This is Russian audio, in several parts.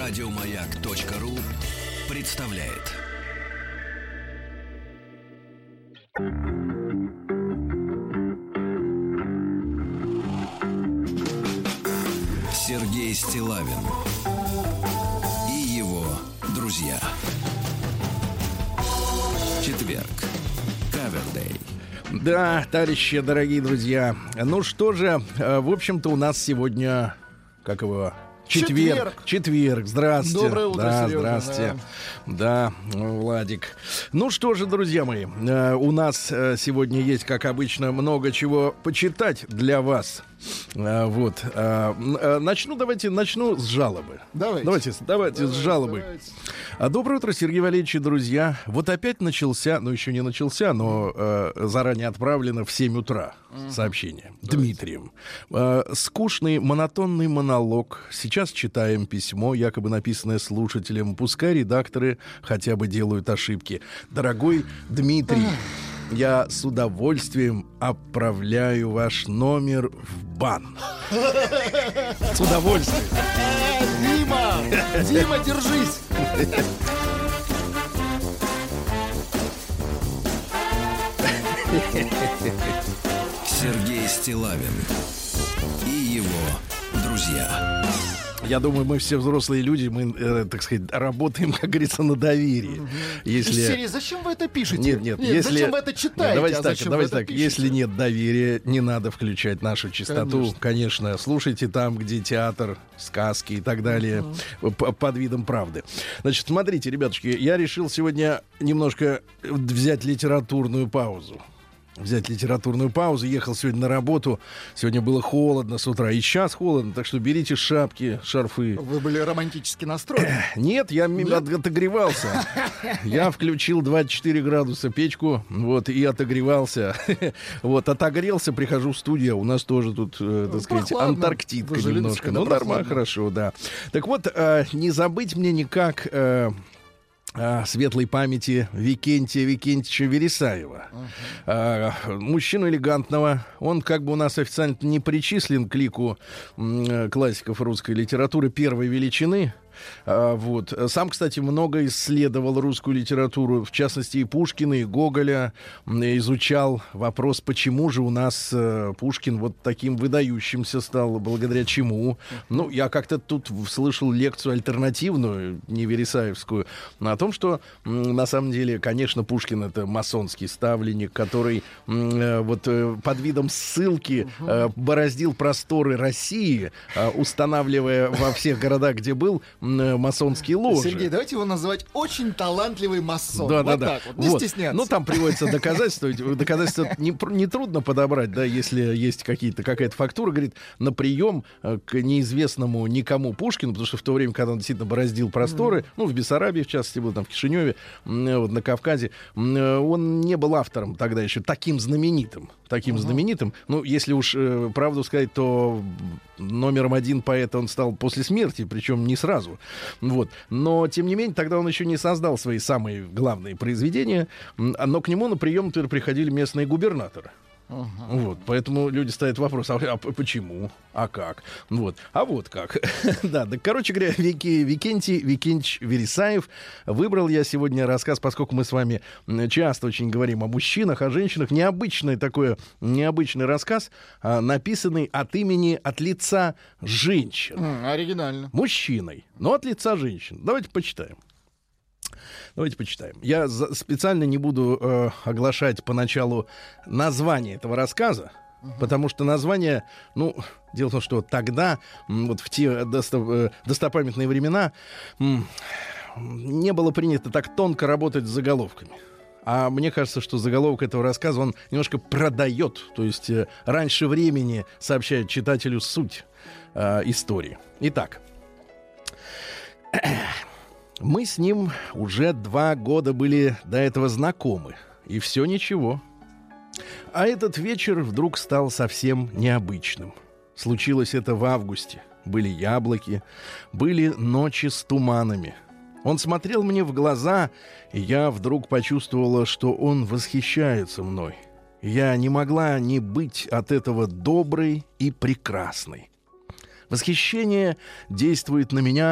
Радиомаяк.ру представляет. Сергей Стиллавин и его друзья. Четверг. Кавердей. Да, товарищи, дорогие друзья. Ну что же, в общем-то, у нас сегодня, как его... Четверг. Здравствуйте. Доброе утро, да, Сережа. Здравствуйте. Да, Владик. Ну что же, друзья мои, у нас сегодня есть, как обычно, много чего почитать для вас. Вот. Начну с жалобы. Давайте с жалобы. Доброе утро, Сергей Валерьевич и друзья. Вот опять начался, еще не начался, но заранее отправлено в 7 утра сообщение. Дмитрием. Скучный, монотонный монолог. Сейчас читаем письмо, якобы написанное слушателем. Пускай редакторы хотя бы делают ошибки. Дорогой Дмитрий, я с удовольствием отправляю ваш номер в бан. С удовольствием. Дима, держись. Сергей Стиллавин и его друзья. Я думаю, мы все взрослые люди, мы, так сказать, работаем, как говорится, на доверии. Серия, зачем вы это пишете? Нет, зачем вы это читаете? Давайте так. Если нет доверия, не надо включать нашу частоту. Конечно, слушайте там, где театр, сказки и так далее, под видом правды. Значит, смотрите, ребятушки, я решил сегодня немножко взять литературную паузу. Ехал сегодня на работу. Сегодня было холодно с утра. И сейчас холодно, так что берите шапки, шарфы. Вы были романтически настроены? Нет, я отогревался. Я включил 24 градуса печку, и отогревался. Отогрелся, прихожу в студию. У нас тоже тут, так сказать, Антарктидка немножко. Нормально, хорошо, да. Так вот, не забыть мне никак... светлой памяти Викентия Викентьевича Вересаева. Мужчину элегантного. Он как бы у нас официально не причислен к лику классиков русской литературы первой величины. Сам, кстати, много исследовал русскую литературу, в частности, и Пушкина, и Гоголя. Изучал вопрос, почему же у нас Пушкин вот таким выдающимся стал, благодаря чему. Я как-то тут слышал лекцию альтернативную, не вересаевскую, о том, что, на самом деле, конечно, Пушкин — это масонский ставленник, который под видом ссылки бороздил просторы России, устанавливая во всех городах, где был, масонские ложи. Сергей, давайте его называть очень талантливый масон. Да. Так не стесняться. Там приводятся доказательства. Доказательства нетрудно подобрать, да, если есть какая-то фактура, говорит, на прием к неизвестному никому Пушкину, потому что в то время, когда он действительно бороздил просторы, в Бессарабии, в частности, был там в Кишиневе, на Кавказе, он не был автором тогда еще таким знаменитым. Если уж правду сказать, то номером один поэта он стал после смерти, причем не сразу. Но, тем не менее, тогда он еще не создал свои самые главные произведения, но к нему на прием приходили местные губернаторы. Поэтому люди ставят вопрос, а почему? А как? А вот как. Да, короче говоря, Викентий Викентьевич Вересаев. Выбрал я сегодня рассказ, поскольку мы с вами часто очень говорим о мужчинах, о женщинах. Необычный рассказ, написанный от лица женщин. Оригинально. Мужчиной, но от лица женщин. Давайте почитаем. Я специально не буду оглашать поначалу название этого рассказа, потому что название, дело в том, что тогда, в те достопамятные времена, не было принято так тонко работать с заголовками. А мне кажется, что заголовок этого рассказа, он немножко продает, то есть раньше времени сообщает читателю суть истории. Итак. Мы с ним уже 2 года были до этого знакомы, и все ничего. А этот вечер вдруг стал совсем необычным. Случилось это в августе. Были яблоки, были ночи с туманами. Он смотрел мне в глаза, и я вдруг почувствовала, что он восхищается мной. Я не могла не быть от этого доброй и прекрасной. Восхищение действует на меня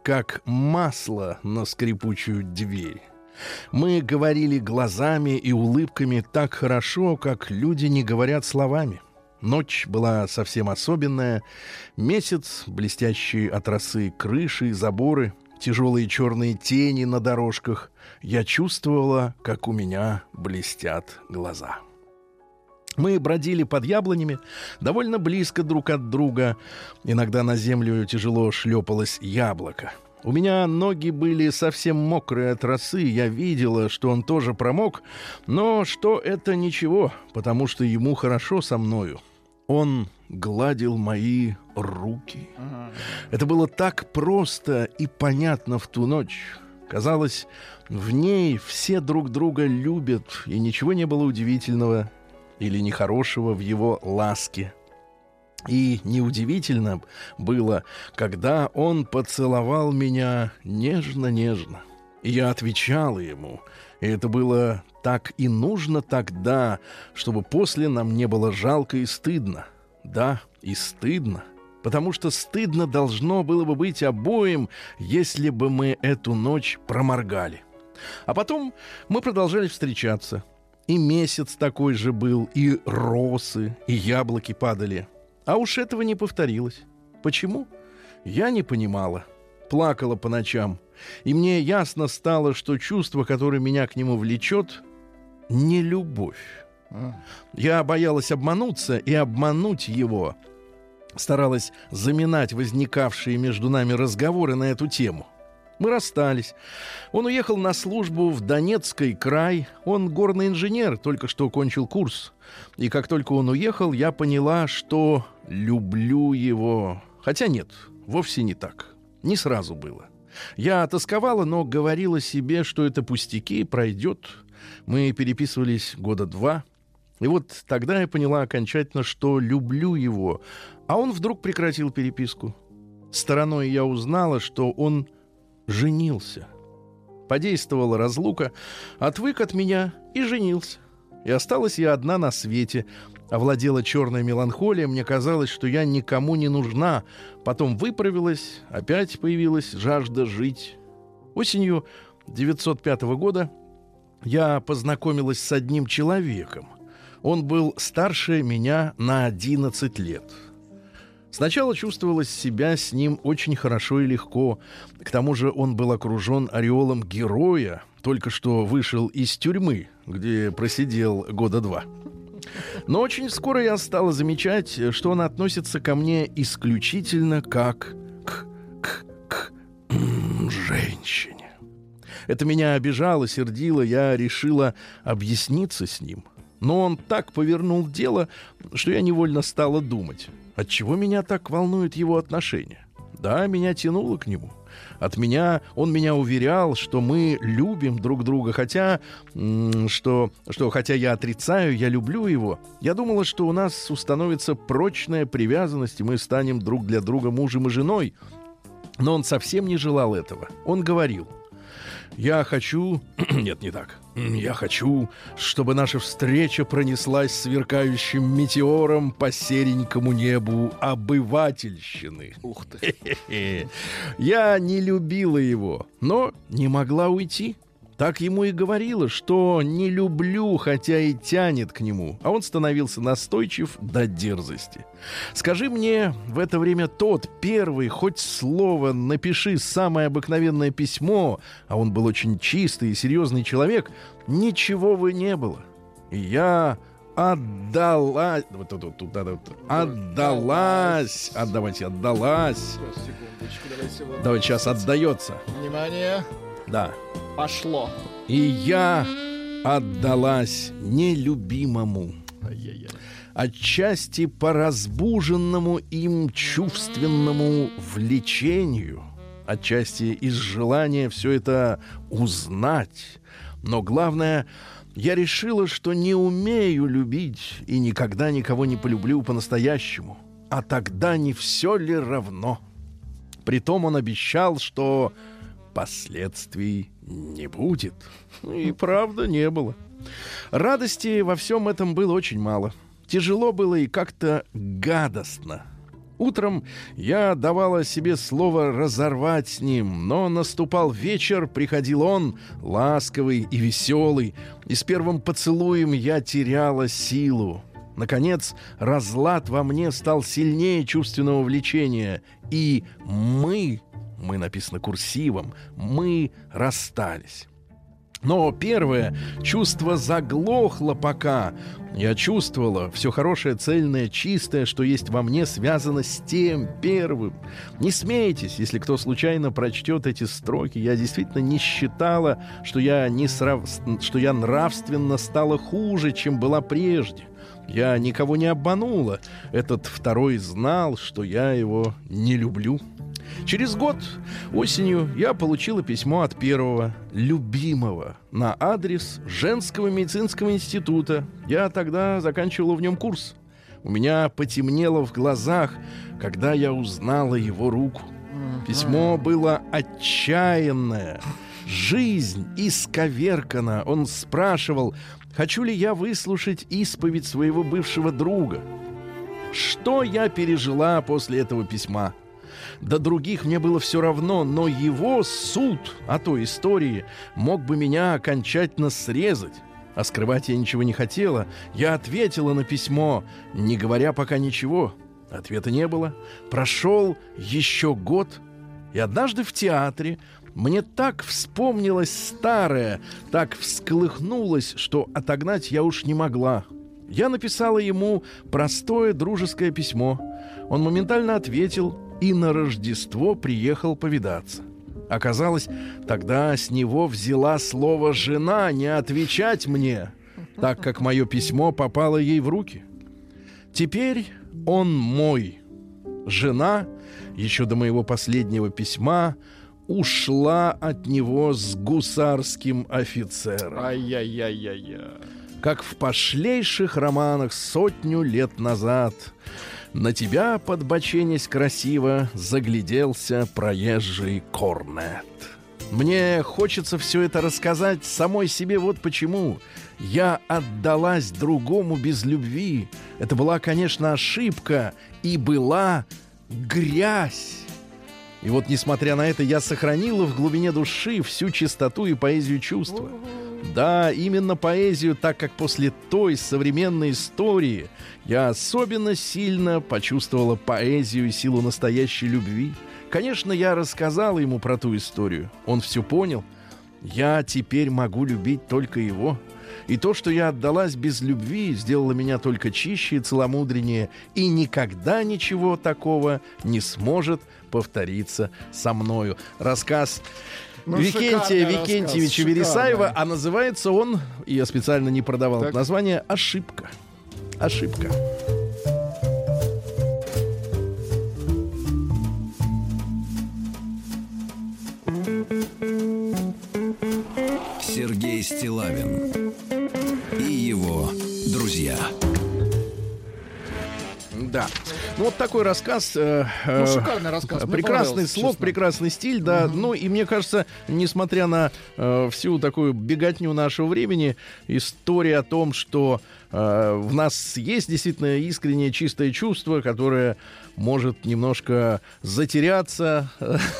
как масло на скрипучую дверь. Мы говорили глазами и улыбками так хорошо, как люди не говорят словами. Ночь была совсем особенная. Месяц, блестящие от росы крыши и заборы, тяжелые черные тени на дорожках. Я чувствовала, как у меня блестят глаза. Мы бродили под яблонями, довольно близко друг от друга. Иногда на землю тяжело шлепалось яблоко. У меня ноги были совсем мокрые от росы, я видела, что он тоже промок, но что это ничего, потому что ему хорошо со мною. Он гладил мои руки. Это было так просто и понятно в ту ночь. Казалось, в ней все друг друга любят, и ничего не было удивительного или нехорошего в его ласке. И неудивительно было, когда он поцеловал меня нежно-нежно. И я отвечала ему. И это было так и нужно тогда, чтобы после нам не было жалко и стыдно. Да, и стыдно. Потому что стыдно должно было бы быть обоим, если бы мы эту ночь проморгали. А потом мы продолжали встречаться. И месяц такой же был, и росы, и яблоки падали. А уж этого не повторилось. Почему? Я не понимала. Плакала по ночам. И мне ясно стало, что чувство, которое меня к нему влечет, не любовь. Я боялась обмануться и обмануть его. Старалась заминать возникавшие между нами разговоры на эту тему. Мы расстались. Он уехал на службу в Донецкий край. Он горный инженер, только что кончил курс. И как только он уехал, я поняла, что люблю его. Хотя нет, вовсе не так. Не сразу было. Я тосковала, но говорила себе, что это пустяки, пройдет. Мы переписывались 2 года. И вот тогда я поняла окончательно, что люблю его. А он вдруг прекратил переписку. Стороной я узнала, что он женился. Подействовала разлука, отвык от меня и женился. И осталась я одна на свете. Овладела черная меланхолия, мне казалось, что я никому не нужна. Потом выправилась, опять появилась жажда жить. Осенью 1905 года я познакомилась с одним человеком. Он был старше меня на 11 лет. Сначала чувствовала себя с ним очень хорошо и легко. К тому же он был окружен ореолом героя, только что вышел из тюрьмы, где просидел 2 года. Но очень скоро я стала замечать, что он относится ко мне исключительно как к женщине. Это меня обижало, сердило, я решила объясниться с ним. Но он так повернул дело, что я невольно стала думать, отчего меня так волнуют его отношения. Да, меня тянуло к нему. Он меня уверял, что мы любим друг друга, хотя я отрицаю, я люблю его. Я думала, что у нас установится прочная привязанность, и мы станем друг для друга мужем и женой. Но он совсем не желал этого. Он говорил: «Я хочу...» Нет, не так. «Я хочу, чтобы наша встреча пронеслась сверкающим метеором по серенькому небу обывательщины». Ух ты. Я не любила его, но не могла уйти. Так ему и говорила, что не люблю, хотя и тянет к нему. А он становился настойчив до дерзости. «Скажи мне в это время тот первый, хоть слово, напиши самое обыкновенное письмо», а он был очень чистый и серьезный человек, «ничего бы не было». И я отдалась. Отдалась. Давайте сейчас отдается. Внимание. Да. Пошло. И я отдалась нелюбимому. Отчасти по разбуженному им чувственному влечению, отчасти из желания все это узнать. Но главное, я решила, что не умею любить и никогда никого не полюблю по-настоящему. А тогда не все ли равно? Притом он обещал, что последствий не будет. И правда не было. Радости во всем этом было очень мало. Тяжело было и как-то гадостно. Утром я давала себе слово разорвать с ним, но наступал вечер, приходил он, ласковый и веселый, и с первым поцелуем я теряла силу. Наконец, разлад во мне стал сильнее чувственного влечения, и мы написано курсивом, мы расстались. Но первое чувство заглохло пока. Я чувствовала, все хорошее, цельное, чистое, что есть во мне, связано с тем первым. Не смейтесь, если кто случайно прочтет эти строки. Я действительно не считала, что я нравственно стала хуже, чем была прежде. Я никого не обманула. Этот второй знал, что я его не люблю. Через год, осенью, я получила письмо от первого, любимого, на адрес Женского медицинского института. Я тогда заканчивала в нем курс. У меня потемнело в глазах, когда я узнала его руку. Письмо было отчаянное. Жизнь исковеркана. Он спрашивал, хочу ли я выслушать исповедь своего бывшего друга. Что я пережила после этого письма? До других мне было все равно, но его суд о той истории мог бы меня окончательно срезать. А скрывать я ничего не хотела. Я ответила на письмо, не говоря пока ничего. Ответа не было. Прошел еще год, и однажды в театре мне так вспомнилось старое, так всколыхнулось, что отогнать я уж не могла. Я написала ему простое дружеское письмо. Он моментально ответил и на Рождество приехал повидаться. Оказалось, тогда с него взяла слово жена не отвечать мне, так как мое письмо попало ей в руки. Теперь он мой. Жена, еще до моего последнего письма, ушла от него с гусарским офицером. Ай-яй-яй-яй-яй. Как в пошлейших романах 100 лет назад. На тебя, подбоченясь красиво, загляделся проезжий корнет. Мне хочется все это рассказать самой себе вот почему. Я отдалась другому без любви. Это была, конечно, ошибка. И была грязь. И вот, несмотря на это, я сохранила в глубине души всю чистоту и поэзию чувства. Да, именно поэзию, так как после той современной истории я особенно сильно почувствовала поэзию и силу настоящей любви. Конечно, я рассказала ему про ту историю. Он все понял. Я теперь могу любить только его. И то, что я отдалась без любви, сделало меня только чище и целомудреннее. И никогда ничего такого не сможет повториться со мною. Рассказ Викентия Викентьевича Вересаева, а называется он, я специально не продавал это название, «Ошибка». Ошибка. Сергей Стиллавин и его друзья. Да. Ну, вот такой рассказ. Шикарный рассказ. Прекрасный слог, честно. Прекрасный стиль, да. Ну, и мне кажется, несмотря на всю такую беготню нашего времени, история о том, что в нас есть действительно искреннее чистое чувство, которое может немножко затеряться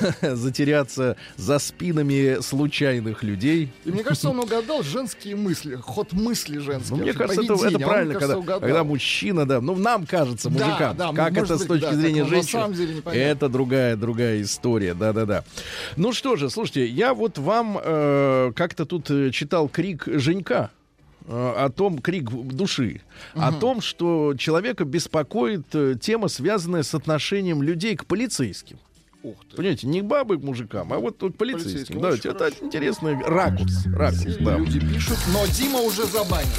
за спинами случайных людей. И мне кажется, он угадал женские мысли, ход мысли женские. Ну, мне кажется, это правильно, когда мужчина, да, ну, нам кажется, мужикам, да, как это быть, с точки зрения женщин, это другая история, да. Ну что же, слушайте, я вот вам как-то тут читал крик Женька, о том, крик души, о том, что человека беспокоит тема, связанная с отношением людей к полицейским. Ух ты. Понимаете, не к бабы, к мужикам, а вот к полицейским. Да, это интересный ракурс. Да. Люди пишут, но Дима уже забанен.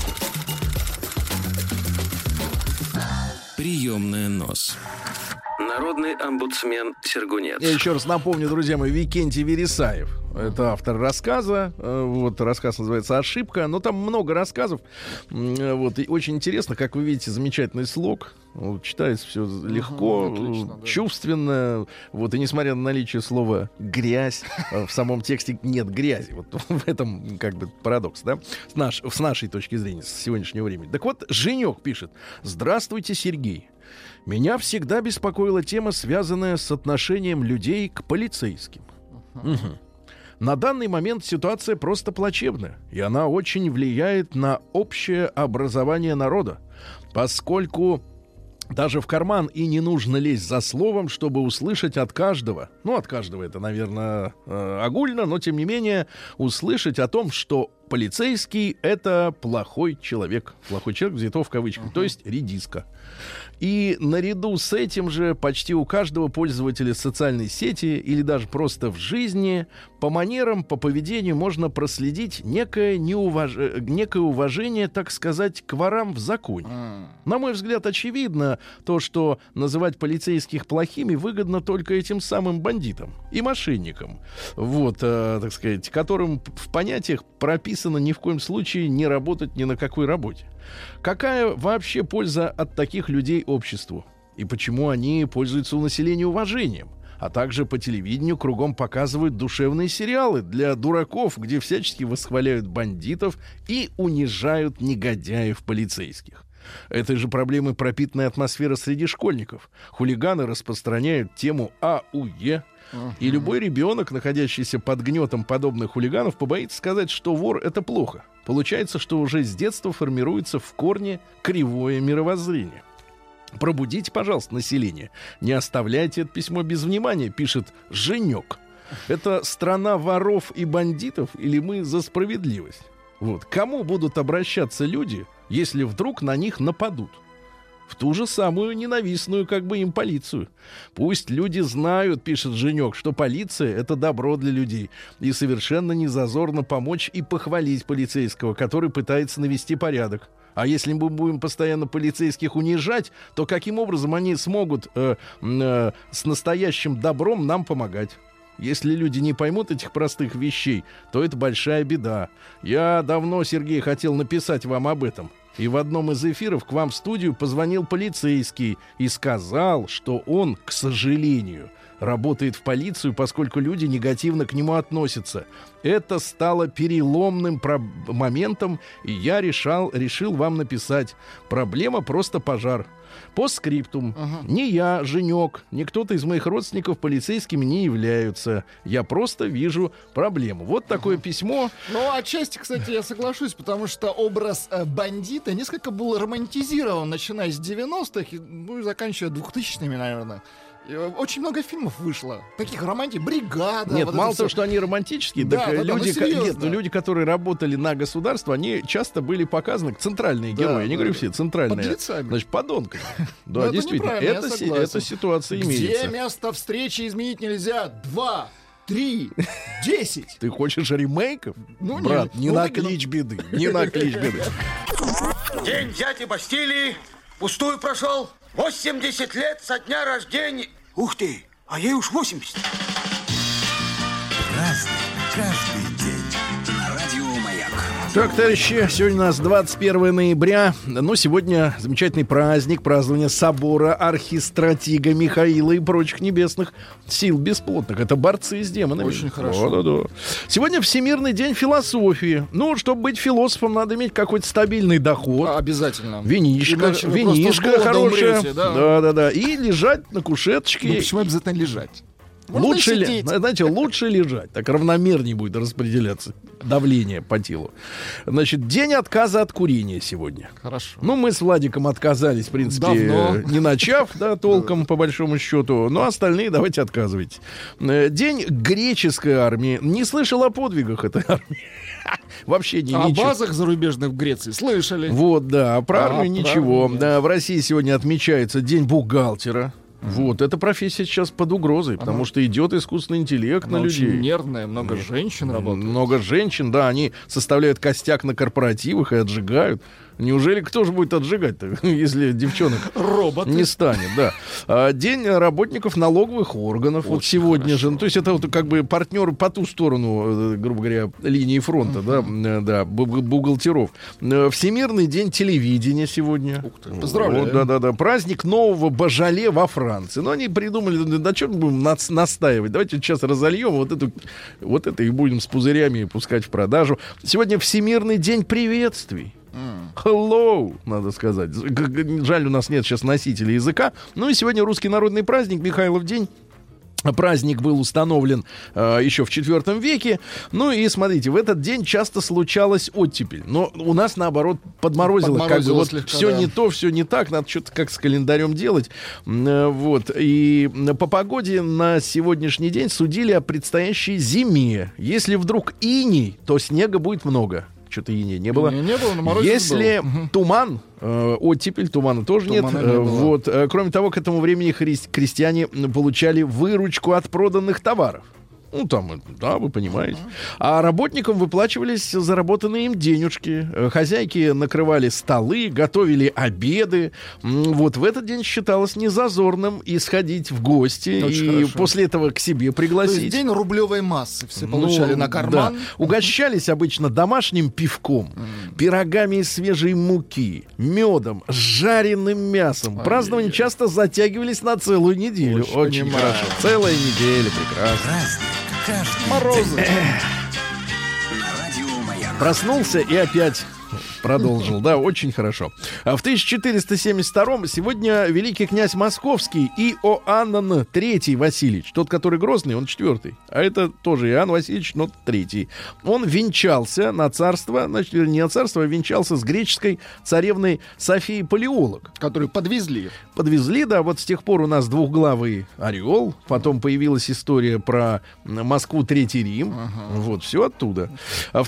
Приемная нос. Народный омбудсмен Сергунец. Я еще раз напомню, друзья мои, Викентий Вересаев. Это автор рассказа. Вот, рассказ называется «Ошибка». Но там много рассказов. Вот, и очень интересно, как вы видите, замечательный слог. Вот, читается все легко, отлично, да. чувственно. Вот, и несмотря на наличие слова «грязь», в самом тексте нет грязи. Вот в этом как бы парадокс, да? С нашей точки зрения, с сегодняшнего времени. Так вот, Женек пишет: «Здравствуйте, Сергей. Меня всегда беспокоила тема, связанная с отношением людей к полицейским. Угу. На данный момент ситуация просто плачевная, и она очень влияет на общее образование народа, поскольку даже в карман и не нужно лезть за словом, чтобы услышать от каждого, ну, от каждого это, наверное, огульно, но, тем не менее, услышать о том, что полицейский — это плохой человек. Плохой человек взято в кавычках, то есть редиска. И наряду с этим же почти у каждого пользователя социальной сети или даже просто в жизни по манерам, по поведению можно проследить некое уважение, так сказать, к ворам в законе. На мой взгляд, очевидно то, что называть полицейских плохими выгодно только этим самым бандитам и мошенникам, вот, так сказать, которым в понятиях прописано ни в коем случае не работать ни на какой работе. Какая вообще польза от таких людей обществу? И почему они пользуются у населения уважением? А также по телевидению кругом показывают душевные сериалы для дураков, где всячески восхваляют бандитов и унижают негодяев полицейских. Этой же проблемой пропитанная атмосфера среди школьников. Хулиганы распространяют тему АУЕ. И любой ребенок, находящийся под гнетом подобных хулиганов, побоится сказать, что вор — это плохо. Получается, что уже с детства формируется в корне кривое мировоззрение. Пробудите, пожалуйста, население. Не оставляйте это письмо без внимания, пишет Женек. Это страна воров и бандитов или мы за справедливость? Вот. Кому будут обращаться люди, если вдруг на них нападут? В ту же самую ненавистную как бы им полицию. Пусть люди знают, пишет Женек, что полиция — это добро для людей. И совершенно не зазорно помочь и похвалить полицейского, который пытается навести порядок. А если мы будем постоянно полицейских унижать, то каким образом они смогут с настоящим добром нам помогать? Если люди не поймут этих простых вещей, то это большая беда. Я давно, Сергей, хотел написать вам об этом. И в одном из эфиров к вам в студию позвонил полицейский и сказал, что он, к сожалению, работает в полицию, поскольку люди негативно к нему относятся. Это стало переломным моментом, и я решил вам написать. Проблема просто пожар. Постскриптум. Ни я, Женек, ни кто-то из моих родственников полицейскими не являются. Я просто вижу проблему. Вот такое письмо. Ну, отчасти, кстати, я соглашусь, потому что образ бандита несколько был романтизирован, начиная с 90-х и заканчивая 2000-ми, наверное. Очень много фильмов вышло. Таких романтик, бригада. Нет, вот мало того, что они романтические, да, так да, люди, которые работали на государство, они часто были показаны, центральные герои. Я не говорю все, центральные. Подлецами. Значит, подонками. Да, действительно. Эта ситуация имеется. Где место встречи изменить нельзя? 2, 3, 10. Ты хочешь ремейков? Ну, брат, нет. не на клич беды. Не на клич беды. День взятия Бастилии пустую прошел. 80 лет со дня рождения. Ух ты, а ей уж 80. Разный, каждый день. На радио Маяк. Так, товарищи, сегодня у нас 21 ноября. Ну, сегодня замечательный праздник, празднование собора архистратига Михаила и прочих небесных сил бесплотных. Это борцы с демонами. Очень хорошо. Да. Сегодня Всемирный день философии. Ну, чтобы быть философом, надо иметь какой-то стабильный доход. Обязательно. Винишко хорошее. Да. И лежать на кушеточке. Ну, почему обязательно лежать? Лучше лежать. Так равномернее будет распределяться давление по телу. Значит, день отказа от курения сегодня. Хорошо. Ну, мы с Владиком отказались, в принципе, давно. Не начав, толком, по большому счету. Но остальные давайте отказывайтесь. День греческой армии. Не слышал о подвигах этой армии. Вообще ничего. О базах зарубежных в Греции слышали. Вот, да. Про армию ничего. Армию, да. В России сегодня отмечается день бухгалтера. Вот, эта профессия сейчас под угрозой, потому что идет искусственный интеллект на людей. Очень нервная, много женщин работает. Много женщин, да, они составляют костяк на корпоративах и отжигают. Неужели кто же будет отжигать-то, если девчонок не станет, да. День работников налоговых органов. Вот сегодня же. Ну, то есть это вот как бы партнер по ту сторону, грубо говоря, линии фронта, да, бухгалтеров. Всемирный день телевидения сегодня. Ух ты, поздравляю. Вот, да. Праздник нового Божале во Франции. Но они придумали, да что мы будем настаивать. Давайте сейчас разольем вот это и будем с пузырями пускать в продажу. Сегодня Всемирный день приветствий. Hello, надо сказать. Жаль, у нас нет сейчас носителей языка. Ну и сегодня русский народный праздник, Михайлов день. Праздник был установлен еще в IV веке. Ну и смотрите, в этот день часто случалась оттепель. Но у нас, наоборот, подморозило как бы вот слегка, все не то, все не так. Надо что-то как с календарем делать. Вот. И по погоде на сегодняшний день судили о предстоящей зиме. Если вдруг иней, то снега будет много. Что-то иней не было. Не было, но мороз Если был. Туман, оттепель, тумана тоже нет. Вот. Кроме того, к этому времени крестьяне получали выручку от проданных товаров. Ну, там, да, вы понимаете. А работникам выплачивались заработанные им денежки. Хозяйки накрывали столы, готовили обеды. Вот в этот день считалось незазорным исходить в гости. Очень и хорошо. После этого к себе пригласить. То есть день рублевой массы все получали на карман. Да. Угощались обычно домашним пивком, пирогами из свежей муки, медом, жареным мясом. Празднования часто затягивались на целую неделю. Очень хорошо. Целая неделя, прекрасно. Морозы. Проснулся и опять продолжил. Да, очень хорошо. В 1472-м сегодня великий князь Московский Иоанн III Васильевич, тот, который Грозный, он 4-й, а это тоже Иоанн Васильевич, но 3-й. Он венчался на царство, значит, не на царство, а венчался с греческой царевной Софией Палеолог. Которую подвезли. Подвезли, да, вот с тех пор у нас двухглавый орел, потом появилась история про Москву, Третий Рим, вот, все оттуда. В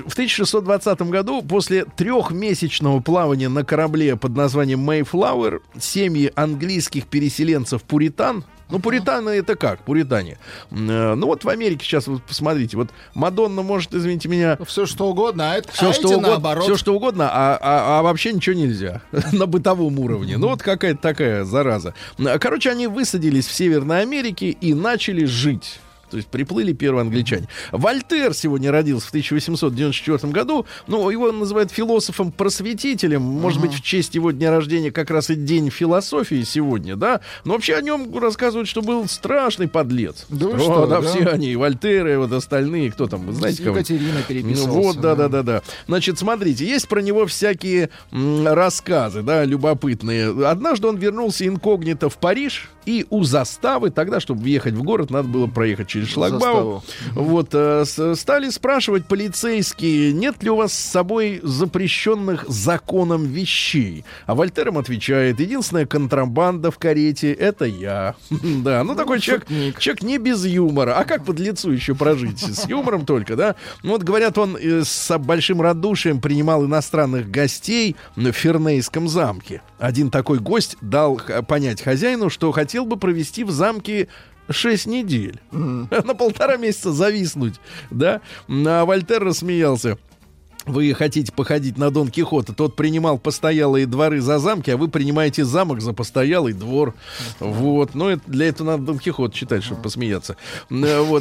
1620 году, после трехмесячного плавания на корабле под названием Mayflower, семьи английских переселенцев-пуритан. Ну, пуританы это как? Пуритане. Ну, вот в Америке сейчас, вот посмотрите, вот Мадонна может, извините меня... Все что угодно, а все, что угодно, наоборот. Все что угодно, а вообще ничего нельзя на бытовом уровне. Ну, вот какая-то такая зараза. Короче, они высадились в Северной Америке и начали жить. То есть приплыли первые англичане. Вольтер сегодня родился в 1894 году. Ну, его называют философом-просветителем. Может быть, в честь его дня рождения как раз и день философии сегодня, да? Но вообще о нем рассказывают, что был страшный подлец. Да, что, да, все они, и Вольтер, и вот остальные, кто там, вы знаете, кого? Екатерина переписывался. Ну, вот, да. Значит, смотрите, есть про него всякие рассказы, да, любопытные. Однажды он вернулся инкогнито в Париж, и у заставы, тогда, чтобы въехать в город, надо было проехать через шлагбаум. Вот, стали спрашивать полицейские, нет ли у вас с собой запрещенных законом вещей. А Вольтер им отвечает, единственная контрабанда в карете — это я. Да, ну такой человек не без юмора. А как подлецу еще прожить? С юмором только, да? Ну вот, говорят, он с большим радушием принимал иностранных гостей в Фернейском замке. Один такой гость дал понять хозяину, что хотел бы провести в замке 6 недель. На 1,5 месяца зависнуть, да? А Вольтер рассмеялся. Вы хотите походить на Дон Кихота, тот принимал постоялые дворы за замки, а вы принимаете замок за постоялый двор. Вот. Но для этого надо Дон Кихот читать, чтобы посмеяться. Вот.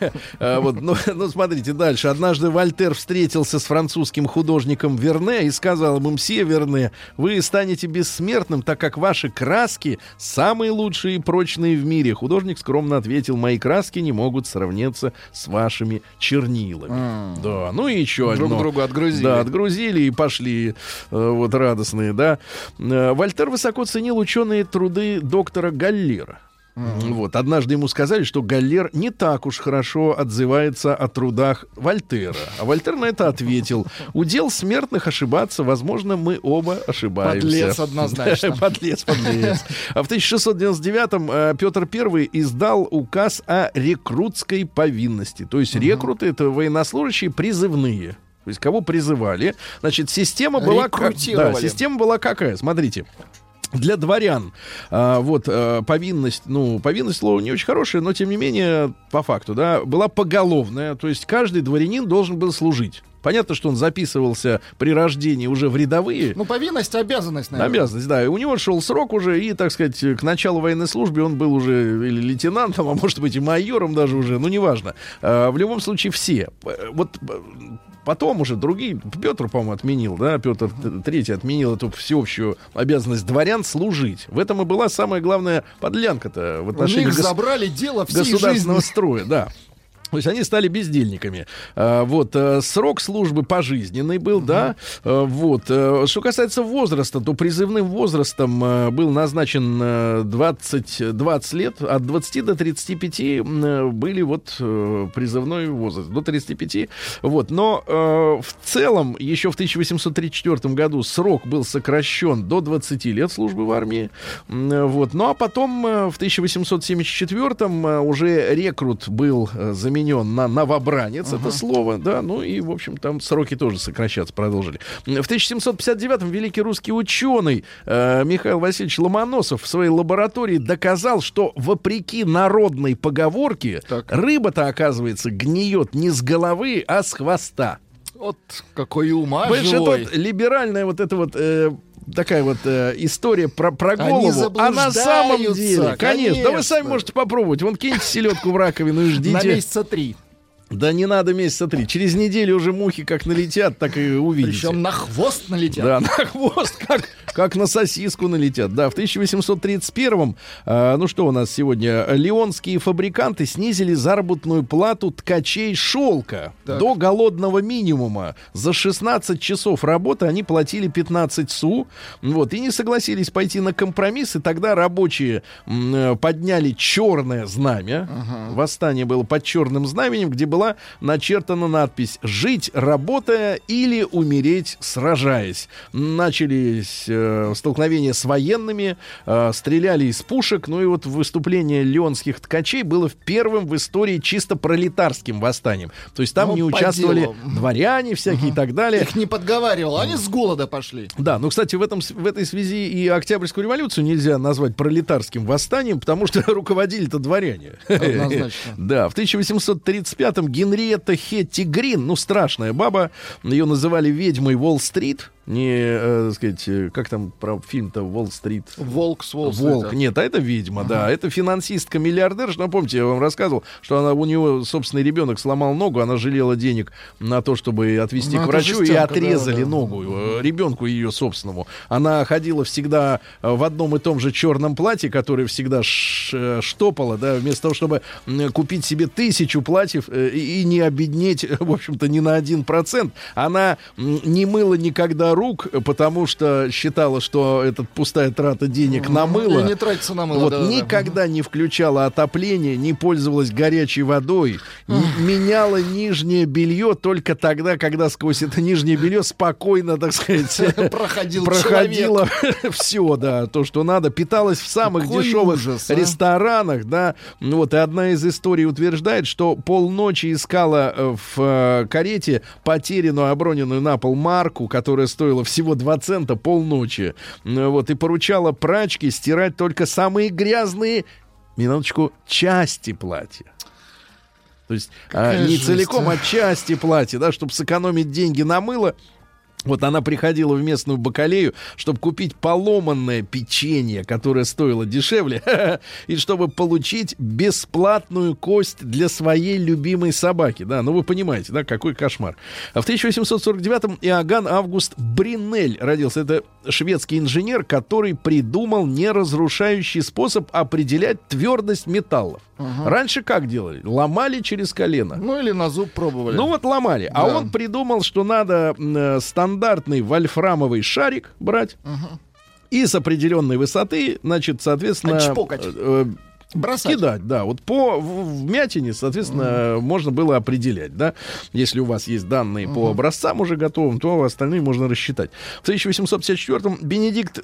Ну, смотрите дальше. Однажды Вольтер встретился с французским художником Верне и сказал ему: «Мсье Верне, вы станете бессмертным, так как ваши краски самые лучшие и прочные в мире». Художник скромно ответил: «Мои краски не могут сравниться с вашими чернилами». Да, ну и еще одно. Друг друга отгрузили. Да, отгрузили и пошли вот радостные, да. Вольтер высоко ценил ученые труды доктора Галлера. Вот. Однажды ему сказали, что Галлер не так уж хорошо отзывается о трудах Вольтера. А Вольтер на это ответил: удел смертных ошибаться, возможно, мы оба ошибаемся. Подлец однозначно. Подлец. А в 1699-м Петр I издал указ о рекрутской повинности. То есть рекруты — это военнослужащие призывные. То есть кого призывали. Значит, система была какая? Смотрите. Для дворян повинность, повинность слово не очень хорошее, но тем не менее, по факту, да, была поголовная. То есть каждый дворянин должен был служить. Понятно, что он записывался при рождении уже в рядовые. Ну, повинность, обязанность, наверное. Обязанность, да. И у него шел срок уже, и, так сказать, к началу военной службы он был уже или лейтенантом, а может быть и майором даже уже, ну, неважно. В любом случае все. Вот потом уже другие, Петр, по-моему, отменил, да, Петр III отменил эту всеобщую обязанность дворян служить. В этом и была самая главная подлянка-то в отношении забрали дело всей государственного жизни. строя, да. То есть они стали бездельниками. Срок службы пожизненный был, да. Что касается возраста, то призывным возрастом был назначен 20 лет. От 20 до 35 были призывной возраст. До 35. Но в целом еще в 1834 году срок был сокращен до 20 лет службы в армии. Ну а потом в 1874 уже рекрут был заменен на новобранец, это слово, да, ну и, в общем, там сроки тоже сокращаться продолжили. В 1759-м великий русский ученый Михаил Васильевич Ломоносов в своей лаборатории доказал, что, вопреки народной поговорке, рыба-то, оказывается, гниет не с головы, а с хвоста. Вот какой ума живой. Понимаешь, это либеральная такая история про голову, а на самом деле, конечно, да вы сами можете попробовать. Вон киньте селедку в раковину и ждите. На месяца 3. Да не надо месяца 3. Через неделю уже мухи как налетят, так и увидите. Причем на хвост налетят. Да, на хвост, как на сосиску налетят. Да, в 1831-м, что у нас сегодня, лионские фабриканты снизили заработную плату ткачей шелка до голодного минимума. За 16 часов работы они платили 15 су. И не согласились пойти на компромисс. И тогда рабочие подняли черное знамя. Восстание было под черным знаменем, где была начертана надпись «Жить, работая, или умереть, сражаясь». Начались столкновения с военными, стреляли из пушек. Ну и выступление лионских ткачей было первым в истории чисто пролетарским восстанием. То есть там не участвовали дворяне всякие и так далее. Их не подговаривал, они с голода пошли. Да, кстати, в этой связи и Октябрьскую революцию нельзя назвать пролетарским восстанием, потому что руководили-то дворяне. Однозначно. Да, в 1835-м Генриетта Хетти Грин, страшная баба, ее называли ведьмой Уолл-стрит. Как там про фильм-то Уолл-стрит? Волк с Уолл-стрита. Волк, нет, это ведьма, да. Это финансистка-миллиардерша. Помните, я вам рассказывал, что у нее собственный ребенок сломал ногу, она жалела денег на то, чтобы отвезти к врачу, и отрезали ногу ребенку ее собственному. Она ходила всегда в одном и том же черном платье, которое всегда штопала, да, вместо того, чтобы купить себе 1000 платьев и не обеднеть, в общем-то, ни на 1%. Она не мыла никогда рук, потому что считала, что это пустая трата денег на мыло. И не тратится на мыло. Никогда не включала отопление, не пользовалась горячей водой, меняла нижнее белье только тогда, когда сквозь это нижнее белье спокойно, так сказать, проходило все, да, то, что надо. Питалась в самых дешевых ресторанах, да. И одна из историй утверждает, что полночи искала в карете потерянную, оброненную на пол марку, которая стоила всего 2 цента полночи. И поручала прачке стирать только самые грязные, части платья. То есть не целиком, а части платья, да, чтобы сэкономить деньги на мыло. Она приходила в местную бакалею, чтобы купить поломанное печенье, которое стоило дешевле, и чтобы получить бесплатную кость для своей любимой собаки. Да, вы понимаете, да, какой кошмар. В 1849-м Иоганн Август Бринель родился. Это шведский инженер, который придумал неразрушающий способ определять твердость металлов. Раньше как делали? Ломали через колено. Или на зуб пробовали. Ломали. Да. А он придумал, что надо стандартный вольфрамовый шарик брать и с определенной высоты, соответственно... Бросать. Кидать, да. По вмятине, соответственно, можно было определять, да. Если у вас есть данные по образцам уже готовым, то остальные можно рассчитать. В 1854-м Бенедикт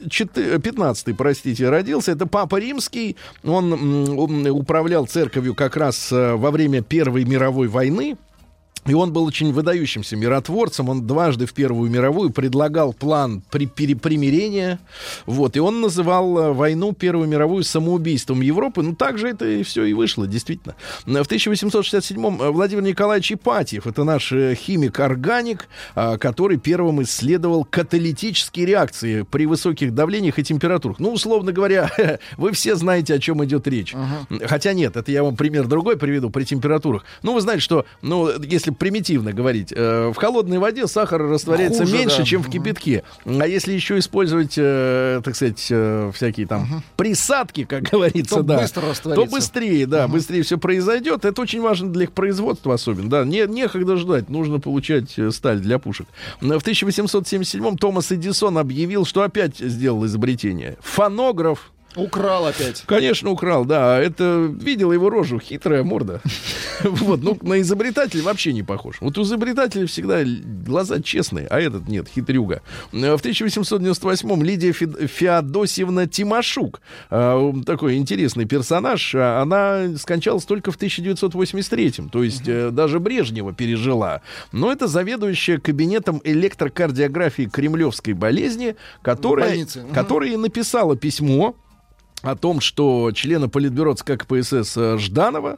XV, родился. Это Папа Римский. Он управлял церковью как раз во время Первой мировой войны. И он был очень выдающимся миротворцем. Он дважды в Первую мировую предлагал план примирения. Вот. И он называл войну Первую мировую самоубийством Европы. Ну, так же это и все и вышло, действительно. В 1867-м Владимир Николаевич Ипатьев, это наш химик-органик, который первым исследовал каталитические реакции при высоких давлениях и температурах. Ну, условно говоря, вы все знаете, о чем идет речь. Хотя нет, это я вам пример другой приведу при температурах. Ну, вы знаете, что, ну, если примитивно говорить, в холодной воде сахар растворяется меньше, чем в кипятке. А если еще использовать, так сказать, всякие там присадки, как говорится, то быстрее, быстрее все произойдет. Это очень важно для их производства особенно. Да, некогда ждать, нужно получать сталь для пушек. В 1877-м Томас Эдисон объявил, что опять сделал изобретение. Фонограф. Украл опять. Конечно, украл, да. Это видела его рожу, хитрая морда. Вот, ну, на изобретателя вообще не похож. Вот у изобретателя всегда глаза честные, а этот нет, хитрюга. В 1898-м Лидия Феодосьевна Тимошук, такой интересный персонаж, она скончалась только в 1983-м, то есть даже Брежнева пережила. Но это заведующая кабинетом электрокардиографии кремлевской болезни, которая написала письмо о том, что члена политбюро ЦК КПСС Жданова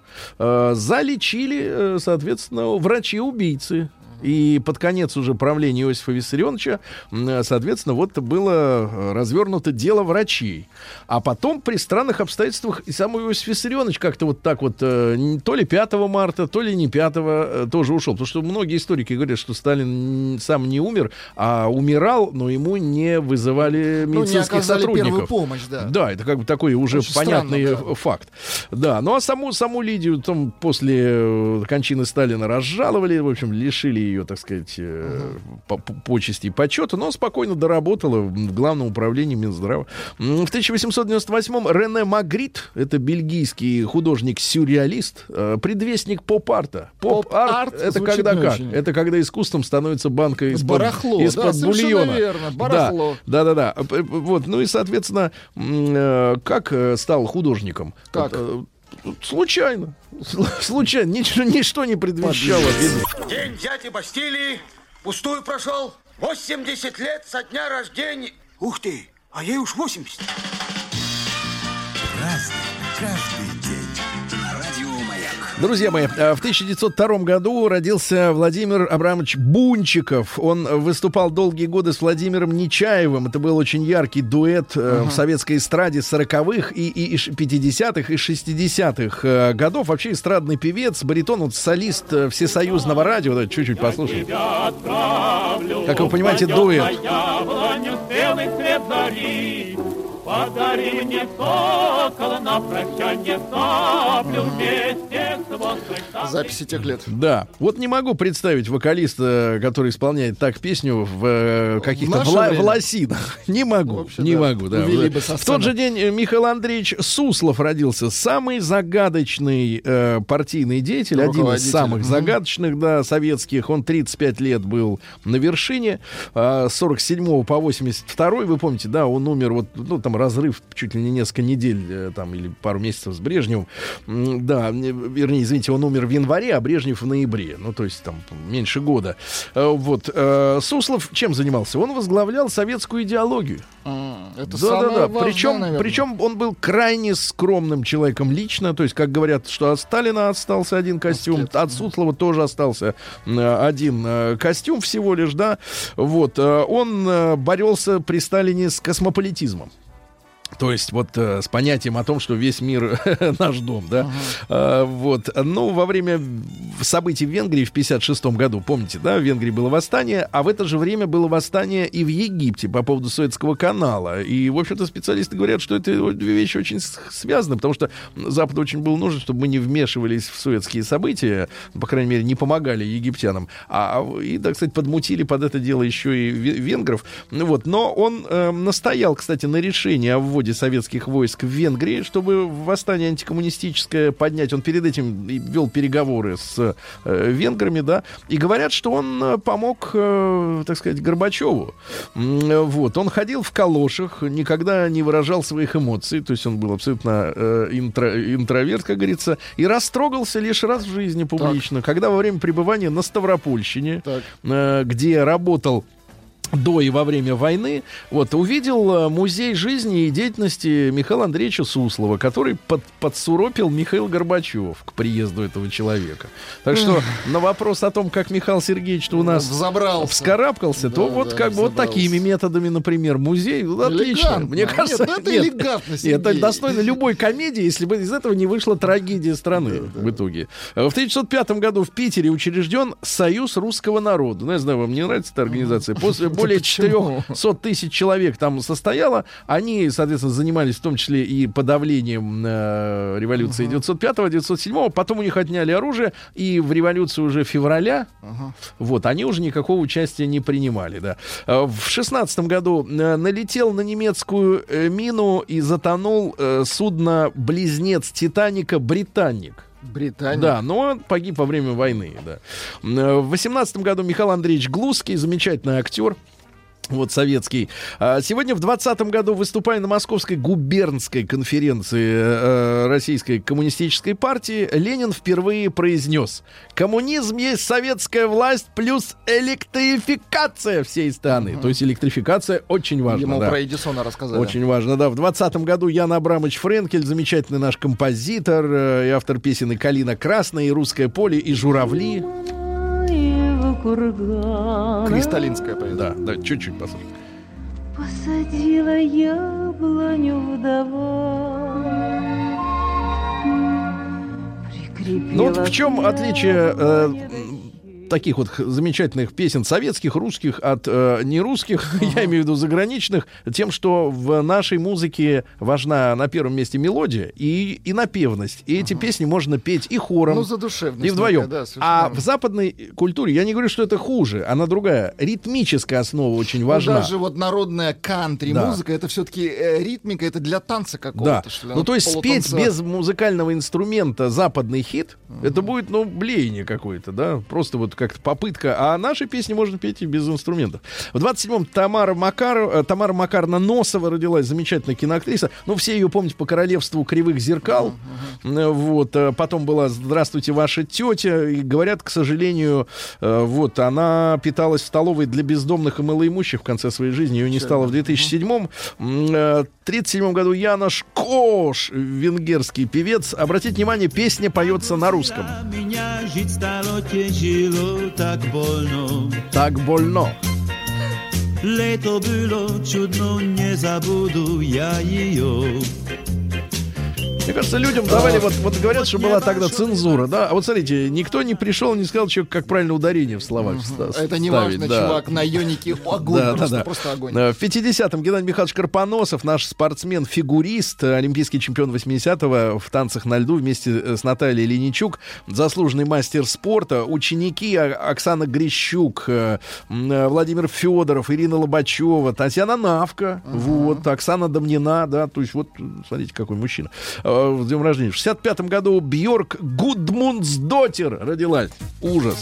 залечили, соответственно, врачи-убийцы. И под конец уже правления Иосифа Виссарионовича, соответственно, вот было развернуто дело врачей. А потом при странных обстоятельствах и сам Иосиф Виссарионович как-то вот так вот то ли 5 марта, то ли не 5 тоже ушел. Потому что многие историки говорят, что Сталин сам не умер, а умирал, но ему не вызывали медицинских сотрудников. Первую помощь, да. Да, это как бы такой уже очень понятный факт. Да, ну а саму Лидию там после кончины Сталина разжаловали, в общем, лишили ее, так сказать, почести и почета, но спокойно доработала в Главном управлении Минздрава. В 1898-м Рене Магрит, это бельгийский художник-сюрреалист, предвестник поп-арта. Поп-арт — это когда как? Это когда искусством становится банка из-под бульона. Верно, барахло. Да. Вот, ну и, соответственно, как стал художником? Как? Случайно. Ничто не предвещало. День дяди Бастилии пустую прошел. 80 лет со дня рождения. Ух ты, а ей уж 80. Разный, каждый день. Друзья мои, в 1902 году родился Владимир Абрамович Бунчиков. Он выступал долгие годы с Владимиром Нечаевым. Это был очень яркий дуэт в советской эстраде 40-х и 50-х и 60-х годов. Вообще эстрадный певец, баритон, он солист всесоюзного радио. Давайте чуть-чуть послушаем. Как вы понимаете, дуэт. Подари мне сокола на прощанье саблю вместе с воздухом. Записи тех лет. Да. Вот не могу представить вокалиста, который исполняет так песню в каких-то лосинах. Не могу. Да. В тот же день Михаил Андреевич Суслов родился. Самый загадочный партийный деятель. Один из самых загадочных, да, советских. Он 35 лет был на вершине. С 47 по 82. Вы помните, да, он умер вот, ну, там разрыв чуть ли не несколько недель там, или пару месяцев с Брежневым. Да, вернее, извините, он умер в январе, а Брежнев в ноябре. Ну, то есть там меньше года. Вот. Суслов чем занимался? Он возглавлял советскую идеологию. Это самое важное, причем он был крайне скромным человеком лично. То есть, как говорят, что от Сталина остался один костюм, от Суслова тоже остался один костюм всего лишь, да. Вот. Он боролся при Сталине с космополитизмом. То есть вот с понятием о том, что весь мир наш дом, да. Вот. Ну, во время событий в Венгрии в 1956 году, помните, да, в Венгрии было восстание, а в это же время было восстание и в Египте по поводу Суэцкого канала. И, в общем-то, специалисты говорят, что это две вещи очень связаны, потому что Западу очень было нужно, чтобы мы не вмешивались в суэцкие события, по крайней мере, не помогали египтянам, и, так сказать, подмутили под это дело еще и венгров. Вот. Но он настоял, кстати, на решении о вводе вводе советских войск в Венгрии, чтобы восстание антикоммунистическое поднять. Он перед этим вел переговоры с венграми, да, и говорят, что он помог, так сказать, Горбачеву. Вот. Он ходил в калошах, никогда не выражал своих эмоций, то есть он был абсолютно интроверт, как говорится, и растрогался лишь раз в жизни публично, когда во время пребывания на Ставропольщине, где работал до и во время войны, вот, увидел музей жизни и деятельности Михаила Андреевича Суслова, который подсуропил Михаил Горбачев к приезду этого человека. Так что на вопрос о том, как Михаил Сергеевич у нас вскарабкался, то вот как бы вот такими методами, например, музей, отлично. Мне кажется, это элегантно, Сергей. Это достойно любой комедии, если бы из этого не вышла трагедия страны в итоге. В 1905 году в Питере учрежден Союз русского народа. Ну, я знаю, вам не нравится эта организация. После более 400 тысяч человек там состояло. Они, соответственно, занимались в том числе и подавлением революции 905-907. Потом у них отняли оружие. И в революцию уже февраля вот, они уже никакого участия не принимали. Да. В 16 году налетел на немецкую мину и затонул судно-близнец «Титаника» «Британник». Британия. Да, но он погиб во время войны. Да. В 18 году Михаил Андреевич Глузский, замечательный актер, вот, советский. Сегодня в 2020 году, выступая на Московской губернской конференции Российской коммунистической партии, Ленин впервые произнес: коммунизм есть советская власть плюс электрификация всей страны. То есть электрификация очень важна. Ему да. про Эдисона рассказали. Очень важно, да. В 2020 году Ян Абрамович Френкель, замечательный наш композитор и автор песен «И калина красная», и «Русское поле», и «Журавли». Кристалинская поэзия. Да, чуть-чуть послушай. Посадила яблоню вдова. Ну вот в чем отличие таких вот замечательных песен советских, русских от нерусских, я имею в виду заграничных, тем, что в нашей музыке важна на первом месте мелодия и напевность. И эти песни можно петь и хором, ну, задушевность, и вдвоем. Да, а в западной культуре, я не говорю, что это хуже, она другая. Ритмическая основа очень важна. Даже вот народная кантри-музыка, это все-таки ритмика, это для танца какого-то. Да. Ну, то есть спеть без музыкального инструмента западный хит, это будет, ну, блеяние какое-то, да, просто вот как-то попытка. А наши песни можно петь и без инструментов. В 27-м Тамара Макаровна Носова родилась, замечательная киноактриса. Ну, все ее помните по «Королевству кривых зеркал». Вот. Потом была «Здравствуйте, ваша тетя». И говорят, к сожалению, вот, она питалась в столовой для бездомных и малоимущих в конце своей жизни. Ее не стало в 2007-м. В 1937 году Янош Кош, венгерский певец. Обратите внимание, песня поется на русском. Так больно. Лето было чудно, не забуду я ее. Мне кажется, людям давали, вот говорят, что была тогда цензура, да? А вот смотрите, никто не пришел, не сказал, как правильно ударение в словах ставить. Это не важно, да. Чувак, на йонике огонь, просто огонь. В 50-м Геннадий Михайлович Карпоносов, наш спортсмен-фигурист, олимпийский чемпион 80-го в танцах на льду вместе с Натальей Леничук, заслуженный мастер спорта, ученики Оксана Грищук, Владимир Федоров, Ирина Лобачева, Татьяна Навка, вот, Оксана Домнина, да, то есть вот, смотрите, какой мужчина. С днем рождения. В 65-м году Бьорк Гудмундсдоттер родилась. Ужас.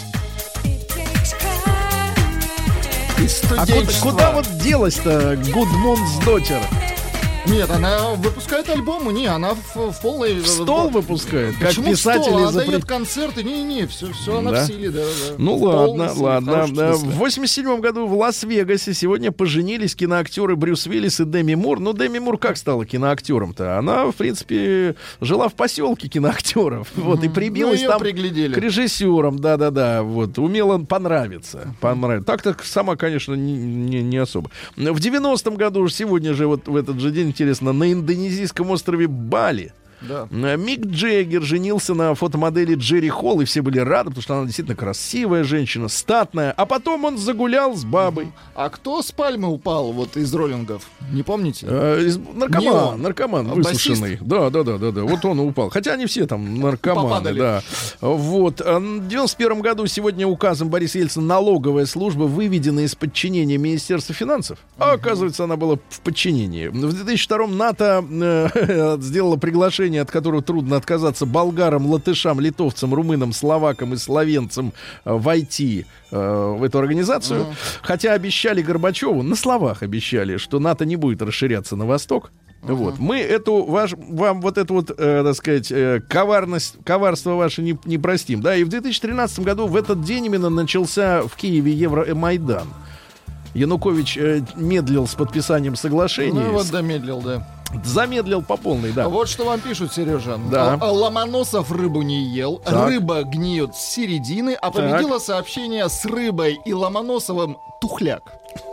А куда вот делась-то Гудмундсдоттер? Нет, она выпускает альбомы, она в полной... Стол выпускает, как почему писатели... Стол? Она дает концерты, все она в силе, да. Ну ладно. В 87 году в Лас-Вегасе сегодня поженились киноактеры Брюс Уиллис и Деми Мур. Ну, Деми Мур как стала киноактером-то? Она, в принципе, жила в поселке киноактеров, вот, и прибилась там к режиссерам, да, вот, умела понравиться. Так-то сама, конечно, не особо. В 90-м году, сегодня же, вот в этот же день, интересно, на индонезийском острове Бали Да. Мик Джаггер женился на фотомодели Джерри Холл, и все были рады, потому что она действительно красивая женщина, статная. А потом он загулял с бабой. А кто с пальмы упал вот из роллингов? Не помните? Наркоман высушенный. Да. Вот он и упал. Хотя они все там наркоманы, Попадали. да. Вот. В 91 году сегодня указом Бориса Ельцина налоговая служба выведена из подчинения Министерства финансов. А оказывается, она была в подчинении. В 2002 НАТО сделала приглашение, от которого трудно отказаться, болгарам, латышам, литовцам, румынам, словакам и словенцам войти в эту организацию. Хотя обещали Горбачеву, на словах обещали, что НАТО не будет расширяться на восток. Вот. Мы вам вот это вот, так сказать, коварство ваше не простим. Да, и в 2013 году в этот день именно начался в Киеве Евромайдан. Янукович медлил с подписанием соглашений. Ну вот домедлил, да. Замедлил по полной, да. Вот что вам пишут, Сережа. Да. Ломоносов рыбу не ел, Так. рыба гниет с середины, а победило сообщение с рыбой и Ломоносовым тухляк.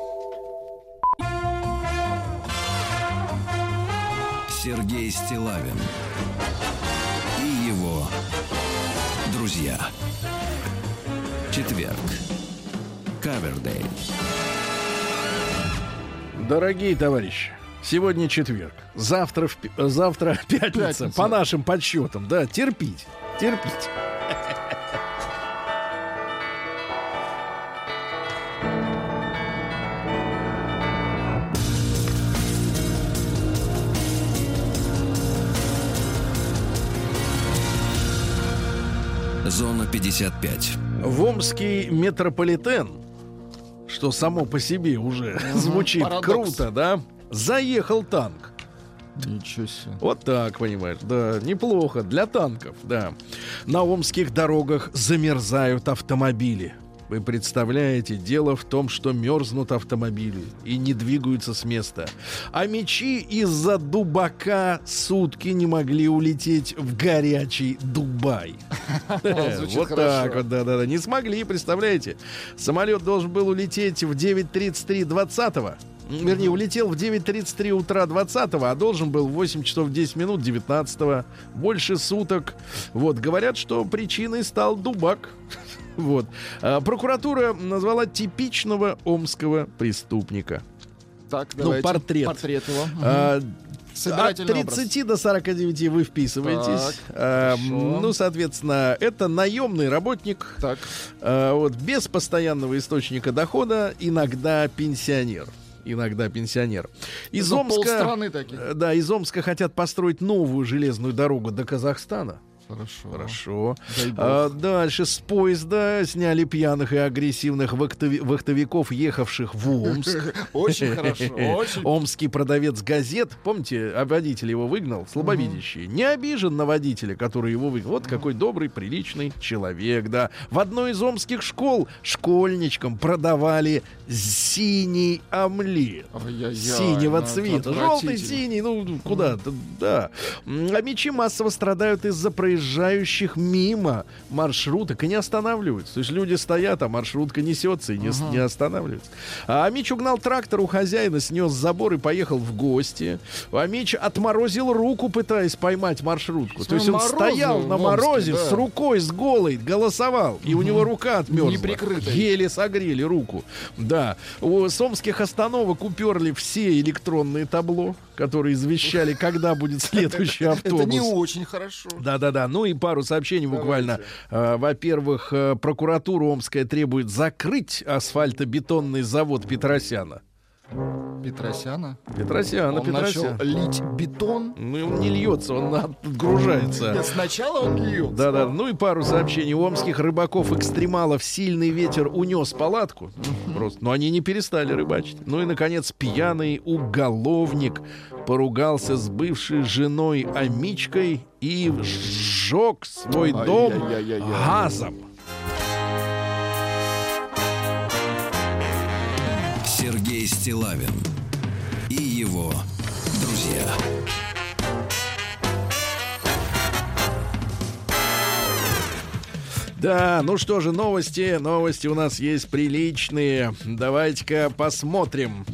Сергей Стиллавин и его друзья. Четверг. Кавердей. Дорогие товарищи, сегодня четверг. Завтра пятница, по нашим подсчетам. Да, терпите. Зона 55. В Омский метрополитен, что само по себе уже звучит парадокс. круто, да, заехал танк. Ничего себе. Вот так, понимаешь, да, неплохо для танков, да. На омских дорогах замерзают автомобили. Вы представляете, дело в том, что мерзнут автомобили и не двигаются с места. А мечи из-за Дубака сутки не могли улететь в горячий Дубай. Вот так вот, да. Не смогли, представляете? Самолет должен был улететь в 9:33 20-го. Вернее, улетел в 9:33 утра 20-го, а должен был в 8 часов 10 минут 19-го. Больше суток. Вот, говорят, что причиной стал Дубак. Вот. Прокуратура назвала типичного омского преступника. Так, давайте. Портрет его. От Собирательный 30 до 49 вы вписываетесь. Ну, соответственно, это наемный работник. Так. Вот, без постоянного источника дохода, иногда пенсионер. Из Омска, полстраны таких. Да, из Омска хотят построить новую железную дорогу до Казахстана. Хорошо. Дальше с поезда сняли пьяных и агрессивных вахтовиков, ехавших в Омск. Очень хорошо. Омский продавец газет, помните, водитель его выгнал, слабовидящий. Не обижен на водителя, который его выгнал. Вот какой добрый, приличный человек, да. В одной из омских школ школьничкам продавали синий омлет. Синего цвета. Желтый, синий, ну куда? Да. А мечи массово страдают из-за проезжающих мимо маршруток и не останавливаются. То есть люди стоят, а маршрутка несется и не останавливается. А Мич угнал трактор у хозяина, снес забор и поехал в гости. А Мич отморозил руку, пытаясь поймать маршрутку. То есть он стоял на морозе с рукой, с голой, голосовал. И у него рука отмерзла. Неприкрытая. Еле согрели руку. Да. С омских остановок уперли все электронные табло, которые извещали, когда будет следующий автобус. Это не очень хорошо. Да. Ну и пару сообщений буквально. Во-первых, прокуратура омская требует закрыть асфальтобетонный завод Петросяна. Петросяна? Петросяна. Начал лить бетон. Ну, он не льется, он отгружается. Нет, сначала он льется. Да. Ну и пару сообщений. У омских рыбаков-экстремалов сильный ветер унес палатку. Просто. Но они не перестали рыбачить. Ну и, наконец, пьяный уголовник поругался с бывшей женой Амичкой и сжег свой дом газом. Сергей Стиллавин и его друзья. Да, ну что же, новости у нас есть приличные. Давайте-ка посмотрим.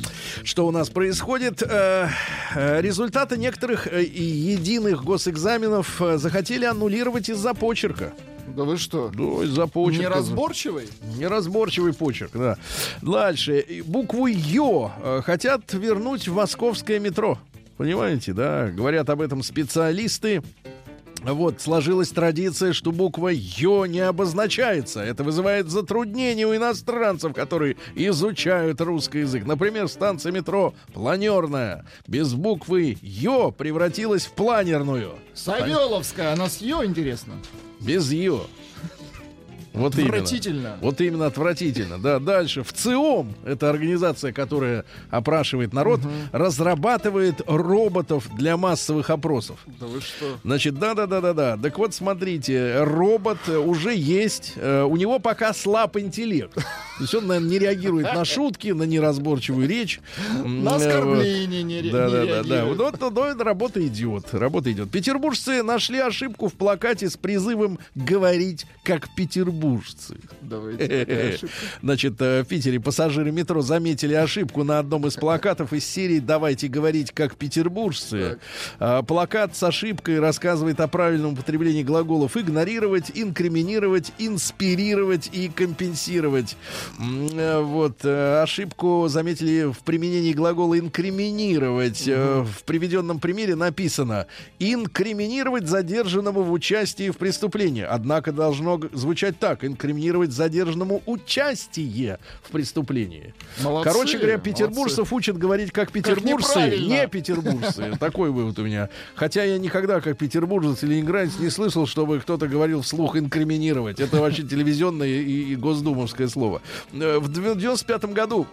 что у нас происходит. Результаты некоторых единых госэкзаменов захотели аннулировать из-за почерка. Да вы что? Да, из-за почерка. Неразборчивый? Неразборчивый почерк, да. Дальше. Букву «Ё» хотят вернуть в московское метро. Понимаете, да? Говорят об этом специалисты. Вот, сложилась традиция, что буква «Ё» не обозначается. Это вызывает затруднения у иностранцев, которые изучают русский язык. Например, станция метро «Планерная» без буквы «Ё» превратилась в планерную. Савеловская, она с «Ё», интересно? Без «Ё». Вот отвратительно. Именно. Вот именно отвратительно. Да, дальше. ВЦИОМ, это организация, которая опрашивает народ, разрабатывает роботов для массовых опросов. Да вы что? Значит, да. Так вот, смотрите, робот уже есть. У него пока слаб интеллект. То есть он, наверное, не реагирует на шутки, на неразборчивую речь. На оскорбление не реагирует. Да. Вот работа идет. Петербуржцы нашли ошибку в плакате с призывом говорить как петербуржцы. Давайте. Значит, в Питере пассажиры метро заметили ошибку на одном из плакатов из серии «Давайте говорить как петербуржцы». Плакат с ошибкой рассказывает о правильном употреблении глаголов «игнорировать», «инкриминировать», «инспирировать» и «компенсировать». Вот, ошибку заметили в применении глагола «инкриминировать». В приведенном примере написано «инкриминировать задержанному в участии в преступлении». Однако должно звучать так: инкриминировать задержанному участие в преступлении. Молодцы, короче говоря, петербуржцев учат говорить как петербуржцы, не петербуржцы. Такой вывод у меня. Хотя я никогда как петербуржец или ленинградец не слышал, чтобы кто-то говорил вслух инкриминировать. Это вообще телевизионное и госдумовское слово. В 95-м году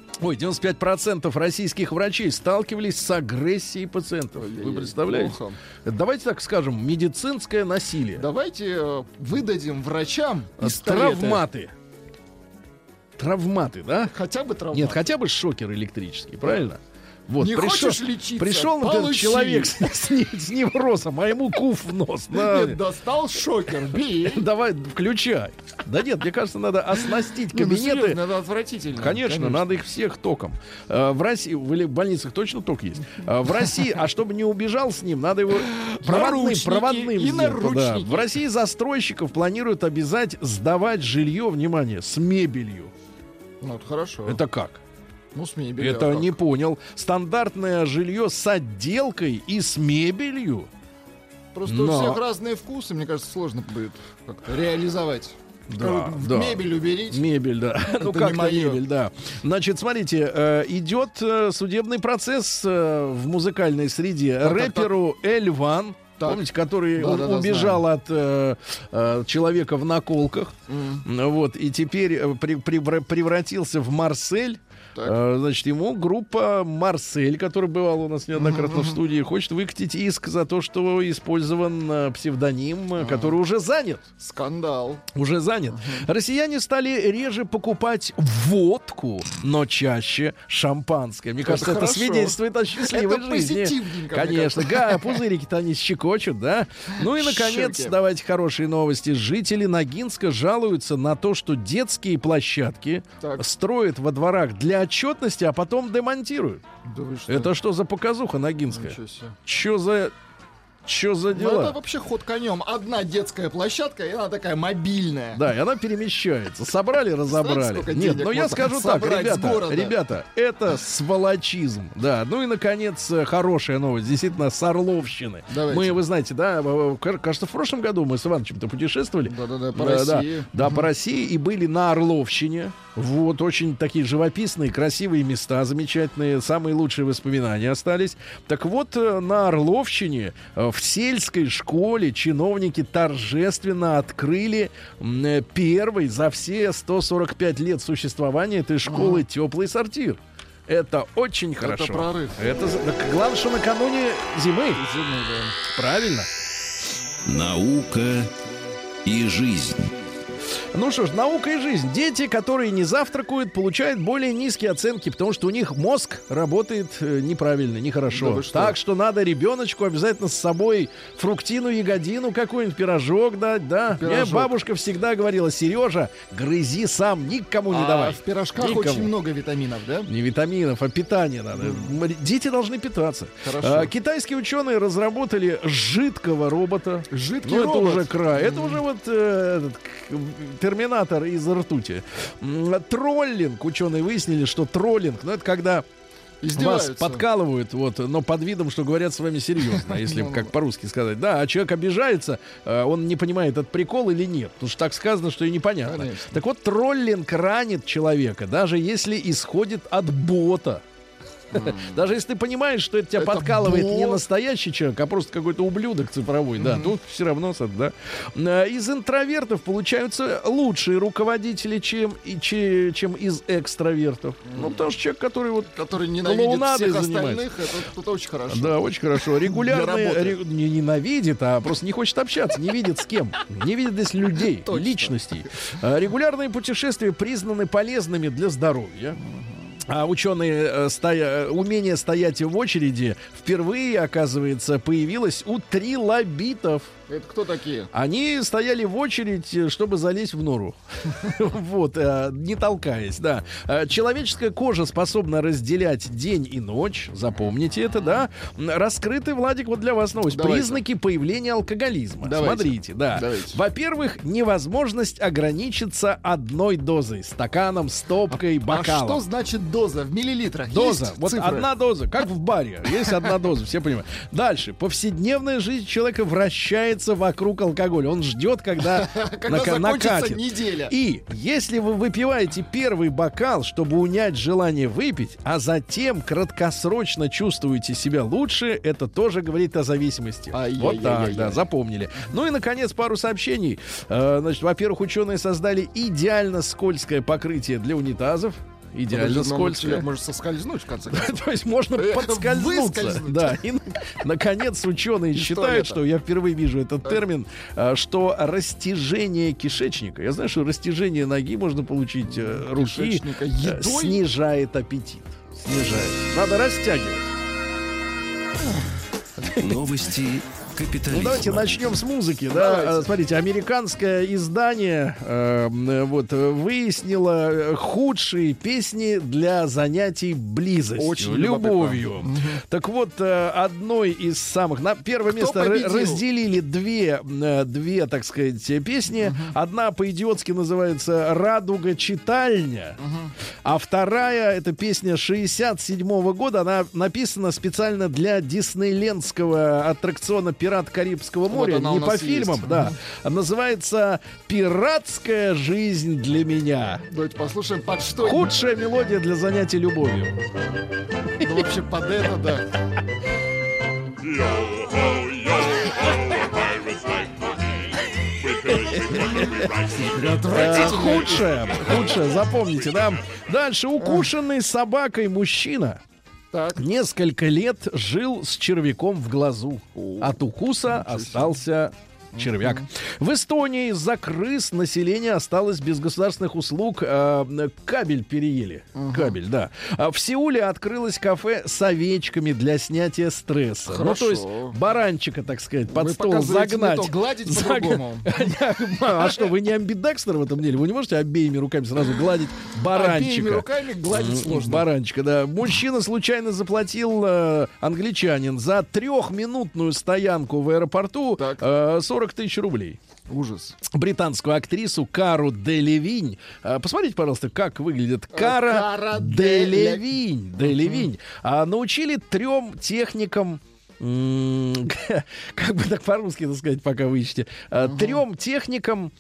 95% российских врачей сталкивались с агрессией пациентов. Вы представляете? Плохо. Давайте так скажем, медицинское насилие. Давайте выдадим врачам пистолеты. Травматы, да? Хотя бы травматы. Нет, хотя бы шокер электрический, правильно? Вот, не хочешь лечиться? Пришел, например, человек с неврозом, а ему куф в нос. Нет, достал шокер, бей. Давай, включай. Да нет, мне кажется, надо оснастить кабинеты. Это отвратительно. Конечно, надо их всех током. В России, в больницах точно ток есть. В России, а чтобы не убежал с ним, надо его проводным и наручники. В России застройщиков планируют обязать сдавать жилье, внимание, с мебелью. Ну, это хорошо. Это как? Ну, с мебелью. Это не понял. Стандартное жилье с отделкой и с мебелью. Просто у всех разные вкусы, мне кажется, сложно будет как-то реализовать. Да. Мебель уберите. Мебель, да. Ну как мебель, да. Значит, смотрите, идет судебный процесс в музыкальной среде. Рэперу Эльван, помните, который убежал от человека в наколках, вот, и теперь превратился в Марсель. Значит, ему группа «Марсель», которая бывала у нас неоднократно в студии, хочет выкатить иск за то, что использован псевдоним, который уже занят. Скандал. Уже занят. Россияне стали реже покупать водку, но чаще шампанское. Мне кажется, это свидетельствует о счастливой жизни. Конечно. Пузырики-то они щекочут, да? Ну и, наконец, давайте хорошие новости. Жители Ногинска жалуются на то, что детские площадки строят во дворах для отчетности, а потом демонтируют. Да вы что? Это что за показуха ногинская? Что за дела? Ну, это вообще ход конем. Одна детская площадка, и она такая мобильная. Да, и она перемещается. Собрали, разобрали. Нет, но я скажу так, ребята, это сволочизм. Да, ну и, наконец, хорошая новость. Действительно, с Орловщины. Мы, вы знаете, да, кажется, в прошлом году мы с Ивановичем-то путешествовали. Да, по России. Да, по России, и были на Орловщине. Вот, очень такие живописные, красивые места, замечательные, самые лучшие воспоминания остались. Так вот, на Орловщине в сельской школе чиновники торжественно открыли первый за все 145 лет существования этой школы теплый сортир. Это очень хорошо. Это прорыв. Главное, что накануне зимы. Да. Правильно. Наука и жизнь. Ну что ж, наука и жизнь. Дети, которые не завтракают, получают более низкие оценки, потому что у них мозг работает неправильно, нехорошо. Да, так что надо ребеночку обязательно с собой фруктину, ягодину, какой-нибудь пирожок дать, да. Мне бабушка всегда говорила: Сережа, грызи сам, никому не давай. В пирожках никому. очень много витаминов, да? Не витаминов, а питания надо. Дети должны питаться. Хорошо. Китайские ученые разработали жидкого робота. Жидкий Ну, робот. это уже край. Это уже вот терминатор из ртути. Троллинг. Ученые выяснили, что троллинг, ну, это когда вас подкалывают, вот, но под видом, что говорят с вами серьезно, если как по-русски сказать. Да, а человек обижается, он не понимает, это прикол или нет. Потому что так сказано, что и непонятно. Конечно. Так вот, троллинг ранит человека, даже если исходит от бота. Даже если ты понимаешь, что это тебя подкалывает не настоящий человек, а просто какой-то ублюдок цифровой, да, тут все равно, да. Из интровертов получаются лучшие руководители, чем из экстравертов. Ну, потому что человек, который ненавидит всех остальных, это очень хорошо. Да, очень хорошо. Регулярные не ненавидит, а просто не хочет общаться, не видит с кем. Не видит здесь людей, личностей. Регулярные путешествия признаны полезными для здоровья. А ученые, умение стоять в очереди впервые, оказывается, появилось у трилобитов. Это кто такие? Они стояли в очередь, чтобы залезть в нору. Вот, не толкаясь, да. Человеческая кожа способна разделять день и ночь. Запомните это, да. Раскрыты, Владик, вот для вас новость. Признаки появления алкоголизма. Смотрите, да. Во-первых, невозможность ограничиться одной дозой. Стаканом, стопкой, бокалом. А что значит доза? В миллилитрах доза. Есть Вот цифры? Одна доза, как в баре. Есть одна доза, все понимают. Дальше. Повседневная жизнь человека вращается вокруг алкоголя. Он ждет, когда накатит. Неделя. И если вы выпиваете первый бокал, чтобы унять желание выпить, а затем краткосрочно чувствуете себя лучше, это тоже говорит о зависимости. Вот так, да, запомнили. Ну и, наконец, пару сообщений. Значит, во-первых, ученые создали идеально скользкое покрытие для унитазов. Идеально скользкое. Может соскользнуть, в конце концов. То есть можно подскользнуться. Да. И, наконец, ученые считают, что я впервые вижу этот термин, что растяжение кишечника, я знаю, что растяжение ноги можно получить руки, снижает аппетит. Снижает. Надо растягивать. Новости капитализма. Ну, давайте начнем с музыки. Да? Смотрите, американское издание выяснило худшие песни для занятий близостью, любовью. Так вот, одной из самых... На первое место разделили две, так сказать, песни. Одна по-идиотски называется «Радуга-читальня», а вторая — это песня 67-го года. Она написана специально для диснейлендского аттракциона «Пират Карибского моря», не по фильмам, есть. Да. Называется «Пиратская жизнь для меня». Давайте послушаем, под что. Худшая мелодия для занятий любовью. Ну, вообще, под это, да. Худшая, запомните, да. Дальше. Укушенный собакой мужчина несколько лет жил с червяком в глазу. От укуса остался червяк. В Эстонии из-за крыс население осталось без государственных услуг. Кабель переели. Кабель, да. В Сеуле открылось кафе с овечками для снятия стресса. Хорошо. Ну, то есть баранчика, так сказать, под стол загнать. Не то, гладить по-другому. А что, вы не амбидекстер в этом деле? Вы не можете обеими руками сразу гладить баранчика? Обеими руками гладить сложно. Баранчика, да. Мужчина случайно заплатил, англичанин, за 3-минутную стоянку в аэропорту 40 тысяч рублей. Ужас. Британскую актрису Кару Делевинь. Посмотрите, пожалуйста, как выглядит Кара Делевинь. Научили 3 техникам, как бы так по-русски, так сказать, пока вы ищете, 3 техникам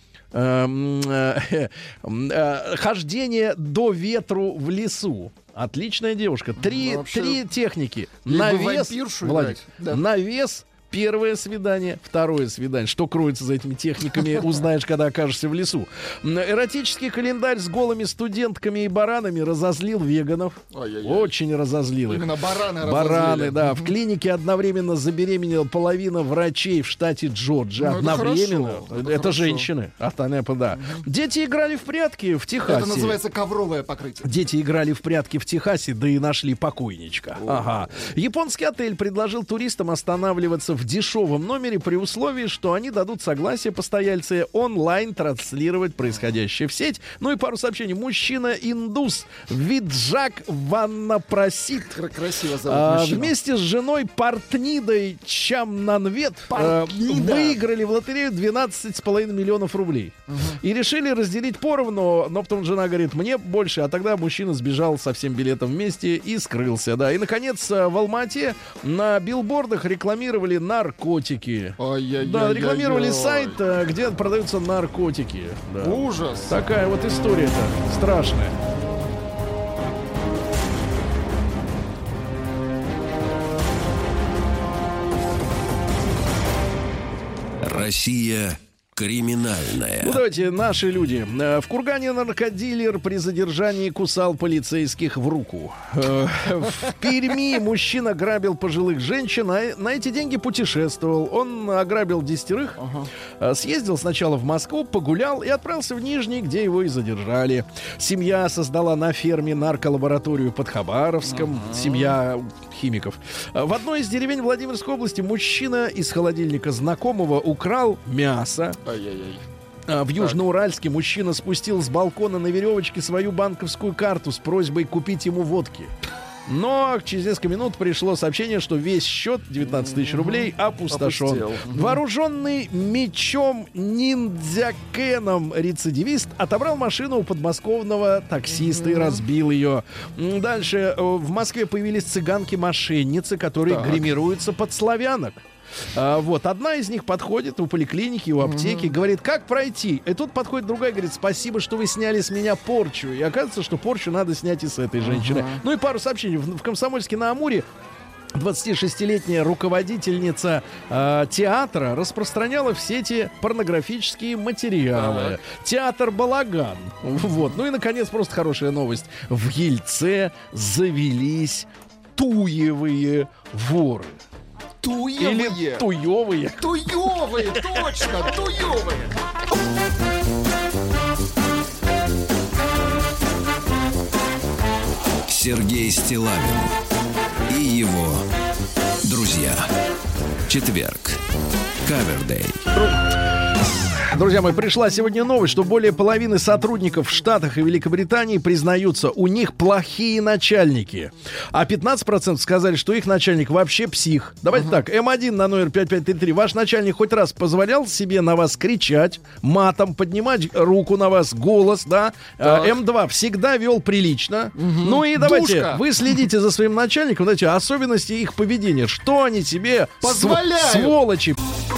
хождение до ветру в лесу. Отличная девушка. 3 техники. Навес, Владик, навес, Первое свидание, второе свидание. Что кроется за этими техниками, узнаешь, когда окажешься в лесу. Эротический календарь с голыми студентками и баранами разозлил веганов. Очень разозлил их. Именно бараны разозлили. Бараны, да. В клинике одновременно забеременела половина врачей в штате Джорджия. Одновременно. Это женщины. Да. Дети играли в прятки в Техасе. Это называется ковровое покрытие. Дети играли в прятки в Техасе, да и нашли покойничка. Ага. Японский отель предложил туристам останавливаться в дешевом номере при условии, что они дадут согласие постояльцы онлайн транслировать происходящее в сеть. Ну и пару сообщений. Мужчина-индус Виджак Ваннапросит красиво зовут мужчину. Вместе с женой Партнидой Чамнанвет выиграли в лотерею 12,5 миллионов рублей. И решили разделить поровну, но потом жена говорит, мне больше, а тогда мужчина сбежал со всем билетом вместе и скрылся, да. И, наконец, в Алмате на билбордах рекламировали наркотики. Да, рекламировали сайт, где продаются наркотики. Да. Ужас! Такая вот история-то страшная. Россия криминальная. Ну, давайте, наши люди. В Кургане наркодилер при задержании кусал полицейских в руку. В Перми мужчина грабил пожилых женщин, а на эти деньги путешествовал. Он ограбил 10, съездил сначала в Москву, погулял и отправился в Нижний, где его и задержали. Семья создала на ферме нарколабораторию под Хабаровском. Семья химиков. В одной из деревень Владимирской области мужчина из холодильника знакомого украл мясо. В Южноуральске мужчина спустил с балкона на веревочке свою банковскую карту с просьбой купить ему водки. Но через несколько минут пришло сообщение, что весь счет, 19 тысяч рублей, опустошен. Вооруженный мечом ниндзякеном рецидивист отобрал машину у подмосковного таксиста и разбил ее. Дальше в Москве появились цыганки-мошенницы, которые гримируются под славянок. Вот, одна из них подходит у поликлиники, у аптеки, говорит, как пройти? И тут подходит другая, говорит, спасибо, что вы сняли с меня порчу. И оказывается, что порчу надо снять и с этой женщины. Ну и пару сообщений. В Комсомольске-на-Амуре 26-летняя руководительница театра распространяла в сети порнографические материалы. Театр «Балаган». Вот. Ну и, наконец, просто хорошая новость. В Ельце завелись туевые воры. Туевые. Или туевые. Туевые, точно, туевые. Сергей Стиллавин и его друзья. Четверг. Кавердей. Друзья мои, пришла сегодня новость, что более половины сотрудников в Штатах и Великобритании признаются, у них плохие начальники. А 15% сказали, что их начальник вообще псих. Давайте так, М1 на номер 5533. Ваш начальник хоть раз позволял себе на вас кричать, матом, поднимать руку на вас, голос, да? М2 всегда вел прилично. Ну и давайте, вы следите за своим начальником, знаете, особенности их поведения. Что они себе позволяют? Сволочи.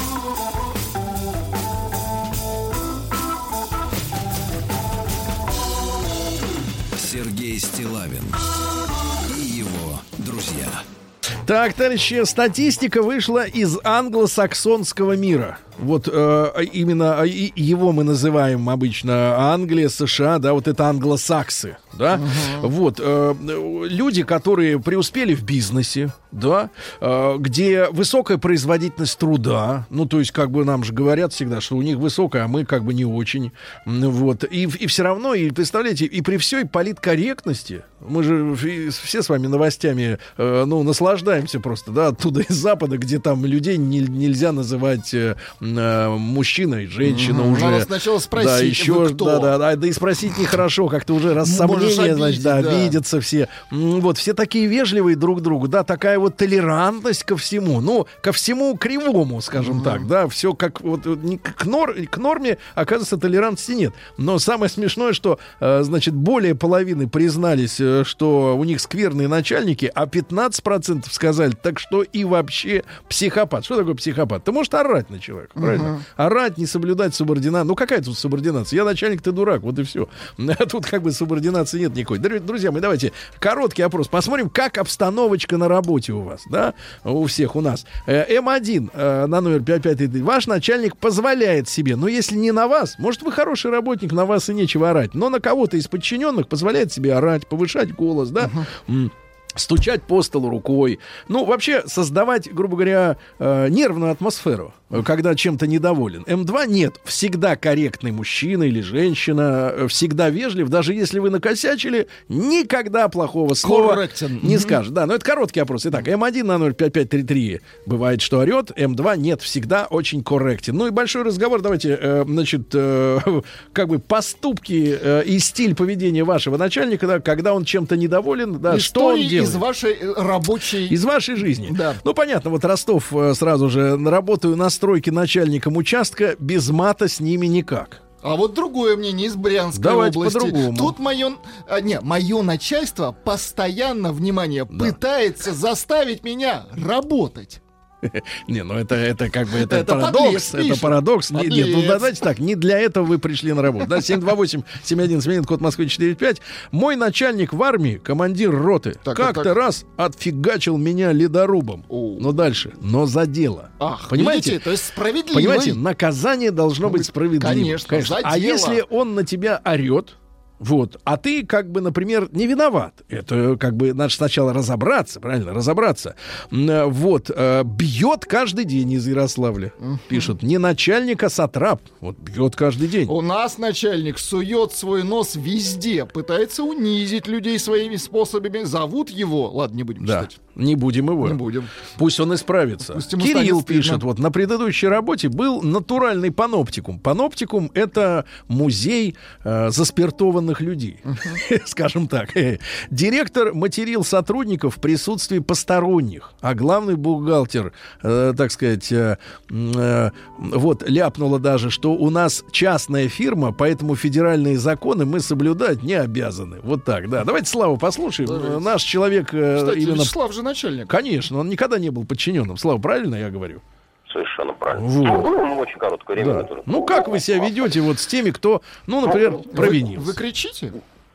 Сергей Стиллавин и его друзья. Так, товарищи, статистика вышла из англосаксонского мира. Вот именно его мы называем обычно Англия, США, да, вот это англосаксы, да. Вот люди, которые преуспели в бизнесе, да, где высокая производительность труда, ну, то есть, как бы нам же говорят всегда, что у них высокая, а мы как бы не очень, вот, и все равно, и представляете, и при всей политкорректности, мы же все с вами новостями, ну, наслаждаемся просто, да, оттуда из Запада, где там людей нельзя называть мужчина и женщина уже. Надо сначала спросить, да, еще, да, и спросить нехорошо, как-то уже раз сомнения, значит, да, обидятся все. Вот, все такие вежливые друг к другу, да, такая вот толерантность ко всему, ну, ко всему кривому, скажем так, да, все как вот к норме, оказывается, толерантности нет. Но самое смешное, что, значит, более половины признались, что у них скверные начальники, а 15% сказали, так что и вообще психопат. Что такое психопат? Ты можешь орать на человека. начальника, правильно? Орать, не соблюдать субординацию. Ну, какая тут субординация? Я начальник, ты дурак, вот и все. А тут как бы субординации нет никакой. Друзья мои, давайте короткий опрос. Посмотрим, как обстановочка на работе у вас, да? У всех у нас. М1 на номер 5533. Ваш начальник позволяет себе, но если не на вас, может, вы хороший работник, на вас и нечего орать, но на кого-то из подчиненных позволяет себе орать, повышать голос, да? Стучать по столу рукой. Ну, вообще, создавать, грубо говоря, нервную атмосферу, когда чем-то недоволен. М2 нет. Всегда корректный мужчина или женщина, всегда вежлив. Даже если вы накосячили, никогда плохого слова не скажет. Да, но это короткий опрос. Итак, М1 на 05533 бывает, что орет. М2 нет, всегда очень корректен. Ну и большой разговор. Давайте, значит, как бы поступки и стиль поведения вашего начальника, да, когда он чем-то недоволен, да, что он делает. Из вашей рабочей... Из вашей жизни. Да. Ну, понятно, вот Ростов сразу же работаю на стройке начальником участка, без мата с ними никак. А вот другое мнение из Брянской Давайте области. по-другому. Тут мое начальство постоянно, внимание, пытается заставить меня работать. Не, ну это как бы это парадокс. Это парадокс. Нет, ну давайте так, не для этого вы пришли на работу. Да, 728-7171, код Москвы 495. Мой начальник в армии, командир роты, как-то раз отфигачил меня ледорубом. Но дальше, но за дело. Понимаете? Видите, то есть справедливо. Понимаете, наказание должно быть справедливым. Конечно. А если он на тебя орет, вот, а ты, как бы, например, не виноват. Это, как бы, надо сначала разобраться, правильно, разобраться. Вот, бьет каждый день из Ярославля. Пишут, не начальник, а сатрап. Вот, бьет каждый день. У нас начальник сует свой нос везде, пытается унизить людей своими способами. Зовут его, ладно, не будем читать. Не будем его. Не будем. Пусть он исправится. Кирилл пишет, вот, на предыдущей работе был натуральный паноптикум. Паноптикум — это музей заспиртованных людей, скажем так. Директор материл сотрудников в присутствии посторонних, а главный бухгалтер, так сказать, вот ляпнула даже, что у нас частная фирма, поэтому федеральные законы мы соблюдать не обязаны. Вот так, да. Давайте Славу послушаем. Давайте. Наш человек... Кстати, именно... Вячеслав же начальник. Конечно, он никогда не был подчиненным. Слава, правильно я говорю? Совершенно правильно. Вот. Ну, очень короткое время. Да. Ну, как вы себя ведете вот с теми, кто, ну, например, провинился? Вы кричите?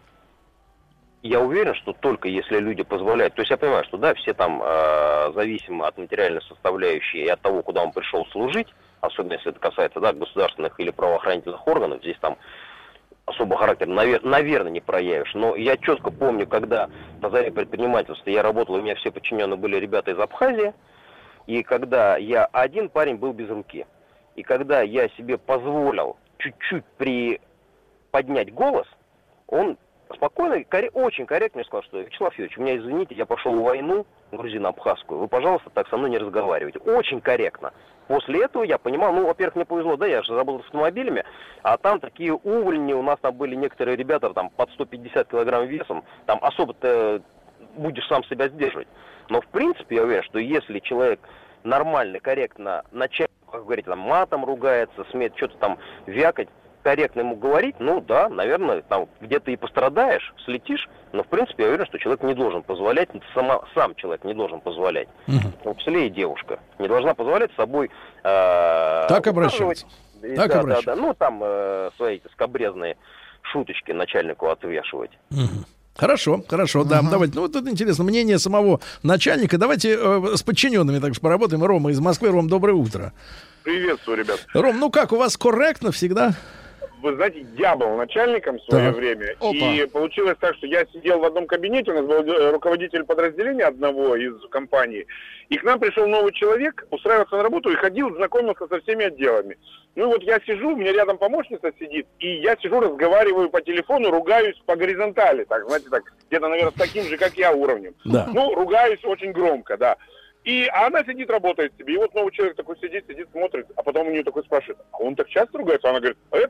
Я уверен, что только если люди позволяют... То есть я понимаю, что да, все там зависимы от материальной составляющей и от того, куда он пришел служить, особенно если это касается, да, государственных или правоохранительных органов, здесь там особо характер, наверное, не проявишь. Но я четко помню, когда на заре предпринимательства я работал, у меня все подчиненные были ребята из Абхазии, и когда один парень был без руки, и когда я себе позволил чуть-чуть поднять голос, он спокойно, очень корректно сказал, что Вячеслав Юрьевич, у меня, извините, я пошел в войну грузино-абхазскую, вы, пожалуйста, так со мной не разговаривайте. Очень корректно. После этого я понимал, ну, во-первых, мне повезло, да, я же работал с автомобилями, а там такие увольни, у нас там были некоторые ребята там под 150 килограмм весом, там особо-то будешь сам себя сдерживать. Но, в принципе, я уверен, что если человек нормально, корректно, начальник, как говорите, там, матом ругается, смеет что-то там вякать, корректно ему говорить, ну да, наверное, там где-то и пострадаешь, слетишь, но, в принципе, я уверен, что человек не должен позволять, сам человек не должен позволять, в том числе и девушка, не должна позволять с собой... так обращаться. Так обращаться. Да. Ну, там свои эти скабрезные шуточки начальнику отвешивать. Хорошо, да, давайте. Ну, вот это интересно, мнение самого начальника. Давайте с подчиненными также поработаем. Рома из Москвы. Ром, доброе утро. Приветствую, ребят. Ром, ну как, у вас корректно всегда? Вы знаете, я был начальником в свое время, и получилось так, что я сидел в одном кабинете, у нас был руководитель подразделения одного из компаний, и к нам пришел новый человек, устраивался на работу и ходил, знакомился со всеми отделами. Ну и вот я сижу, у меня рядом помощница сидит, и я сижу, разговариваю по телефону, ругаюсь по горизонтали, так, знаете, так, где-то, наверное, с таким же, как я, уровнем. Да. Ну, ругаюсь очень громко, да. А она сидит, работает себе, и вот новый человек такой сидит, смотрит, а потом у нее такой спрашивает, а он так часто ругается? Она говорит,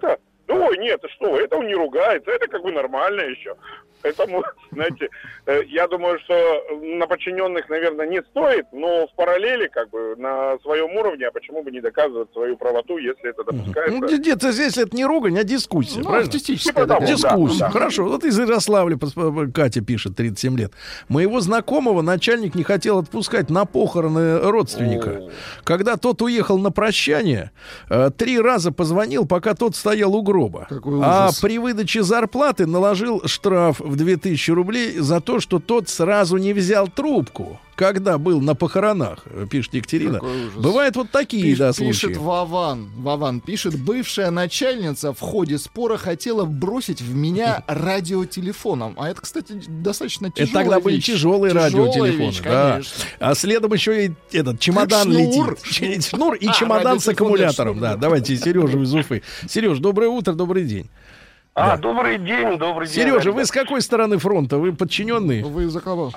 Ой, нет, ты что, это он не ругается, это как бы нормально еще. Поэтому, знаете, я думаю, что на подчиненных, наверное, не стоит, но в параллели, как бы, на своем уровне, а почему бы не доказывать свою правоту, если это допускается? Ну, где-то здесь это не ругань, а дискуссия, правильно? Артистическая, да. Дискуссия. Да. Хорошо. Вот из Ярославля Катя пишет, 37 лет. Моего знакомого начальник не хотел отпускать на похороны родственника. Когда тот уехал на прощание, 3 раза позвонил, пока тот стоял у гроба. А при выдаче зарплаты наложил штраф в 2000 рублей за то, что тот сразу не взял трубку, когда был на похоронах, пишет Екатерина. Бывают вот такие, случаи. Пишет Вован. Вован пишет: бывшая начальница в ходе спора хотела бросить в меня радиотелефоном. А это, кстати, достаточно тяжелая вещь. Это тогда были тяжелые радиотелефоны. Да. А следом еще и этот чемодан летит. Шнур и чемодан с аккумулятором. Да, давайте Сережу из Уфы. Сереж, доброе утро, добрый день. Добрый день. Сережа, вы с какой стороны фронта? Вы подчиненный? Вы за кого?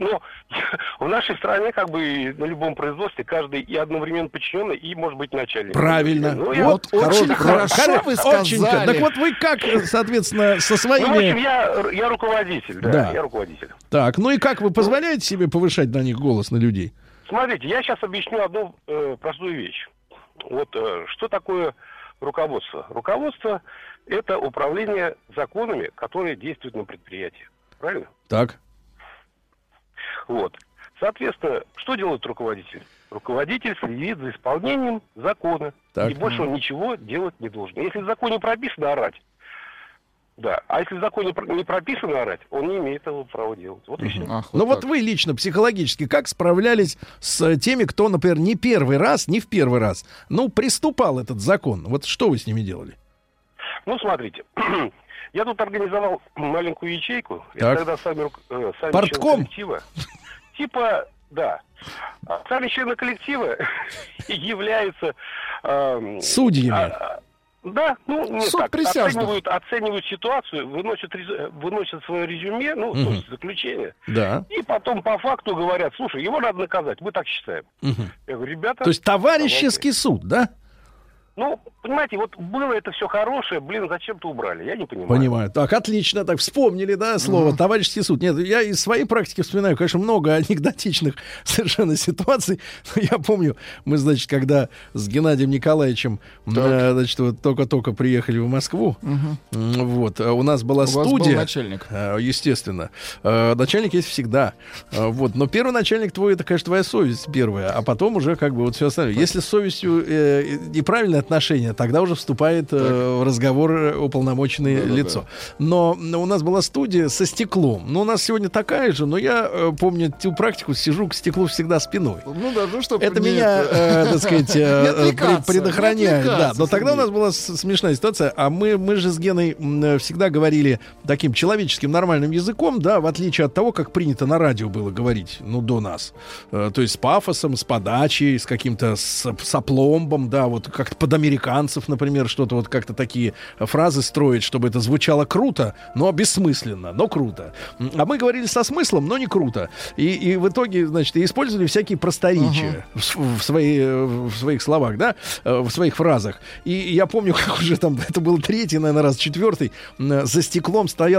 В нашей стране, как бы, на любом производстве, каждый и одновременно подчиненный, и, может быть, начальник. Правильно. Вот очень хорошо вы сказали. Так вот вы как, соответственно, со своими... В общем, я руководитель, да, я руководитель. Так, и как вы позволяете себе повышать на них голос, на людей? Смотрите, я сейчас объясню одну простую вещь. Вот что такое руководство? Руководство — это управление законами, которые действуют на предприятии. Правильно? Так. Вот. Соответственно, что делает руководитель? Руководитель следит за исполнением закона. Так. И больше он ничего делать не должен. Если в законе прописано орать, да. А если в законе не прописано орать, он не имеет этого права делать. Вот и все. Вот вы лично психологически как справлялись с теми, кто, например, не в первый раз, приступал этот закон? Вот что вы с ними делали? Смотрите, я тут организовал маленькую ячейку. Так. И тогда сами портком? члены коллектива, да. Сами члены коллектива являются судьями. Да, суд присяжных. Оценивают ситуацию, выносят свое резюме, заключение. Да. И потом по факту говорят: слушай, его надо наказать, мы так считаем. Я говорю: ребята... То есть товарищеский суд, да? Понимаете, вот было это все хорошее, зачем-то убрали, я не понимаю. Понимаю. Так, отлично, так, вспомнили, да, слово «товарищеский суд». Нет, я из своей практики вспоминаю, конечно, много анекдотичных совершенно ситуаций. Я помню, мы, значит, когда с Геннадием Николаевичем, значит, вот только-только приехали в Москву, вот, у нас была студия. У вас был начальник. Естественно. Начальник есть всегда. Вот, но первый начальник твой, это, конечно, твоя совесть первая, а потом уже как бы вот все остальное. Если с совестью неправильное отношение, тогда уже вступает в разговор уполномоченное лицо. Но у нас была студия со стеклом. У нас сегодня такая же, но я помню ту практику, сижу к стеклу всегда спиной. Это меня, так сказать, предохраняет. Да, но тогда у нас была смешная ситуация, а мы же с Геной всегда говорили таким человеческим нормальным языком, да, в отличие от того, как принято на радио было говорить, до нас. То есть с пафосом, с подачей, с каким-то сопломбом, да, вот как-то под американцев, например, что-то вот как-то такие фразы строить, чтобы это звучало круто, но бессмысленно, но круто. А мы говорили со смыслом, но не круто. И в итоге, значит, использовали всякие просторечия в своих словах, да, в своих фразах. И я помню, как уже там, это был третий, наверное, раз, четвертый, за стеклом стоял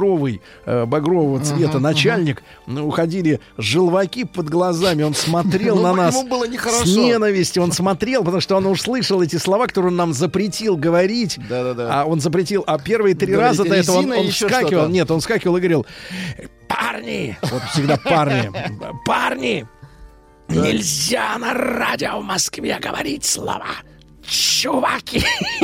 багрового цвета начальник, уходили желваки под глазами, он смотрел на нас с ненавистью, он смотрел, потому что он услышал эти слова, которые он нам запретил говорить. Да-да-да. А он запретил, а первые 3 раза до этого он вскакивал. Нет, он вскакивал и говорил: парни, вот всегда парни, нельзя на радио в Москве говорить слова чуваки.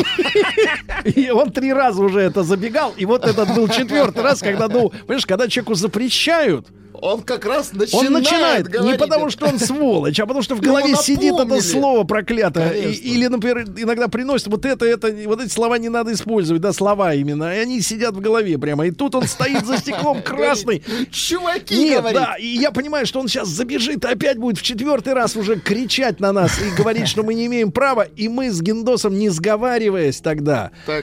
И он 3 раза уже это забегал. И вот этот был 4-й раз, когда, понимаешь, когда человеку запрещают, он как раз начинает говорить. Не потому, что он сволочь, а потому, что в голове сидит это слово проклятое. Или, например, иногда приносят вот эти слова не надо использовать, да, слова именно. И они сидят в голове прямо. И тут он стоит за стеклом красный. Чуваки, говорит. Да, и я понимаю, что он сейчас забежит и опять будет в 4-й раз уже кричать на нас и говорить, что мы не имеем права. И мы с Гендосом, не сговариваясь тогда,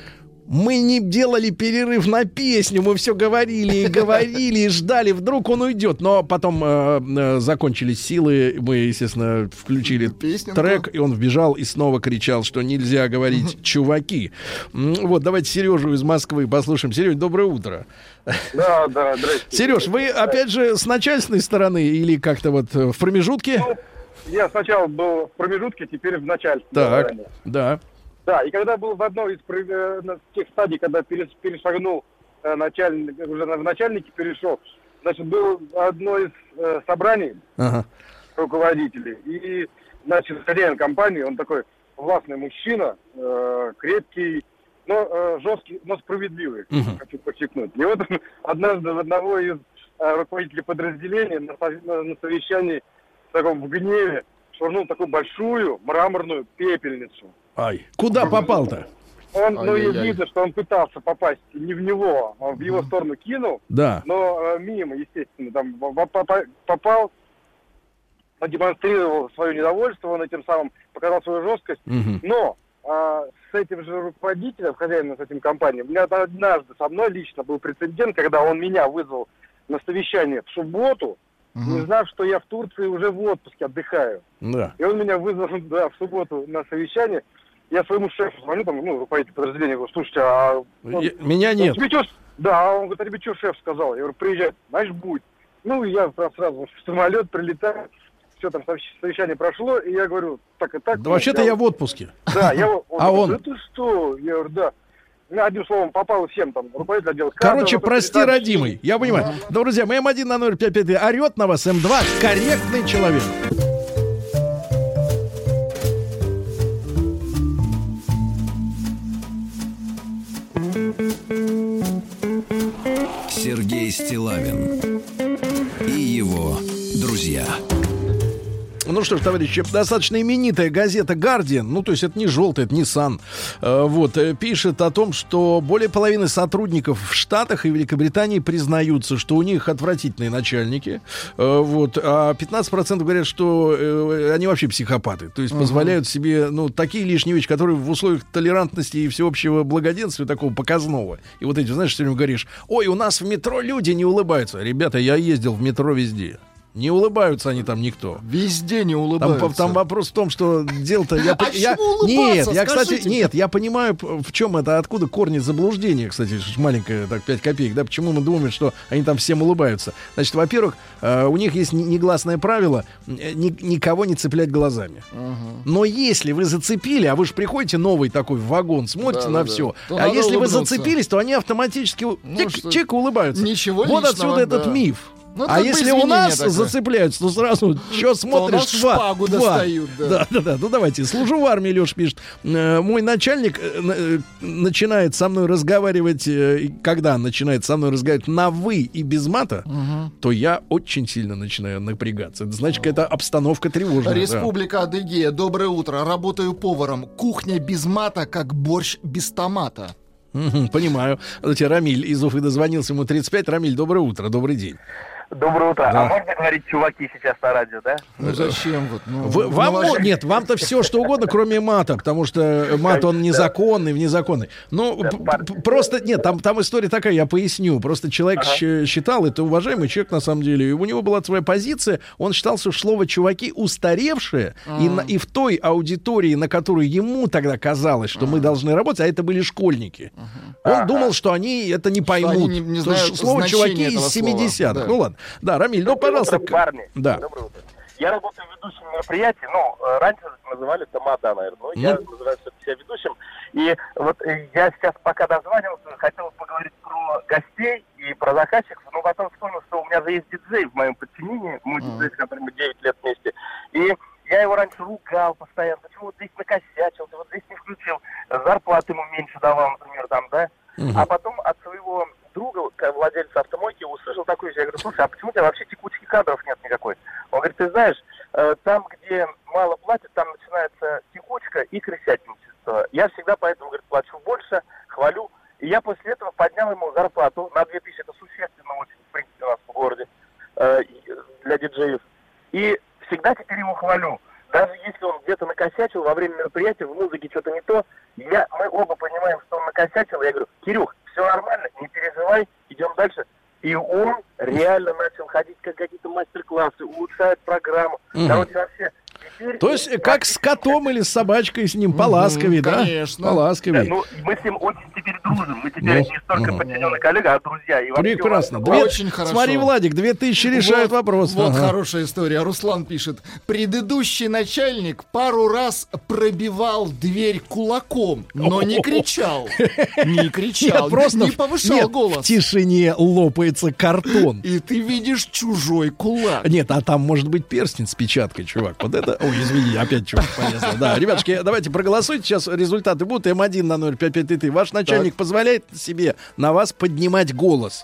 Мы не делали перерыв на песню, мы все говорили и ждали, вдруг он уйдет. Но потом закончились силы, мы, естественно, включили трек, и он вбежал и снова кричал, что нельзя говорить «чуваки». Вот, давайте Сережу из Москвы послушаем. Сереж, доброе утро. Да, здрасте. Сереж, вы опять же с начальственной стороны или как-то вот в промежутке? Ну, я сначала был в промежутке, теперь в начальственной. Так, да. Да, и когда был в одной из тех стадий, когда перешагнул начальник, уже в начальнике перешел, значит, был одно из собраний руководителей. И, значит, хозяин компании, он такой властный мужчина, крепкий, но жесткий, но справедливый, хочу подчеркнуть. И вот однажды одного из руководителей подразделения на совещании в гневе швырнул такую большую мраморную пепельницу. Ай, куда попал-то? Он, видно, что он пытался попасть не в него, а в его сторону кинул, да. Но мимо, естественно, там попал, продемонстрировал свое недовольство, он этим самым показал свою жесткость, но с этим же руководителем, хозяином с этим компанией, у меня однажды со мной лично был прецедент, когда он меня вызвал на совещание в субботу, не знав, что я в Турции уже в отпуске отдыхаю. Да. И он меня вызвал, в субботу на совещание. Я своему шефу звоню, руководитель подразделения, говорю, слушайте, а... Меня нет. Да, он говорит, а тебе что шеф сказал? Я говорю, приезжай, знаешь, будет. Ну, я сразу в самолет прилетаю, все там совещание прошло, и я говорю, так и так. Да вообще-то я в отпуске. Да, он? Да ты что? Я говорю, да. Одним словом, попал всем там, руководитель отдела. Короче, прости, родимый, я понимаю. Да, друзья, М1 на 0553 орет на вас, М2 корректный человек. Сергей Стиллавин и его друзья. Ну что ж, товарищи, достаточно именитая газета «Гардиан», ну, то есть это не желтый, это не Сан, пишет о том, что более половины сотрудников в Штатах и Великобритании признаются, что у них отвратительные начальники, а 15% говорят, что они вообще психопаты, то есть позволяют себе, такие лишние вещи, которые в условиях толерантности и всеобщего благоденствия такого показного. И вот эти, знаешь, все время говоришь, ой, у нас в метро люди не улыбаются. Ребята, я ездил в метро везде. Не улыбаются они там никто. Везде не улыбаются. Там вопрос в том, что дело-то... Я понимаю, в чем это, откуда корни заблуждения, кстати, маленькое, 5 копеек, да, почему мы думаем, что они там всем улыбаются. Значит, во-первых, у них есть негласное правило никого не цеплять глазами. Но если вы зацепили, а вы же приходите новый такой в вагон, смотрите на все, а если вы зацепились, то они автоматически чик улыбаются. Ничего вот личного, отсюда этот миф. А если у нас зацепляются, то сразу, что смотришь, шпагу достают. Да. Ну давайте, служу в армии, Леш пишет. Мой начальник начинает со мной разговаривать, когда начинает со мной разговаривать на «вы» и без мата, то я очень сильно начинаю напрягаться. Это значит, какая-то обстановка тревожная. Республика Адыгея, доброе утро. Работаю поваром. Кухня без мата, как борщ без томата. Понимаю. Рамиль из Уфы дозвонился, ему 35. Рамиль, доброе утро, добрый день. Доброе утро. Да. А можно говорить чуваки сейчас на радио, да? Ну зачем? Нет, вам-то все что угодно, кроме мата, потому что мат, он незаконный, внезаконный. Ну, просто, нет, там история такая, я поясню. Просто человек считал, это уважаемый человек на самом деле, и у него была своя позиция, он считал, что слово «чуваки» устаревшее, и в той аудитории, на которую ему тогда казалось, что мы должны работать, а это были школьники. Он думал, что они это не поймут. Они не знают слово «чуваки» из 70-х. Да. Ну ладно. Да, Рамиль, пожалуйста. Парни. Да. Доброе утро. Я работаю ведущим мероприятий, раньше называли тамада, наверное, я называю себя ведущим. И вот я сейчас пока дозванивался, хотел поговорить про гостей и про заказчиков, но потом вспомнил, что у меня же есть диджей в моем подчинении, мой диджей, с которым мы 9 лет вместе. И я его раньше ругал постоянно, почему вот здесь накосячил, ты вот здесь не включил, зарплату ему меньше давал, например, там, да. А потом от своего друга, владельца автомойки, услышал такую вещь. Я говорю, слушай, а почему у тебя вообще текучки кадров нет никакой? Он говорит, ты знаешь, там, где мало платят, там начинается текучка и крысятничество. Я всегда поэтому, говорит, плачу больше, хвалю. И я после этого поднял ему зарплату на 2000, это существенно очень, в принципе, у нас в городе, для диджеев. И всегда теперь его хвалю. Даже если он где-то накосячил во время мероприятия, в музыке что-то не то. Мы оба понимаем, что он накосячил. Я говорю: Кирюх, все нормально, не переживай, идем дальше. И он реально начал ходить как какие-то мастер-классы, улучшает программу. Короче, вообще... То есть, как с котом или с собачкой с ним, поласковее, да? Конечно. Поласковее. Да, мы с ним очень теперь дружим. Мы теперь не столько подчиненный коллега, а друзья. И прекрасно. Очень хорошо. Смотри, Владик, 2000 решают вопрос. Вот хорошая история. Руслан пишет: предыдущий начальник пару раз пробивал дверь кулаком, но не кричал. Не кричал, не повышал голос. В тишине лопается картон. И ты видишь чужой кулак. Нет, а там может быть перстень с печаткой, чувак. Вот это... Ой, извини, опять что-то полезло. Да, ребятушки, давайте проголосуйте. Сейчас результаты будут. М1 на 05533. Ваш начальник позволяет себе на вас поднимать голос?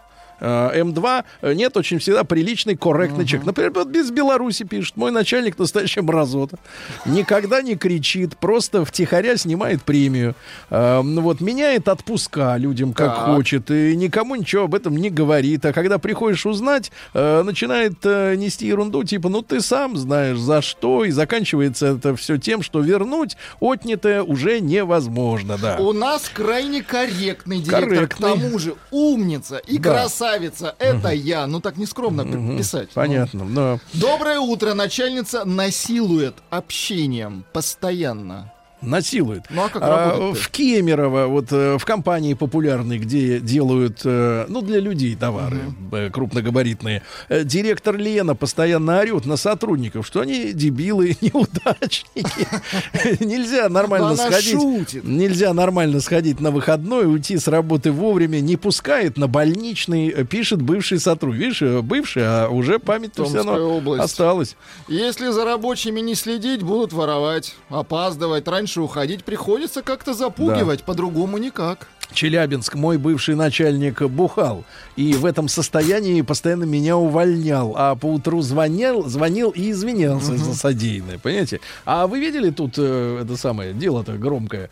М2 нет, очень всегда приличный, корректный человек. Например, вот без Беларуси пишет: мой начальник настоящая мразота. Никогда не кричит, просто втихаря снимает премию. Вот, меняет отпуска людям как хочет. И никому ничего об этом не говорит. А когда приходишь узнать, начинает нести ерунду, типа: ну ты сам знаешь за что. И заканчивается это все тем, что вернуть отнятое уже невозможно. Да. У нас крайне корректный директор. К тому же умница и красавица. Это я. Ну так нескромно писать. Понятно. Но... Доброе утро. Начальница насилует общением постоянно. Насилует. Ну, а как работать-то? В Кемерово, вот в компании популярной, где делают, ну, для людей товары крупногабаритные, директор Лена постоянно орет на сотрудников, что они дебилы, неудачники. Нельзя нормально сходить. Нельзя нормально сходить на выходной, уйти с работы вовремя, не пускает на больничный, пишет бывший сотрудник. Видишь, бывший, а уже память-то все равно осталась. Если за рабочими не следить, будут воровать, опаздывать. Раньше уходить приходится как-то запугивать, по-другому никак. Челябинск. Мой бывший начальник бухал. И в этом состоянии постоянно меня увольнял. А поутру звонил и извинялся за содеянное. Понимаете? А вы видели тут это самое дело-то громкое?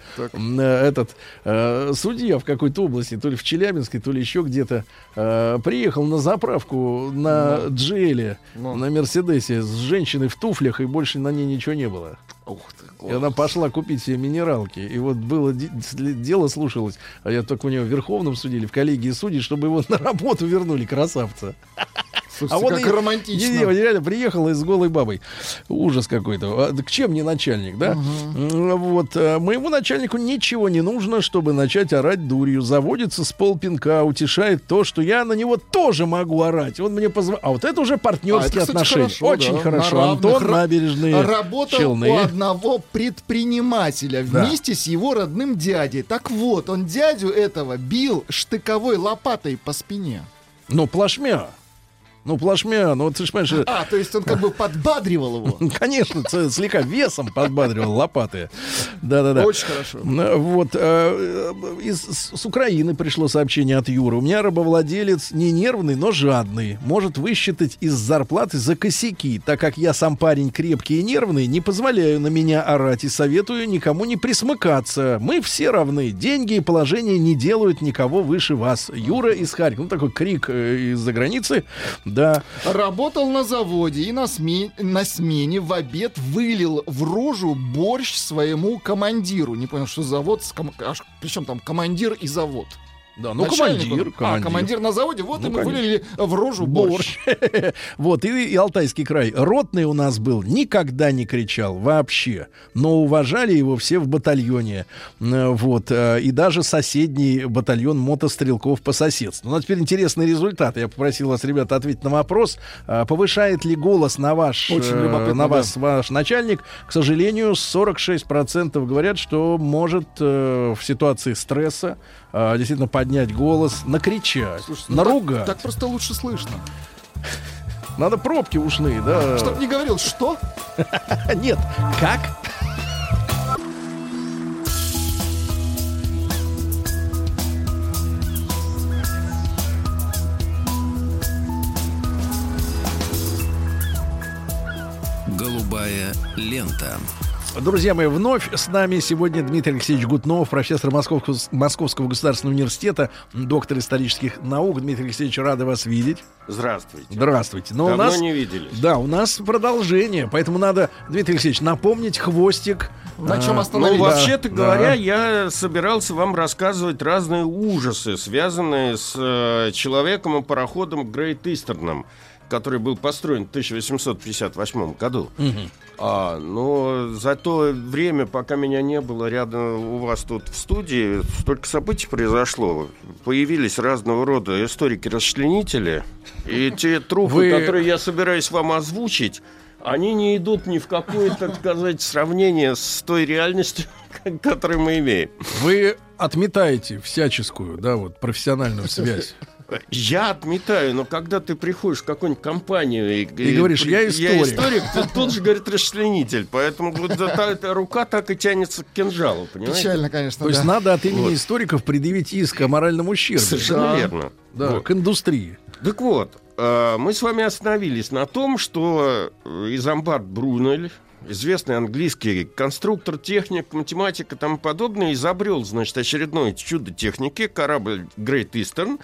Этот судья в какой-то области, то ли в Челябинске, то ли еще где-то, приехал на заправку на Джеле, на Мерседесе с женщиной в туфлях, и больше на ней ничего не было. Ух ты, и она пошла купить себе минералки. И вот было дело слушалось. А я только у него в Верховном суде или в коллегии судей, чтобы его на работу вернули, красавца. Слушайте, как романтично. Реально приехала с голой бабой. Ужас какой-то. К чем не начальник, да? Вот. Моему начальнику ничего не нужно, чтобы начать орать дурью. Заводится с полпинка, утешает то, что я на него тоже могу орать. Он мне позвонил. А вот это уже партнерские отношения. Хорошо, очень хорошо. Антон, Набережные работал Челны. У одного предпринимателя вместе с его родным дядей. Так вот, он дядю этого бил штыковой лопатой по спине. Ну, плашмя. Ну, плашмя, ну, ты же понимаешь... то есть он как бы подбадривал его. Конечно, слегка весом подбадривал лопаты. Да-да-да. Очень хорошо. Вот. С Украины пришло сообщение от Юры. У меня рабовладелец не нервный, но жадный. Может высчитать из зарплаты за косяки. Так как я сам парень крепкий и нервный, не позволяю на меня орать и советую никому не присмыкаться. Мы все равны. Деньги и положение не делают никого выше вас. Юра из Харькова. Ну, такой крик из-за границы. Да. Работал на заводе и на смене в обед вылил в рожу борщ своему командиру. Не понял, что завод, причем там командир и завод. Да, ну командир. Командир на заводе, вот ему вылили в рожу борщ. Вот, и Алтайский край. Ротный у нас был, никогда не кричал вообще, но уважали его все в батальоне. Вот, и даже соседний батальон мотострелков по соседству. Ну, а теперь интересный результат. Я попросил вас, ребята, ответить на вопрос, повышает ли голос на ваш ваш начальник. К сожалению, 46% говорят, что может в ситуации стресса действительно поднять голос, накричать, наругать. Так просто лучше слышно. Надо пробки ушные, да. Чтоб не говорил, что? Нет, как? Голубая лента. Друзья мои, вновь с нами сегодня Дмитрий Алексеевич Гутнов, профессор Московского государственного университета, доктор исторических наук. Дмитрий Алексеевич, рады вас видеть. Здравствуйте. Здравствуйте. Но давно у нас, не виделись. Да, у нас продолжение, поэтому надо, Дмитрий Алексеевич, напомнить хвостик. На чем остановились? Ну, вообще-то говоря, я собирался вам рассказывать разные ужасы, связанные с человеком и пароходом Грейт Истерном, который был построен в 1858 году. Но за то время, пока меня не было рядом у вас тут в студии, столько событий произошло. Появились разного рода историки-расчленители. И те трупы, которые я собираюсь вам озвучить, они не идут ни в какое, так сказать, сравнение с той реальностью, которую мы имеем. Вы отметаете всяческую, да, вот, профессиональную связь. Я отметаю, но когда ты приходишь в какую-нибудь компанию и говоришь, я историк, ты тут же, говорит, расчленитель. Поэтому эта рука так и тянется к кинжалу, понимаете? Печально, конечно. То есть надо от имени историков предъявить иск о моральном ущербе. Совершенно верно. Да, к индустрии. Так вот, мы с вами остановились на том, что Изамбард Брунель, известный английский конструктор, техник, математик и тому подобное, изобрел, значит, очередное чудо техники, корабль Great Eastern,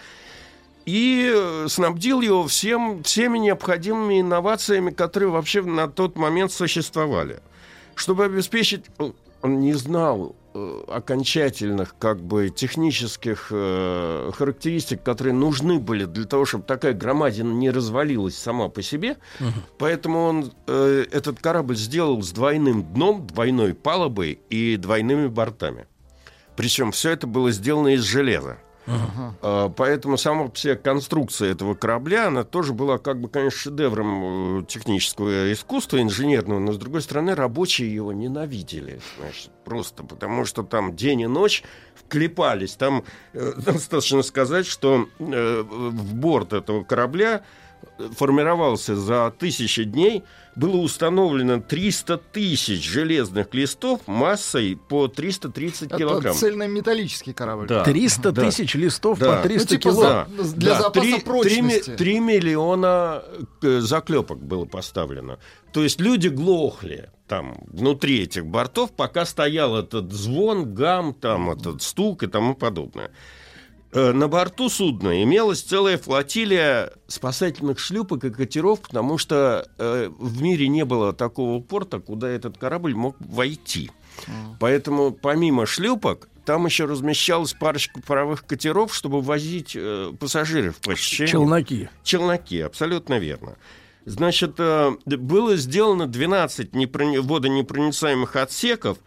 и снабдил его всеми необходимыми инновациями, которые вообще на тот момент существовали. Чтобы обеспечить... Он не знал окончательных, как бы, технических характеристик, которые нужны были для того, чтобы такая громадина не развалилась сама по себе. Поэтому он этот корабль сделал с двойным дном, двойной палубой и двойными бортами. Причем все это было сделано из железа. Поэтому сама вся конструкция этого корабля, она тоже была, как бы, конечно, шедевром технического искусства, инженерного, но, с другой стороны, рабочие его ненавидели, значит, просто потому что там день и ночь вклепались. Там достаточно сказать, что в борт этого корабля формировался за 1000 дней, было установлено 300 тысяч железных листов массой по 330 килограмм. Это цельнометаллический корабль. Да. 300 тысяч листов по 300 килограмм. Для запаса прочности. 3 миллиона заклепок было поставлено. То есть люди глохли там внутри этих бортов, пока стоял этот звон, гам, там этот стук и тому подобное. На борту судна имелась целая флотилия спасательных шлюпок и катеров, потому что в мире не было такого порта, куда этот корабль мог войти. Поэтому помимо шлюпок там еще размещалась парочка паровых катеров, чтобы возить пассажиров по ощущениям. Челноки, абсолютно верно. Значит, было сделано 12 водонепроницаемых отсеков.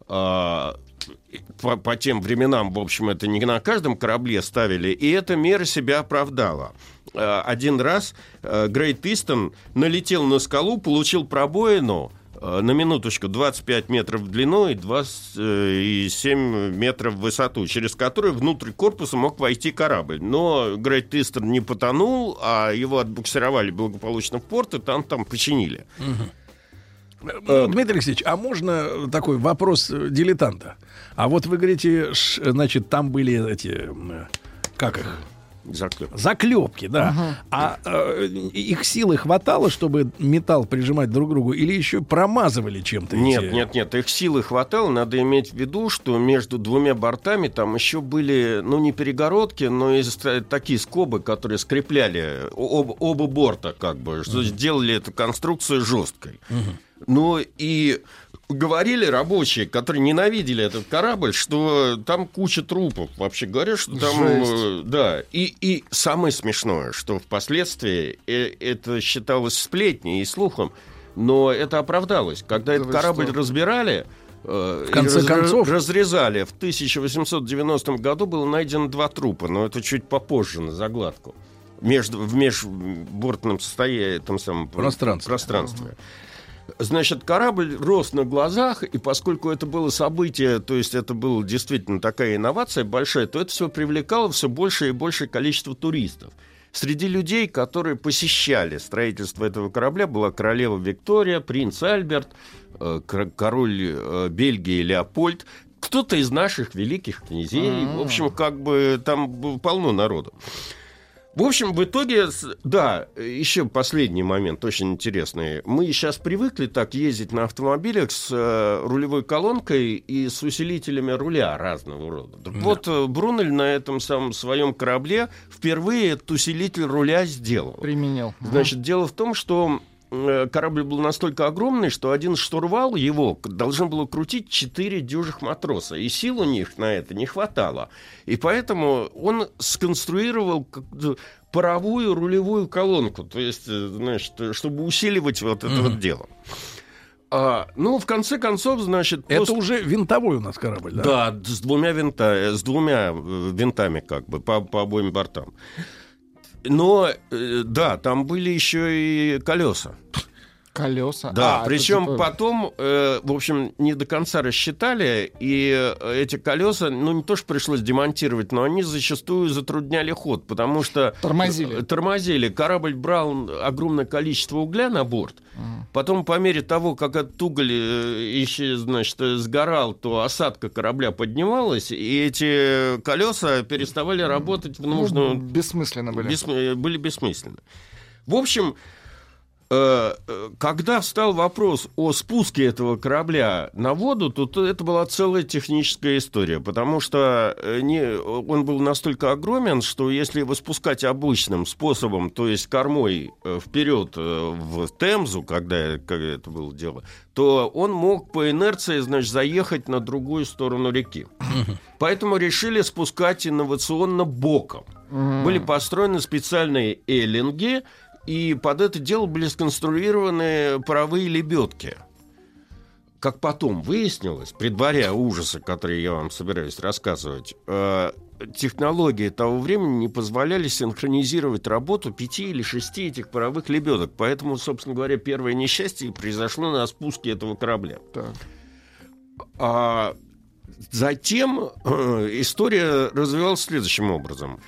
По тем временам, в общем, это не на каждом корабле ставили, и эта мера себя оправдала. Один раз Great Eastern налетел на скалу, получил пробоину, на минуточку, 25 метров в длину и 27 метров в высоту, через которую внутрь корпуса мог войти корабль. Но Great Eastern не потонул, а его отбуксировали благополучно в порт, и там починили. Дмитрий Алексеевич, а можно такой вопрос дилетанта? А вот вы говорите, значит, там были эти, как их? Заклепки, да. А их силы хватало, чтобы металл прижимать друг к другу, или еще промазывали чем-то? Нет, их силы хватало. Надо иметь в виду, что между двумя бортами там еще были, ну, не перегородки, но и такие скобы, которые скрепляли оба борта, как бы, что сделали эту конструкцию жесткой. Ну и говорили рабочие, которые ненавидели этот корабль, что там куча трупов. Вообще говорят, что там... Да. И самое смешное, что впоследствии это считалось сплетней и слухом, но это оправдалось. Когда этот корабль разбирали... В конце концов разрезали. В 1890 году было найдено 2 трупа, но это чуть попозже на загладку. В межбортном пространстве. Значит, корабль рос на глазах, и поскольку это было событие, то есть это была действительно такая инновация большая, то это все привлекало все большее и большее количество туристов. Среди людей, которые посещали строительство этого корабля, была королева Виктория, принц Альберт, король Бельгии Леопольд, кто-то из наших великих князей. В общем, как бы там было полно народу. В общем, в итоге, да, еще последний момент, очень интересный. Мы сейчас привыкли так ездить на автомобилях с рулевой колонкой и с усилителями руля разного рода. Так вот, Брунель на этом самом своем корабле впервые этот усилитель руля сделал. Применил. Значит, дело в том, что корабль был настолько огромный, что один штурвал его должен было крутить 4 дюжих матроса. И сил у них на это не хватало. И поэтому он сконструировал паровую рулевую колонку. То есть, значит, чтобы усиливать вот это вот дело. Ну, в конце концов, значит... Это уже винтовой у нас корабль, да? Да, с двумя винтами как бы по обоим бортам. Но, да, там были еще и колеса. Колеса? Да, причем типа... потом, в общем, не до конца рассчитали, и эти колеса, ну, не то что пришлось демонтировать, но они зачастую затрудняли ход, потому что... Тормозили. Корабль брал огромное количество угля на борт, потом по мере того, как этот уголь значит, сгорал, то осадка корабля поднималась, и эти колеса переставали работать в нужную... Бессмысленно были. Были бессмысленны. В общем... Когда встал вопрос о спуске этого корабля на воду, то это была целая техническая история, потому что он был настолько огромен, что если его спускать обычным способом, то есть кормой вперед в Темзу, когда это было дело, то он мог по инерции, значит, заехать на другую сторону реки. Поэтому решили спускать инновационно боком. Были построены специальные эллинги, и под это дело были сконструированы паровые лебедки. Как потом выяснилось, предваряя ужасы, которые я вам собираюсь рассказывать, технологии того времени не позволяли синхронизировать работу 5 или 6 этих паровых лебедок. Поэтому, собственно говоря, первое несчастье произошло на спуске этого корабля. Так. Затем история развивалась следующим образом.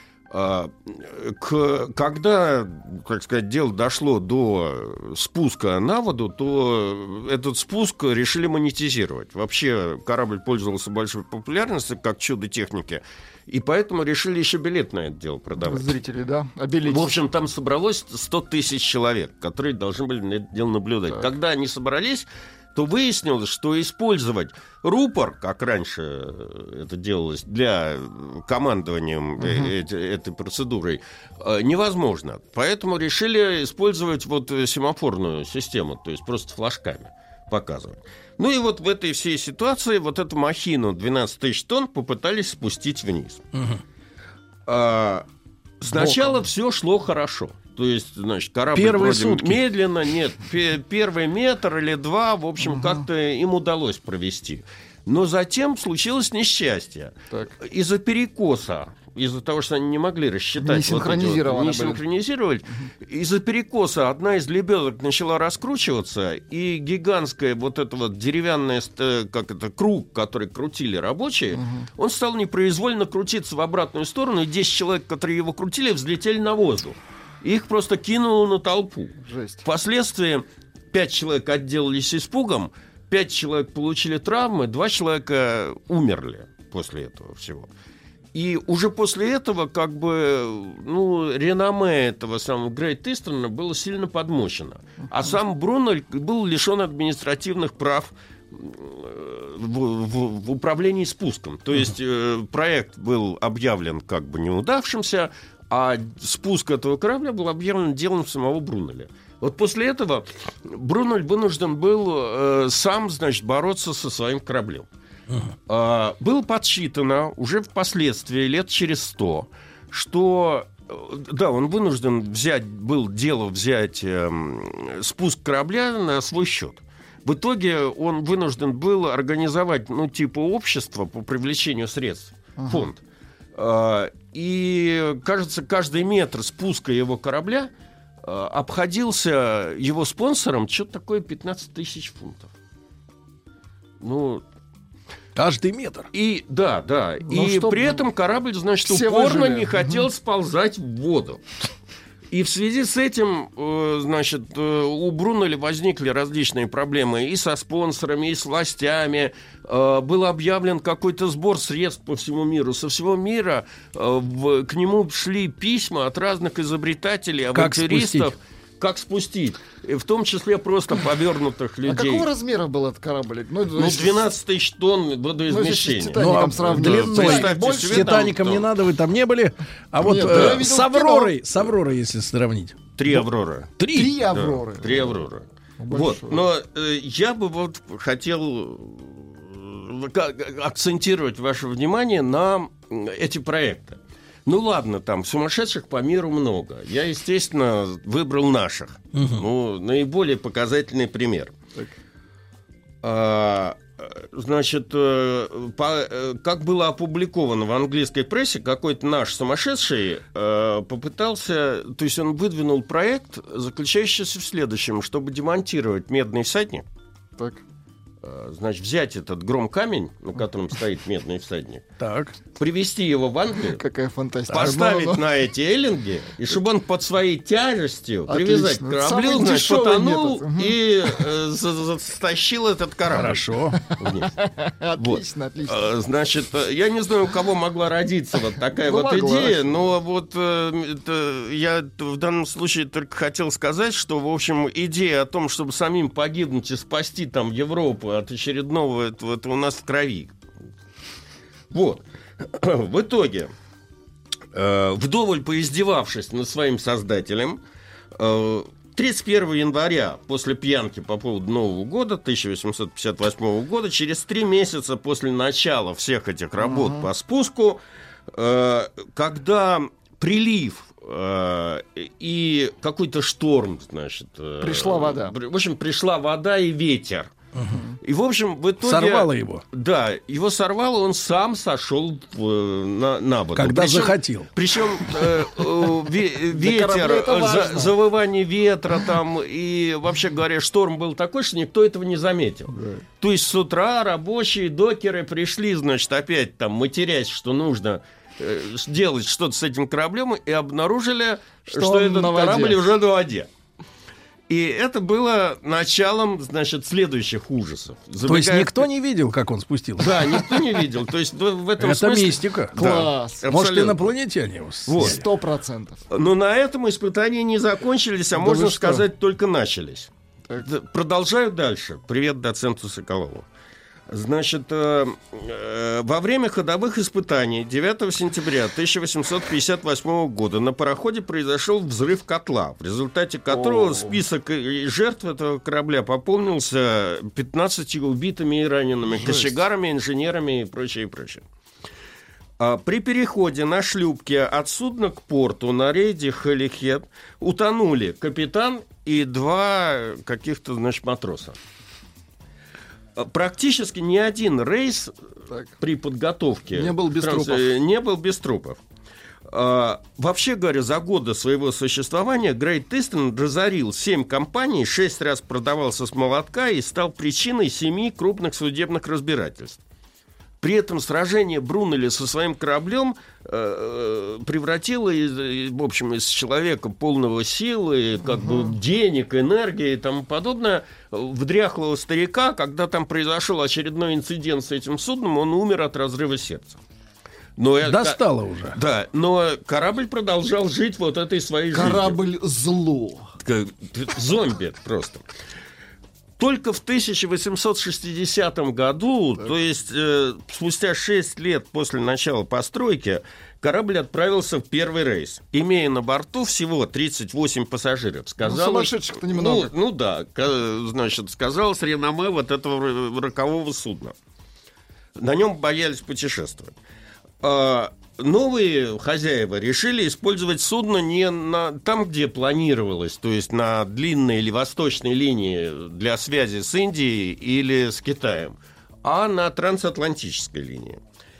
Когда, как сказать, дело дошло до спуска на воду, то этот спуск решили монетизировать. Вообще корабль пользовался большой популярностью как чудо техники, и поэтому решили еще билет на это дело продавать. Зрители, да? Обелить. В общем, там собралось 100 тысяч человек, которые должны были на это дело наблюдать. Так. Когда они собрались, то выяснилось, что использовать рупор, как раньше это делалось, для командования этой процедурой, невозможно. Поэтому решили использовать вот семафорную систему, то есть просто флажками показывать. Ну и вот в этой всей ситуации вот эту махину 12 тысяч тонн попытались спустить вниз. Сначала все шло хорошо. То есть, значит, корабль медленно, первый метр или два, в общем, как-то им удалось провести. Но затем случилось несчастье. Так. Из-за перекоса, из-за того, что они не могли рассчитать, не синхронизировали, из-за перекоса одна из лебедок начала раскручиваться, и гигантская вот эта вот деревянная, круг, который крутили рабочие, он стал непроизвольно крутиться в обратную сторону, и 10 человек, которые его крутили, взлетели на воздух. Их просто кинуло на толпу. Жесть. Впоследствии 5 человек отделались испугом, 5 человек получили травмы, 2 человека умерли после этого всего. И уже после этого, как бы, реноме этого самого Грейт Истерна было сильно подмочено. А сам Брунель был лишен административных прав в управлении спуском. То есть проект был объявлен как бы неудавшимся, а спуск этого корабля был объявлен делом самого Брунеля. Вот после этого Брунель вынужден был сам, значит, бороться со своим кораблем. Было подсчитано уже впоследствии, лет через 100, что, да, он вынужден взять спуск корабля на свой счет. В итоге он вынужден был организовать, типа общество по привлечению средств, фонд. И, кажется, каждый метр спуска его корабля обходился его спонсором что-то такое 15 тысяч фунтов. Каждый метр. И, да. И при этом корабль, значит, упорно не хотел сползать в воду. И в связи с этим, значит, у Брунеля возникли различные проблемы и со спонсорами, и с властями. Был объявлен какой-то сбор средств по всему миру. Со всего мира к нему шли письма от разных изобретателей, авантюристов. Как спустить? В том числе просто повернутых людей. А какого размера был этот корабль? 12 тысяч тонн водоизмещения. С «Титаником» сравнивать. С «Титаником» не надо, вы там не были. А вот с «Авророй», если сравнить. 3 «Авроры». 3 «Авроры». 3 «Авроры». Вот. Но я бы вот хотел акцентировать ваше внимание на эти проекты. Ну ладно, там сумасшедших по миру много. Я, естественно, выбрал наших. Ну, наиболее показательный пример. Значит, как было опубликовано в английской прессе, какой-то наш сумасшедший попытался, то есть он выдвинул проект, заключающийся в следующем: чтобы демонтировать медный всадник. Так. Значит, взять этот гром-камень, на котором стоит медный всадник, так, привезти его в Англию, какая фантастика, поставить на эти эллинги, и чтобы он под своей тяжестью привязать к кораблю, значит, потонул и стащил этот корабль. Хорошо. Отлично, отлично. Значит, я не знаю, у кого могла родиться вот такая вот идея, но вот я в данном случае только хотел сказать, что, в общем, идея о том, чтобы самим погибнуть и спасти там Европу от очередного, это у нас в крови. Вот. В итоге, вдоволь поиздевавшись над своим создателем, 31 января, после пьянки по поводу Нового года, 1858 года, через 3 месяца после начала всех этих работ по спуску, когда прилив и какой-то шторм, значит... Пришла вода. В общем, пришла вода и ветер. И, в общем, в итоге... Сорвало его. Да, его сорвало, он сам сошел на воду. Когда захотел. Причем ветер, завывание ветра там, и, вообще говоря, шторм был такой, что никто этого не заметил. То есть с утра рабочие, докеры пришли, значит, опять там, матерясь, что нужно делать что-то с этим кораблем, и обнаружили, что этот корабль уже на воде. И это было началом, значит, следующих ужасов. То есть никто не видел, как он спустился? Да, никто не видел. То есть в этом смысле... Это мистика. Класс. Да, может, инопланетяне. Вот. 100%. Но на этом испытания не закончились, а да, можно сказать, только начались. Так. Продолжаю дальше. Привет доценту Соколову. Значит, во время ходовых испытаний 9 сентября 1858 года на пароходе произошел взрыв котла, в результате которого список жертв этого корабля пополнился 15 убитыми и ранеными, кочегарами, инженерами и прочее, и прочее. При переходе на шлюпке от судна к порту на рейде Холихед утонули капитан и 2 каких-то, значит, матроса. Практически ни один рейс при подготовке не был без трупов. Не был без трупов. Вообще говоря, за годы своего существования Great Eastern разорил 7 компаний, 6 раз продавался с молотка и стал причиной 7 крупных судебных разбирательств. При этом сражение Брунеля со своим кораблем превратило, в общем, из человека полного силы, как бы денег, энергии и тому подобное, в дряхлого старика. Когда там произошел очередной инцидент с этим судном, он умер от разрыва сердца. Достало уже. Да, но корабль продолжал жить вот этой своей жизнью. Корабль зло. Зомби просто. Только в 1860 году, то есть спустя 6 лет после начала постройки, корабль отправился в первый рейс, имея на борту всего 38 пассажиров. Сумасшедших-то немного. Ну да, значит, сказалось реноме вот этого рокового судна. На нем боялись путешествовать. Новые хозяева решили использовать судно не там, где планировалось, то есть на длинной или восточной линии для связи с Индией или с Китаем, а на трансатлантической линии.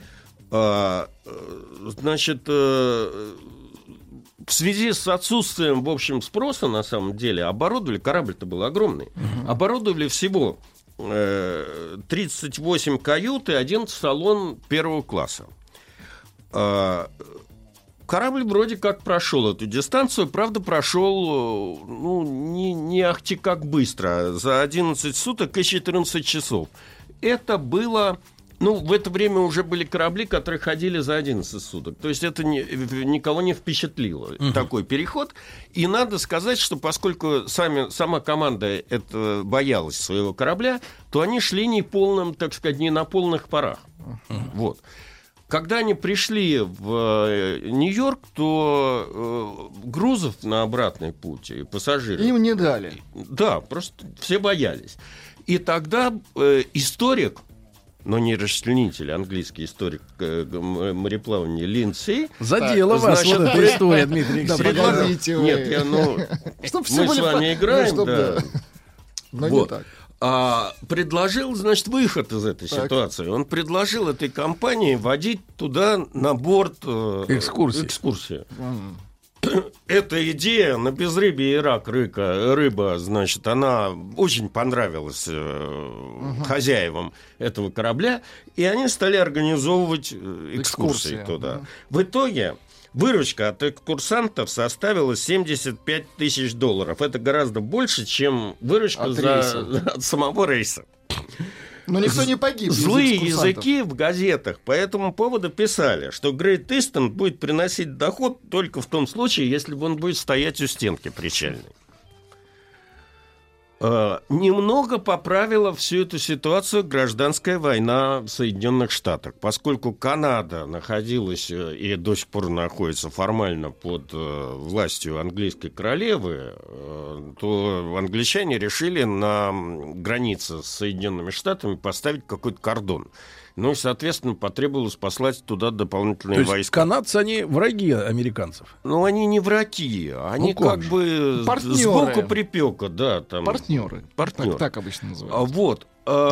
Значит, в связи с отсутствием, в общем, спроса, на самом деле, оборудовали, корабль-то был огромный, оборудовали всего 38 кают и 1 салон первого класса. К Корабль вроде как прошел эту дистанцию, правда, прошел, не ахти как быстро, за 11 суток и 14 часов. Это было... в это время уже были корабли, которые ходили за 11 суток. То есть это никого не впечатлило, такой переход. И надо сказать, что поскольку сама команда это боялась своего корабля, то они шли не на полных парах. Вот. Когда они пришли в Нью-Йорк, то грузов на обратный путь и пассажиров... Им не дали. Да, просто все боялись. И тогда историк, но не расчленитель, английский историк мореплавания Линдсей... Задела вас вот эта история, Дмитрий Алексеевич. Нет, мы с вами играем, да. Но не так. Предложил, значит, выход из этой ситуации. Он предложил этой компании водить туда на борт экскурсии. Эта идея на безрыбье и рак рыба, значит, она очень понравилась хозяевам этого корабля, и они стали организовывать экскурсии туда. В итоге выручка от экскурсантов составила $75 тысяч. Это гораздо больше, чем выручка от самого рейса. Но никто не погиб. Злые языки в газетах по этому поводу писали, что Great Eastern будет приносить доход только в том случае, если он будет стоять у стенки причальной. Немного поправила всю эту ситуацию гражданская война в Соединенных Штатах, поскольку Канада находилась и до сих пор находится формально под властью английской королевы, то англичане решили на границе с Соединенными Штатами поставить какой-то кордон. Ну и, соответственно, потребовалось послать туда дополнительные войска. Канадцы, они враги американцев? Ну, они не враги, они бы сбоку припека, да. Там, партнеры. Так обычно называют. Вот.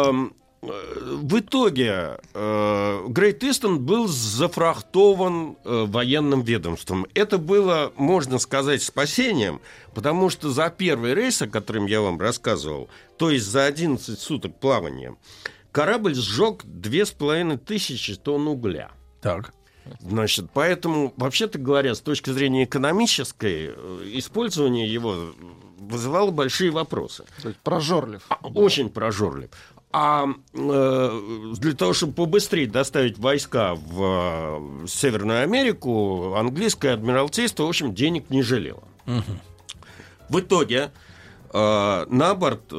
В итоге Great Eastern был зафрахтован военным ведомством. Это было, можно сказать, спасением, потому что за первый рейс, о котором я вам рассказывал, то есть за 11 суток плавания, корабль сжег 2500 тонн угля. Так. Значит, поэтому, вообще-то говоря, с точки зрения экономической, использование его вызывало большие вопросы. То есть прожорлив. Очень прожорлив. А для того, чтобы побыстрее доставить войска в Северную Америку, английское адмиралтейство, в общем, денег не жалело. В итоге на борт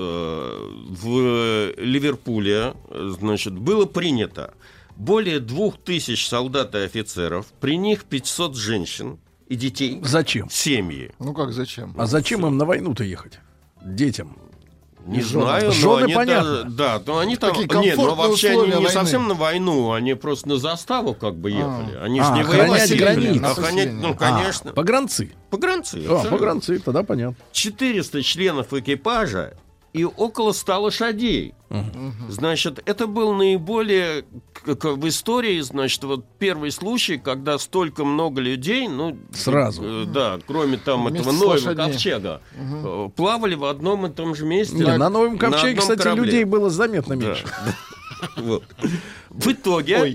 в Ливерпуле, значит, было принято более 2000 солдат и офицеров, при них 500 женщин и детей. Зачем? Семьи. Ну как зачем? А зачем им на войну-то ехать? Детям? Не знаю, но они понятно. Но они там... Нет, но вообще они не совсем на войну, они просто на заставу как бы ехали. Они же не охранять границы. Охранять, ну, конечно. Погранцы. Погранцы. Погранцы, тогда понятно. 400 членов экипажа и около 100 лошадей. Значит, это был наиболее в истории, значит, вот первый случай, когда столько много людей, ну, сразу. Да, кроме там этого Ноева ковчега, плавали в одном и том же месте. На Новом ковчеге, кстати, корабле. Людей было заметно меньше. Вот. В итоге,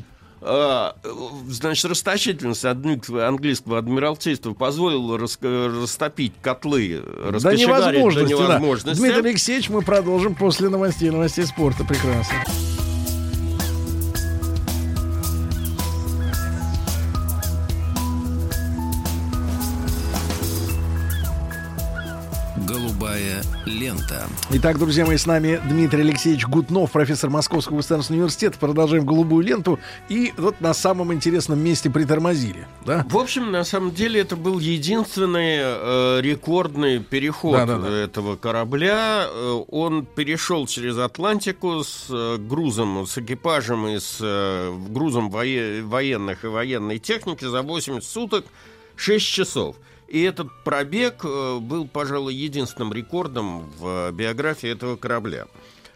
значит, расточительность английского адмиралтейства позволила растопить котлы, раскочегарить до невозможности. Дмитрий Алексеевич, мы продолжим после новостей спорта. Прекрасно. Голубая лента. Итак, друзья мои, с нами Дмитрий Алексеевич Гутнов, профессор Московского государственного университета. Продолжаем голубую ленту. И вот на самом интересном месте притормозили. Да? В общем, на самом деле, это был единственный рекордный переход этого корабля. Он перешел через Атлантику с грузом, с экипажем и с грузом военных и военной техники за 80 суток 6 часов. И этот пробег был, пожалуй, единственным рекордом в биографии этого корабля.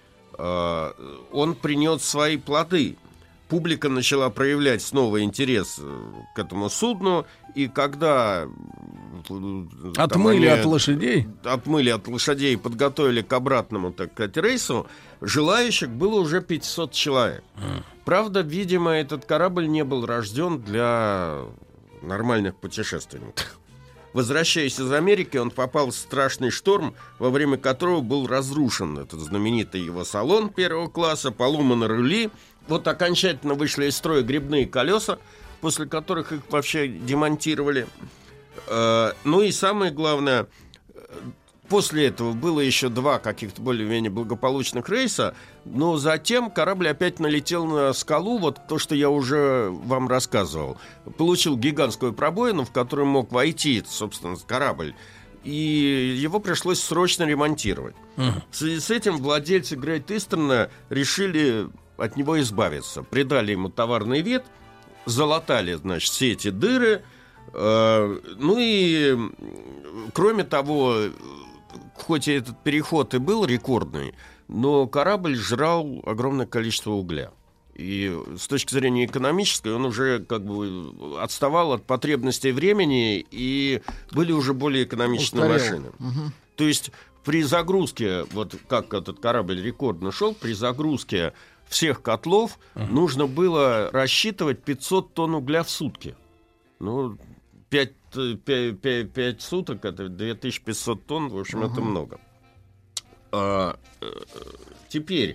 Он принес свои плоды. Публика начала проявлять снова интерес к этому судну. И когда... Отмыли от лошадей? Отмыли от лошадей и подготовили к обратному, так сказать, рейсу, желающих было уже 500 человек. Правда, видимо, этот корабль не был рожден для нормальных путешественников. Возвращаясь из Америки, он попал в страшный шторм, во время которого был разрушен этот знаменитый его салон первого класса, поломаны рули. Вот окончательно вышли из строя гребные колеса, после которых их вообще демонтировали. Ну и самое главное, после этого было еще 2 каких-то более-менее благополучных рейса, но затем корабль опять налетел на скалу, вот то, что я уже вам рассказывал. Получил гигантскую пробоину, в которую мог войти, собственно, корабль, и его пришлось срочно ремонтировать. В связи с этим владельцы Great Eastern решили от него избавиться. Придали ему товарный вид, залатали, значит, все эти дыры. Ну и, кроме того, хоть и этот переход и был рекордный, но корабль жрал огромное количество угля. И с точки зрения экономической он уже как бы отставал от потребностей времени, и были уже более экономичные машины. То есть при загрузке, вот как этот корабль рекордно шел, при загрузке всех котлов нужно было рассчитывать 500 тонн угля в сутки. Ну, 5 суток, это 2500 тонн, в общем, это много. Теперь,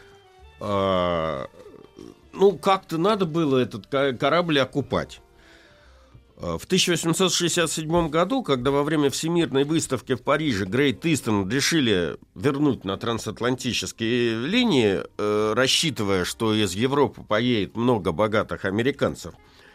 ну, как-то надо было этот корабль окупать. В 1867 году, когда во время Всемирной выставки в Париже Great Eastern решили вернуть на трансатлантические линии, рассчитывая, что из Европы поедет много богатых американцев,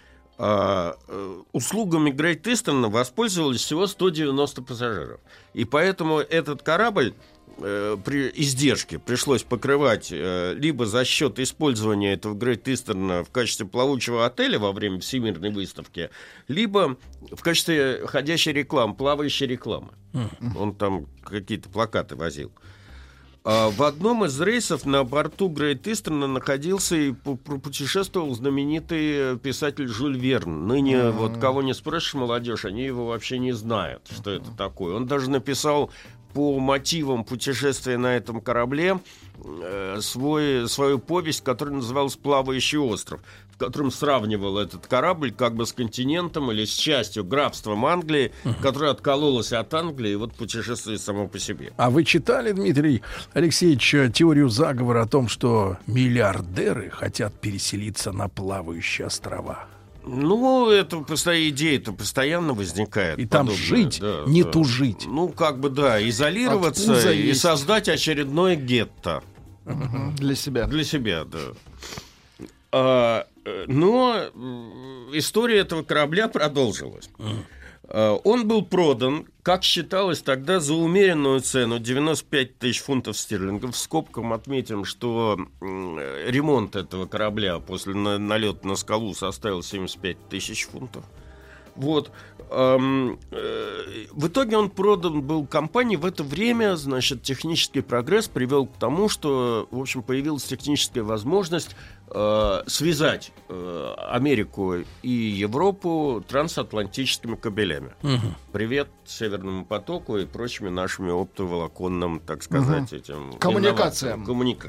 услугами Great Eastern воспользовались всего 190 пассажиров. И поэтому этот корабль при издержке пришлось покрывать либо за счет использования этого Great Eastern в качестве плавучего отеля во время Всемирной выставки, либо в качестве ходячей рекламы, плавающей рекламы. Он там какие-то плакаты возил. В одном из рейсов на борту Great Eastern находился и путешествовал знаменитый писатель Жюль Верн. Ныне вот кого не спросишь, молодежь, они его вообще не знают, что это такое. Он даже написал по мотивам путешествия на этом корабле свою повесть, которая называлась «Плавающий остров», в котором сравнивал этот корабль как бы с континентом или с частью графством Англии, которая откололась от Англии, и вот путешествует само по себе. А вы читали, Дмитрий Алексеевич, теорию заговора о том, что миллиардеры хотят переселиться на плавающие острова? Ну, это идея-то постоянно возникает. И там жить, не тужить. Ну, как бы, да, изолироваться и создать очередное гетто. Для себя. Для себя, да. Но история этого корабля продолжилась. Он был продан, как считалось тогда, за умеренную цену 95 тысяч фунтов стерлингов. В скобках отметим, что ремонт этого корабля после налета на скалу составил 75 тысяч фунтов. Вот. В итоге он продан был компании. В это время, значит, технический прогресс привел к тому, что, в общем, появилась техническая возможность связать Америку и Европу трансатлантическими кабелями. Привет Северному потоку и прочими нашими оптоволоконным, так сказать, этим коммуникациям.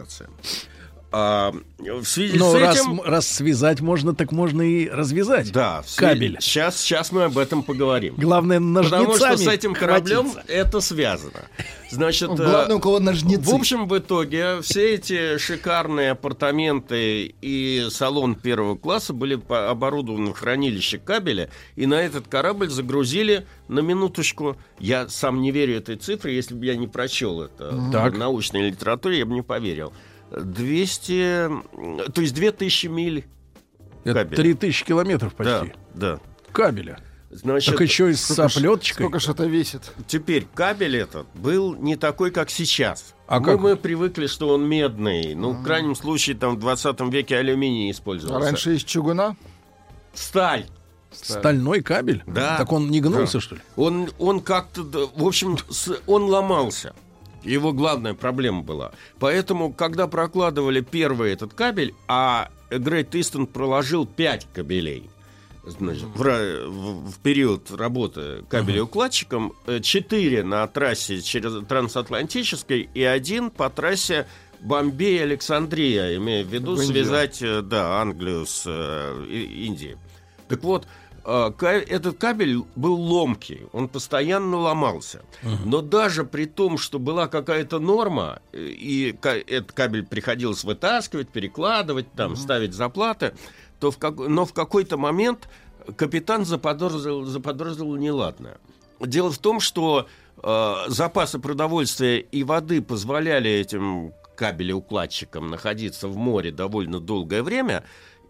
В связи Но с этим... раз связать можно, так можно и развязать кабель. Сейчас мы об этом поговорим. Главное, ножницами. Потому что с этим кораблем это связано. Значит, главное, у кого ножницы. В общем, в итоге все эти шикарные апартаменты и салон первого класса были оборудованы в хранилище кабеля, и на этот корабль загрузили, на минуточку, я сам не верю этой цифре, если бы я не прочел это в научной литературе, я бы не поверил. 200, то есть 2000 миль кабеля. Это 3000 километров почти. Да. Кабеля. Значит, так еще и с оплеткой. Сколько же это весит? Теперь кабель этот был не такой, как сейчас. Мы привыкли, что он медный. Ну, в крайнем случае, там в 20 веке алюминий использовался. А раньше из чугуна? Сталь. Стальной кабель? Да. Так он не гнулся, что ли? Он как-то, в общем, он ломался. Его главная проблема была. Поэтому, когда прокладывали первый этот кабель, а Great Eastern проложил 5 кабелей, значит, в период работы кабелеукладчиком, 4 на трассе через трансатлантической и 1 по трассе Бомбей-Александрия, имея в виду связать Англию с Индией. Так вот, этот кабель был ломкий, он постоянно ломался. Но даже при том, что была какая-то норма, и этот кабель приходилось вытаскивать, перекладывать, там, ставить заплаты, но в какой-то момент капитан заподозрил неладное. Дело в том, что запасы продовольствия и воды позволяли этим кабелеукладчикам находиться в море довольно долгое время,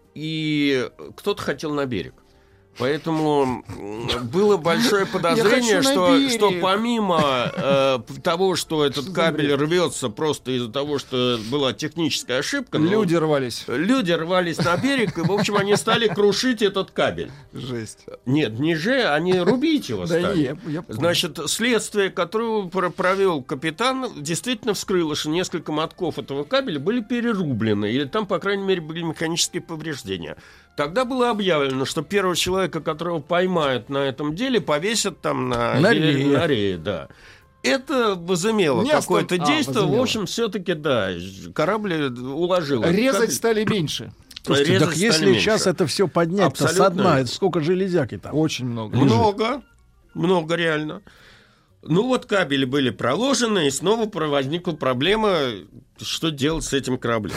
и кто-то хотел на берег. Поэтому было большое подозрение, что помимо того, что этот кабель рвется просто из-за того, что была техническая ошибка, люди рвались на берег, и, в общем, они стали крушить этот кабель. Жесть. Нет, они рубить его стали. Значит, следствие, которое провел капитан, действительно вскрыло, что несколько мотков этого кабеля были перерублены, или там, по крайней мере, были механические повреждения. Тогда было объявлено, что первого человека, которого поймают на этом деле, повесят там на рее. Да. Это возымело какое-то действие. В общем, все-таки, да, корабль уложил. Резать стали меньше. Слушайте, так если сейчас это все поднять-то со дна, это сколько железяки там? Очень много. Много реально. Ну вот кабели были проложены, и снова возникла проблема, что делать с этим кораблем.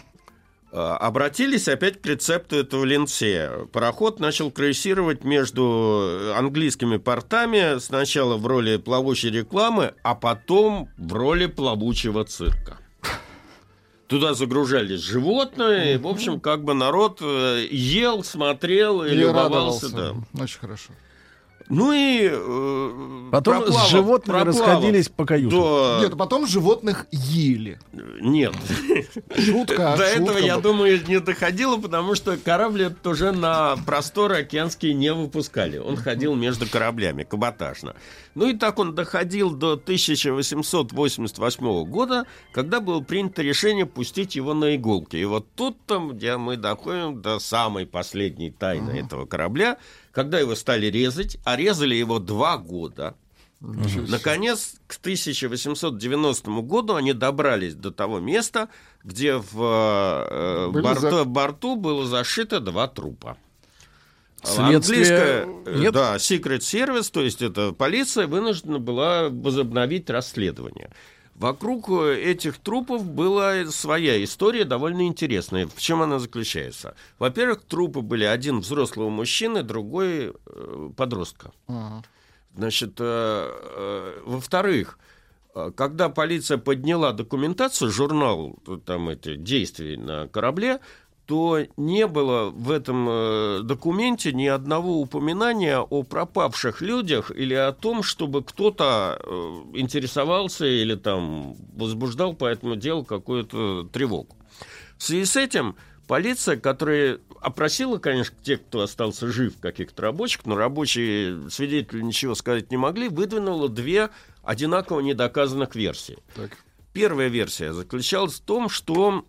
Обратились опять к рецепту этого Линдсея. Пароход начал крейсировать между английскими портами, сначала в роли плавучей рекламы, а потом в роли плавучего цирка. Туда загружались животные, и, в общем, как бы народ ел, смотрел и любовался. Да. Очень хорошо. Ну и потом с животными расходились по каютам. Нет, потом животных ели. Нет. Шутка. До этого, я думаю, не доходило, потому что корабль этот уже на просторы океанские не выпускали. Он ходил между кораблями, каботажно. Ну и так он доходил до 1888 года, когда было принято решение пустить его на иголки. И вот тут-то, где мы доходим до самой последней тайны этого корабля, когда его стали резать, а резали его 2 года. Наконец, к 1890 году они добрались до того места, где в борту было зашито 2 трупа. Английская, да, Secret Service, то есть это полиция, вынуждена была возобновить расследование. Вокруг этих трупов была своя история, довольно интересная. В чем она заключается? Во-первых, трупы были: один взрослого мужчины, другой подростка. Значит, во-вторых, когда полиция подняла документацию, журнал там, этих действий на корабле, то не было в этом документе ни одного упоминания о пропавших людях или о том, чтобы кто-то интересовался или там возбуждал по этому делу какую-то тревогу. В связи с этим полиция, которая опросила, конечно, тех, кто остался жив, каких-то рабочих, но рабочие свидетели ничего сказать не могли, выдвинула 2 одинаково недоказанных версии. Так. Первая версия заключалась в том, что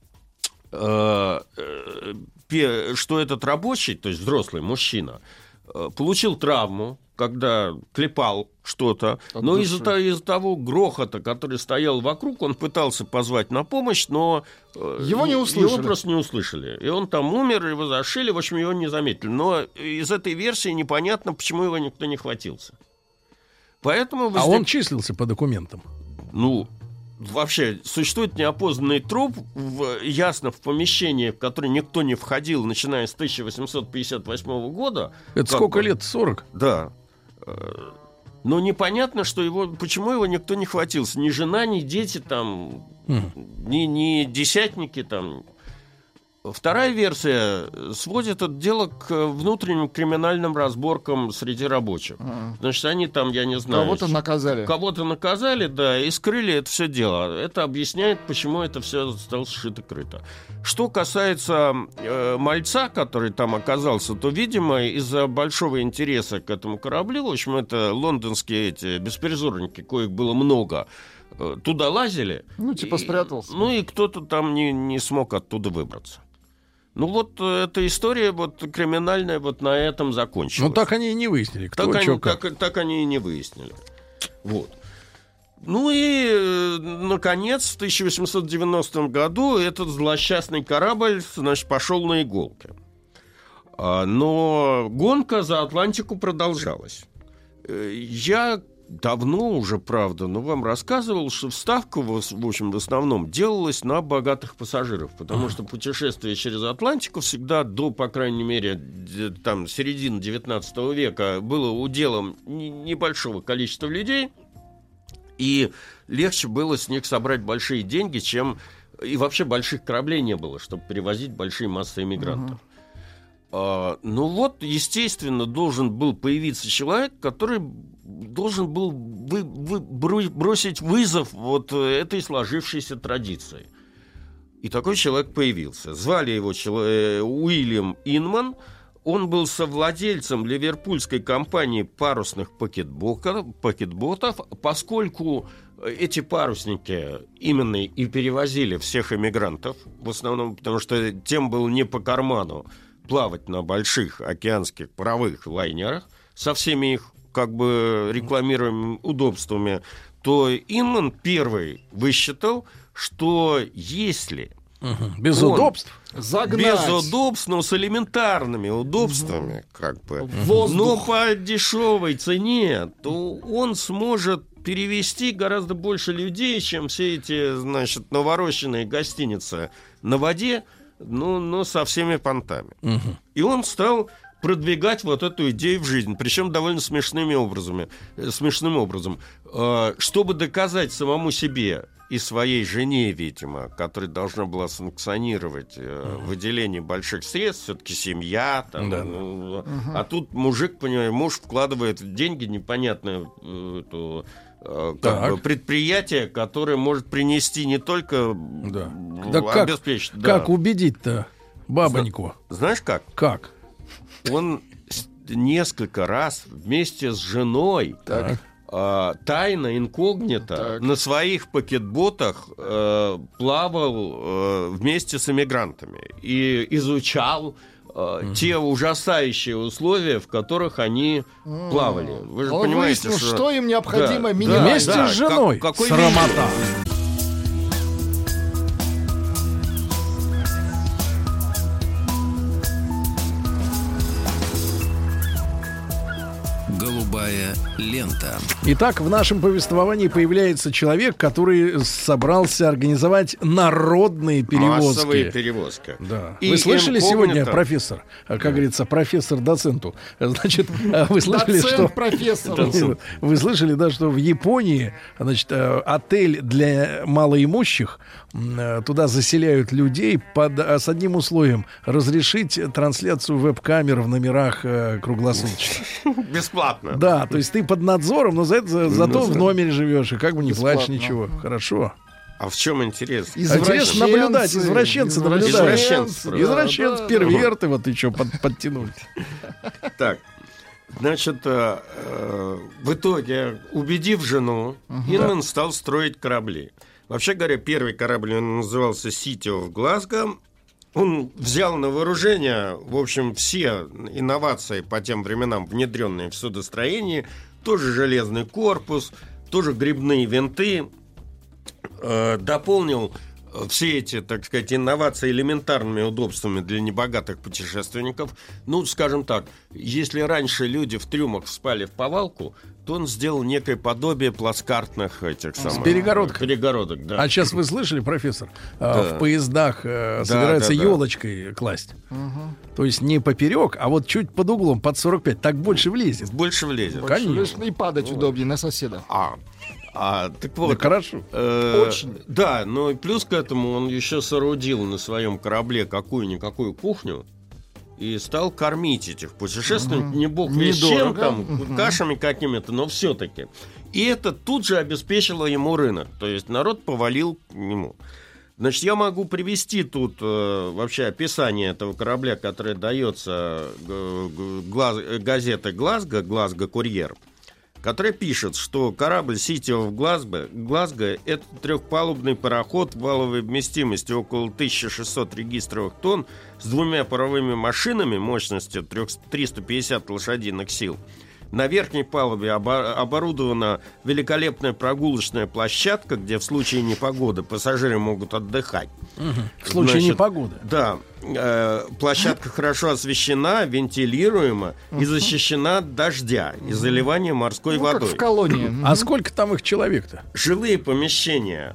этот рабочий, то есть взрослый мужчина, получил травму, когда клепал что-то, но из-за того грохота, который стоял вокруг, он пытался позвать на помощь, но его просто не услышали. И он там умер, его зашили, в общем, его не заметили. Но из этой версии непонятно, почему его никто не хватился. Поэтому он числился по документам? Ну, вообще, существует неопознанный труп, ясно, в помещении, в которое никто не входил, начиная с 1858 года. Это сколько лет? 40? Да. Но непонятно, почему его никто не хватился. Ни жена, ни дети, там, ни десятники. Там. Вторая версия сводит это дело к внутренним криминальным разборкам среди рабочих. Значит, они там, я не знаю... Кого-то наказали, да, и скрыли это все дело. Это объясняет, почему это все стало сшито-крыто. Что касается мальца, который там оказался, то, видимо, из-за большого интереса к этому кораблю, в общем, это лондонские эти беспризорники, коих было много, туда лазили. Ну, типа спрятался. Ну, и кто-то там не смог оттуда выбраться. Ну вот эта история вот криминальная вот на этом закончилась. Ну так они и не выяснили, кто так они и не выяснили. Вот. Ну и, наконец, в 1890 году этот злосчастный корабль, значит, пошел на иголки. Но гонка за Атлантику продолжалась. Я давно уже, правда, но вам рассказывал, что ставка, в общем, в основном делалась на богатых пассажиров, потому что путешествие через Атлантику всегда до, по крайней мере, там, середины 19 века было уделом небольшого количества людей, и легче было с них собрать большие деньги, чем... И вообще больших кораблей не было, чтобы перевозить большие массы иммигрантов. Ну вот, естественно, должен был появиться человек, который должен был бросить вызов вот этой сложившейся традиции. И такой человек появился. Звали его Уильям Инман. Он был совладельцем ливерпульской компании парусных пакетботов, поскольку эти парусники именно и перевозили всех эмигрантов, в основном потому что тем было не по карману плавать на больших океанских паровых лайнерах со всеми их как бы рекламируемыми удобствами, то Инман первый высчитал, что если без удобств загнать. Без удобств, но с элементарными удобствами, как бы, но по дешевой цене, то он сможет перевести гораздо больше людей, чем все эти, значит, навороченные гостиницы на воде, но со всеми понтами. И он стал продвигать вот эту идею в жизнь, причем довольно смешным образом, чтобы доказать самому себе и своей жене, видимо, которая должна была санкционировать выделение больших средств, все-таки семья, там, а тут мужик, понимаешь, муж вкладывает деньги непонятное как бы предприятие, которое может принести не только обеспечить. Как убедить-то бабоньку? Знаешь как? Как? Он несколько раз вместе с женой тайно, инкогнито на своих пакетботах плавал вместе с эмигрантами и изучал те ужасающие условия, в которых они плавали. Вы же понимаете, что им необходимо вместе с женой. Срамота. Голубая лента. Итак, в нашем повествовании появляется человек, который собрался организовать народные перевозки. Массовые перевозки. Да. Вы слышали сегодня, профессор, как говорится, профессор доценту? Значит, вы слышали, что... профессор. Вы слышали, да, что в Японии, значит, отель для малоимущих, туда заселяют людей с одним условием: разрешить трансляцию веб-камер в номерах круглосуточно. Бесплатно. Да, то есть ты под надзором, но зато в номере живешь, и как бы не плачешь ничего. Хорошо. А в чем интерес? Интересно наблюдать, извращенцы наблюдают. Извращенцы, перверты, вот еще подтянули. Так, значит, в итоге, убедив жену, Инман стал строить корабли. Вообще говоря, первый корабль, он назывался City of Glasgow. Он взял на вооружение, в общем, все инновации по тем временам, внедренные в судостроении. Тоже железный корпус, тоже грибные винты. Дополнил все эти, так сказать, инновации элементарными удобствами для небогатых путешественников. Ну, скажем так, если раньше люди в трюмах спали в повалку, то он сделал некое подобие плацкартных этих самых... Перегородок, да. А сейчас вы слышали, профессор, в поездах собираются елочкой класть. То есть не поперек, а вот чуть под углом, под 45. Так больше влезет. Больше влезет. Конечно. И падать удобнее на соседа. Так вот, да, хорошо. Очень. Да, но и плюс к этому он еще соорудил на своем корабле какую-никакую кухню и стал кормить этих путешественников, не бог весь чем, там, кашами какими-то, но все-таки. И это тут же обеспечило ему рынок. То есть народ повалил к нему. Значит, я могу привести тут вообще описание этого корабля, которое дается газетой «Глазго Курьер», которая пишет, что корабль City of Glasgow — это трехпалубный пароход валовой вместимостью около 1600 регистровых тонн с двумя паровыми машинами мощностью 350 лошадиных сил, На верхней палубе оборудована великолепная прогулочная площадка, где в случае непогоды пассажиры могут отдыхать. В случае непогоды? Да. Площадка хорошо освещена, вентилируема и защищена от дождя и заливания морской водой. Как в колонии. А сколько там их человек-то? Жилые помещения.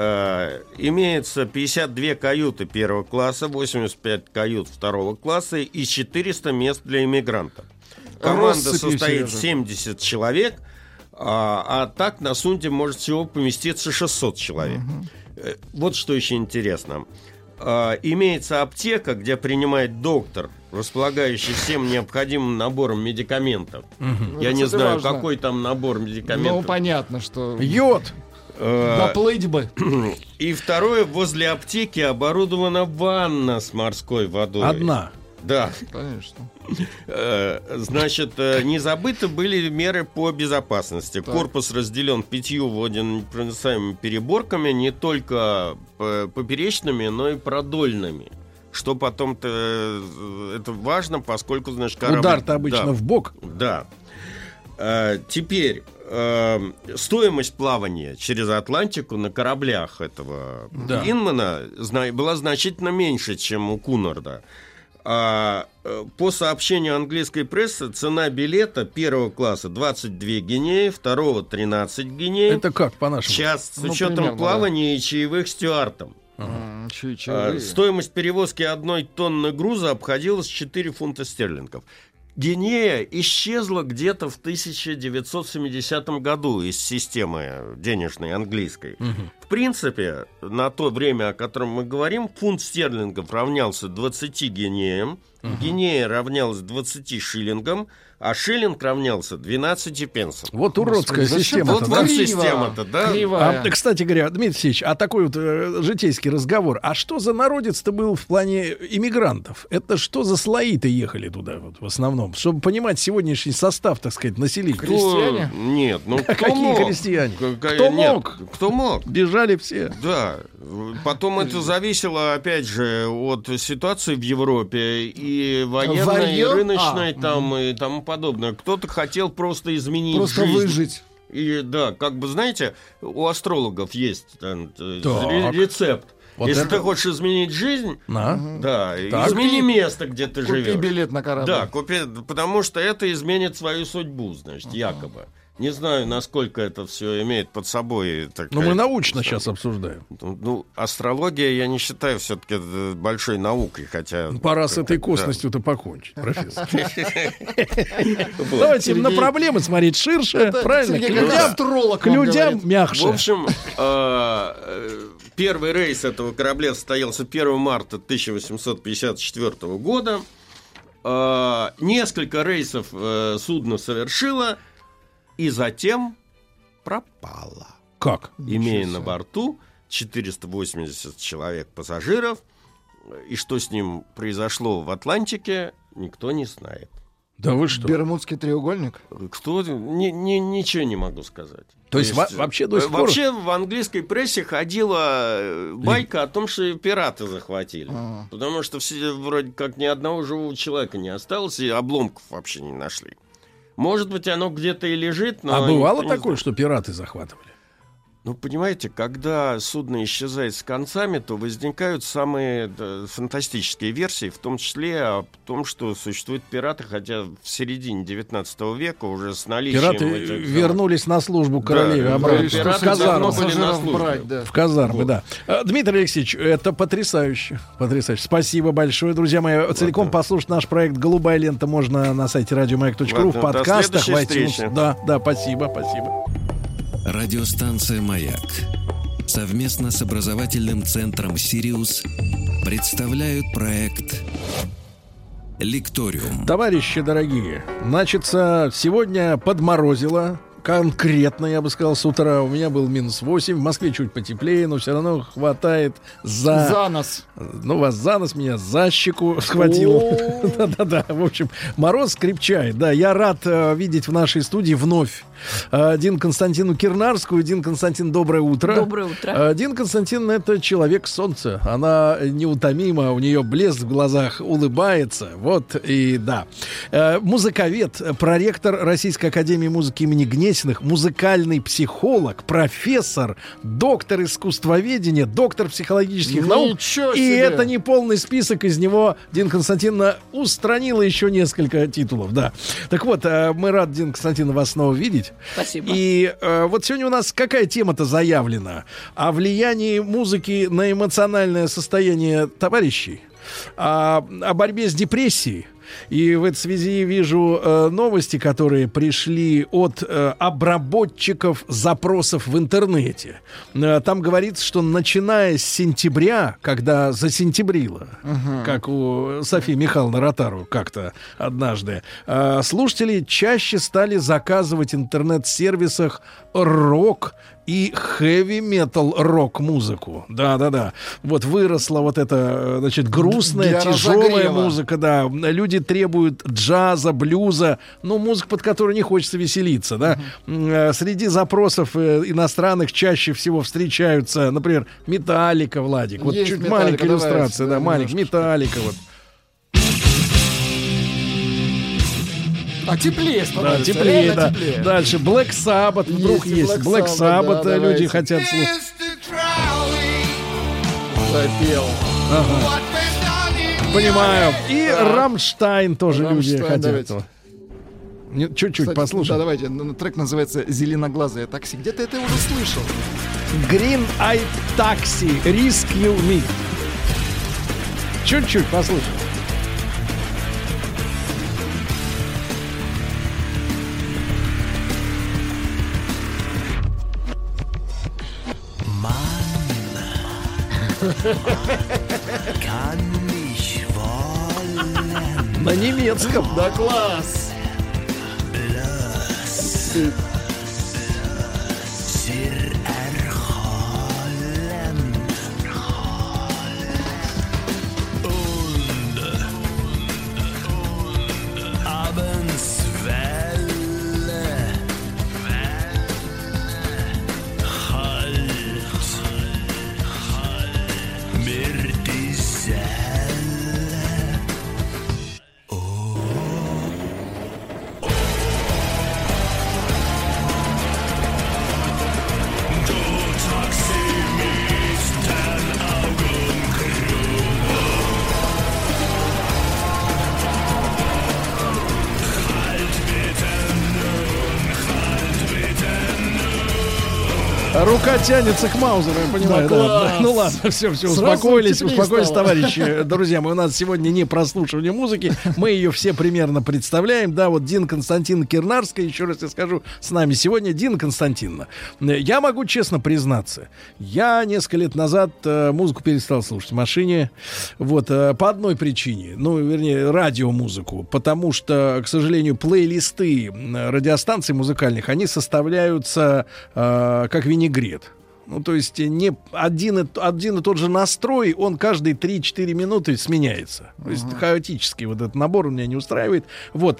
Имеется 52 каюты первого класса, 85 кают второго класса и 400 мест для иммигрантов. Команда состоит 70 человек, а так на Сунде может всего поместиться 600 человек. Вот что еще интересно. Имеется аптека, где принимает доктор, располагающий всем необходимым набором медикаментов. Я не знаю, какой там набор медикаментов. Ну, понятно, что... Йод! Доплыть бы. И второе, возле аптеки оборудована ванна с морской водой. Одна? Да. Конечно. Значит, не забыты были меры по безопасности. Так. Корпус разделен 5 водонепроницаемыми переборками, не только поперечными, но и продольными. Что потом-то это важно, поскольку, значит, корабль... Удар-то обычно в бок. Да. Теперь стоимость плавания через Атлантику на кораблях этого Инмана была значительно меньше, чем у Кунарда. По сообщению английской прессы, цена билета первого класса 22 гинеи, второго 13 гинеи. Это как по-нашему? Час с учетом плавания и чаевых стюартам. Стоимость перевозки 1 тонны груза обходилась 4 фунта стерлингов. Гинея исчезла где-то в 1970 году из системы денежной английской. В принципе, на то время, о котором мы говорим, фунт стерлингов равнялся 20 гинеям, гинея равнялась 20 шиллингам, а шиллинг равнялся 12 пенсам. Вот уродская система-то. Вот система-то, да? Кстати говоря, Дмитрий Алексеевич, такой вот житейский разговор. А что за народец-то был в плане иммигрантов? Это что за слои-то ехали туда вот, в основном? Чтобы понимать сегодняшний состав, так сказать, населения. Крестьяне? Нет, ну кто мог? Какие крестьяне? Кто мог? Кто мог? Бежали все. Да. Потом это зависело, опять же, от ситуации в Европе и военной, и рыночной, там, и тому подобное. Кто-то хотел просто изменить жизнь. Просто выжить. И да, как бы, знаете, у астрологов есть рецепт. Вот если ты хочешь изменить жизнь, измени место, где ты живешь. Купи билет на корабль. Да, потому что это изменит свою судьбу, значит, якобы. Не знаю, насколько это все имеет под собой. Но мы научно сейчас обсуждаем. Ну, астрология, я не считаю все-таки большой наукой, хотя... Пора с этой косностью-то покончить, профессор. Давайте на проблемы смотреть ширше, правильно? К людям мягче. В общем, первый рейс этого корабля состоялся 1 марта 1854 года. Несколько рейсов судно совершило, и затем пропала. Как? Имея на борту 480 человек пассажиров. И что с ним произошло в Атлантике, никто не знает. Да вы что? Бермудский треугольник? Кто? Ничего не могу сказать. То есть вообще до сих пор... Вообще в английской прессе ходила байка о том, что пираты захватили. Потому что вроде как ни одного живого человека не осталось, и обломков вообще не нашли. Может быть, оно где-то и лежит, но... А бывало такое, что пираты захватывали? Ну, понимаете, когда судно исчезает с концами, то возникают самые фантастические версии, в том числе о том, что существуют пираты, хотя в середине 19 века уже с наличием... Пираты вернулись на службу королеве обратно. В казармы были на службу. В казармы, да. Дмитрий Алексеевич, это потрясающе. Потрясающе. Спасибо большое, друзья мои. Целиком послушать наш проект «Голубая лента» можно на сайте radiomayak.ru, в подкастах. Да, спасибо. Радиостанция «Маяк» совместно с образовательным центром «Сириус» представляют проект «Лекториум». Товарищи дорогие, значит, сегодня подморозило. Конкретно, я бы сказал, с утра у меня был -8. В Москве чуть потеплее, но все равно хватает за нос. Ну, вас за нос, меня за щеку схватил. Да-да-да. В общем, мороз крепчает. Да, я рад видеть в нашей студии вновь Дина Константину Кирнарскую. Дина Константин, доброе утро. Доброе утро. Дина Константиновна — это человек солнца. Она неутомима, у нее блеск в глазах, улыбается. Вот и да. Музыковед, проректор Российской академии музыки имени Гнесиных, музыкальный психолог, профессор, доктор искусствоведения, доктор психологических наук. И это не полный список, из него Дина Константиновна устранила еще несколько титулов. Да. Так вот, мы рады, Дина Константиновна, вас снова видеть. Спасибо. И вот сегодня у нас какая тема-то заявлена? О влиянии музыки на эмоциональное состояние товарищей, о борьбе с депрессией. И в этой связи вижу новости, которые пришли от обработчиков запросов в интернете. Там говорится, что начиная с сентября, когда засентябрило, как у Софии Михайловны Ротару как-то однажды, слушатели чаще стали заказывать в интернет-сервисах рок и хэви-метал рок-музыку. Да-да-да. Вот выросла вот эта, значит, грустная, тяжелая музыка, да. Люди требуют джаза, блюза, ну, музыка, под которой не хочется веселиться, да. Среди запросов иностранных чаще всего встречаются, например, Металлика, Владик. Вот есть чуть Металлика, маленькая иллюстрация, да, маленькая Металлика, вот. А теплее становится. Да, теплее, да. Теплее. Дальше Black Sabbath вдруг есть. Black Sabbath, да, люди хотят слушать. Запел. Ага. Понимаю. И Рамштайн тоже люди хотят. Чуть-чуть, кстати, послушай. Да, давайте. Трек называется «Зеленоглазое такси». Где ты это уже слышал? Green Eye Taxi, Rescue Me. Чуть-чуть, послушай. На немецком. Да, класс. Рука тянется к Маузеру, я понимаю. Да. Ну ладно, все, успокоились, товарищи. Друзья мои, у нас сегодня не прослушивание музыки, мы ее все примерно представляем. Да, вот Дина Константиновна Кирнарская, еще раз я скажу, с нами сегодня. Дина Константиновна, я могу честно признаться, я несколько лет назад музыку перестал слушать в машине, вот, по одной причине, ну, вернее, радиомузыку, потому что, к сожалению, плейлисты радиостанций музыкальных, они составляются как винегрет. Ну, то есть не один и тот же настрой, он каждые 3-4 минуты сменяется. То есть хаотический вот этот набор меня не устраивает. Вот.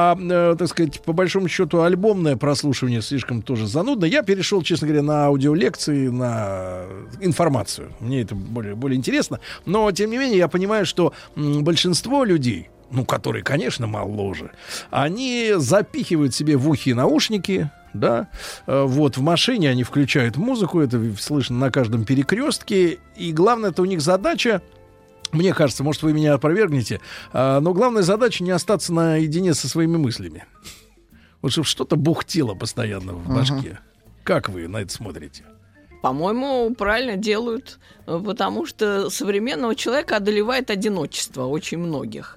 Так сказать, по большому счету, альбомное прослушивание слишком тоже занудно. Я перешел, честно говоря, на аудиолекции, на информацию. Мне это более интересно. Но, тем не менее, я понимаю, что большинство людей, ну, которые, конечно, моложе, они запихивают себе в ухи наушники, да, вот в машине они включают музыку, это слышно на каждом перекрестке, и главное, это у них задача, мне кажется, может, вы меня опровергнете, но главная задача не остаться наедине со своими мыслями. Вот чтобы что-то бухтело постоянно в башке. Как вы на это смотрите? По-моему, правильно делают, потому что современного человека одолевает одиночество очень многих.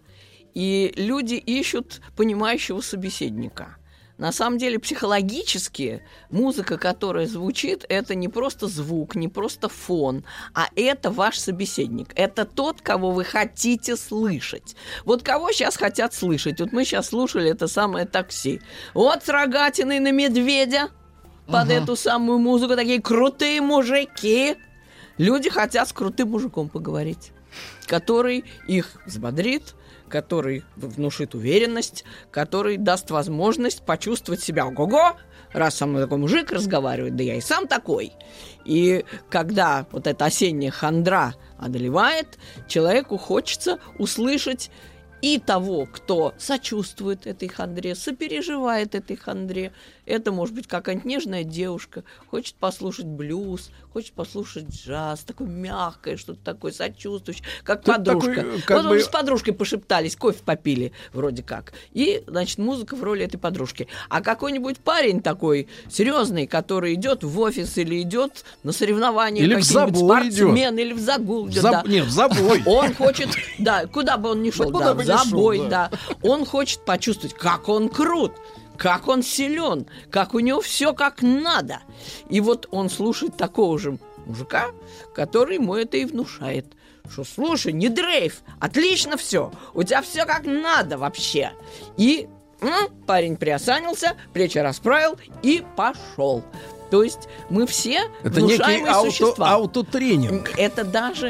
И люди ищут понимающего собеседника. На самом деле, психологически музыка, которая звучит, это не просто звук, не просто фон, а это ваш собеседник. Это тот, кого вы хотите слышать. Вот кого сейчас хотят слышать? Вот мы сейчас слушали это самое «Такси». Вот с рогатиной на медведя под эту самую музыку. Такие крутые мужики. Люди хотят с крутым мужиком поговорить. который их взбодрит, который внушит уверенность, который даст возможность почувствовать себя ого-го, раз со мной такой мужик разговаривает, да я и сам такой. И когда вот эта осенняя хандра одолевает, человеку хочется услышать и того, кто сочувствует этой хандре, сопереживает этой хандре. Это может быть какая-нибудь нежная девушка, хочет послушать блюз, хочет послушать джаз, такое мягкое, что-то такое сочувствующее, как тут подружка. Такой, вот с подружкой пошептались, кофе попили вроде как. И, значит, музыка в роли этой подружки. А какой-нибудь парень такой серьезный, который идет в офис или идет на соревнования, или какие-нибудь спортсмен, или в загул идет. Нет, в забой. Он хочет, да, куда бы он ни шел, да, в забой, да. Он хочет почувствовать, как он крут, как он силен, как у него все как надо. И вот он слушает такого же мужика, который ему это и внушает. Что, слушай, не дрейф, отлично все, у тебя все как надо вообще. И парень приосанился, плечи расправил и пошел. То есть мы все это внушаемые существа. Аутотренинг. Это даже,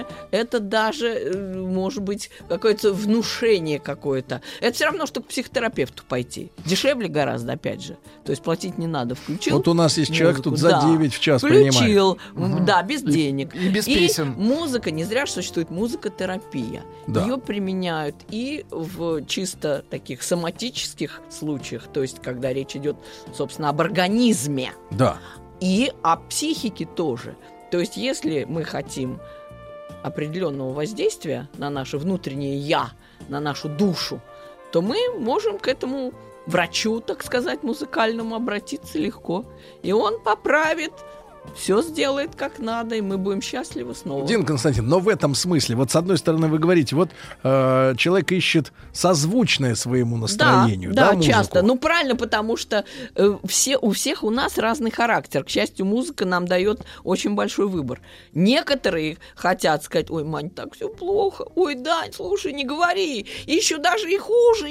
может быть, какое-то внушение какое-то. Это все равно, что к психотерапевту пойти. Дешевле гораздо, опять же. То есть платить не надо. Включил. Вот у нас есть человек тут за 9 в час включил, да, без денег. И без песен. Музыка, не зря существует музыкотерапия. Да. Ее применяют и в чисто таких соматических случаях, то есть когда речь идет, собственно, об организме. Да. И о психике тоже. То есть, если мы хотим определенного воздействия на наше внутреннее «я», на нашу душу, то мы можем к этому врачу, так сказать, музыкальному обратиться легко. И он поправит, все сделает как надо, и мы будем счастливы снова. Дин Константин, но в этом смысле, вот с одной стороны вы говорите, вот человек ищет созвучное своему настроению, да, музыку? Часто. Ну, правильно, потому что у всех у нас разный характер. К счастью, музыка нам дает очень большой выбор. Некоторые хотят сказать: ой, Мань, так все плохо, ой, Дань, слушай, не говори, еще даже и хуже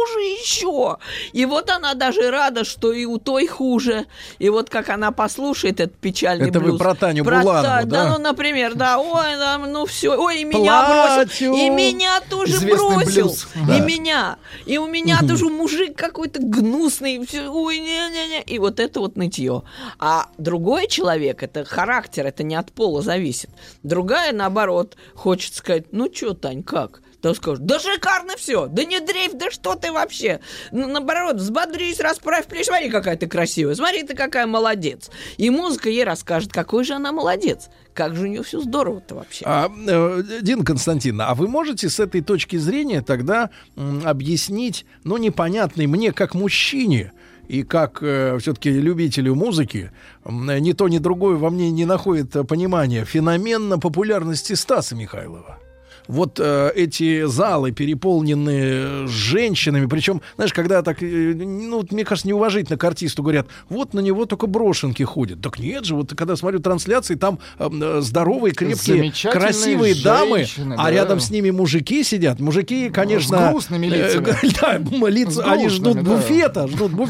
еще. И вот она даже рада, что и у той хуже. И вот как она послушает этот печальный это блюз. Вы про Таню Буланову, да? Да, ну, например, да, ой, да, ну все, ой, и меня бросил, и меня тоже бросил, и меня, и у меня тоже мужик какой-то гнусный, все, ой, не-не-не, и вот это вот нытье. А другой человек, это характер, это не от пола зависит. Другая, наоборот, хочет сказать: ну что, Тань, как? Да скажет: да шикарно все, да не дрейф, да что ты вообще? Наоборот, взбодрись, расправь плечи, смотри, какая ты красивая, смотри, ты какая молодец. И музыка ей расскажет, какой же она молодец, как же у нее все здорово-то вообще. Дина Константиновна, а вы можете с этой точки зрения тогда объяснить, ну, непонятный мне как мужчине и как все-таки любителю музыки, ни то, ни другое во мне не находит понимания, феномен популярности Стаса Михайлова? Вот эти залы переполнены женщинами, причем, знаешь, когда так, ну, мне кажется, неуважительно к артисту говорят: вот на него только брошенки ходят. Так нет же, вот когда смотрю трансляции, там здоровые, крепкие, красивые дамы, а рядом с ними мужики сидят. Мужики, конечно... С грустными лицами. Да, лица, они ждут буфета,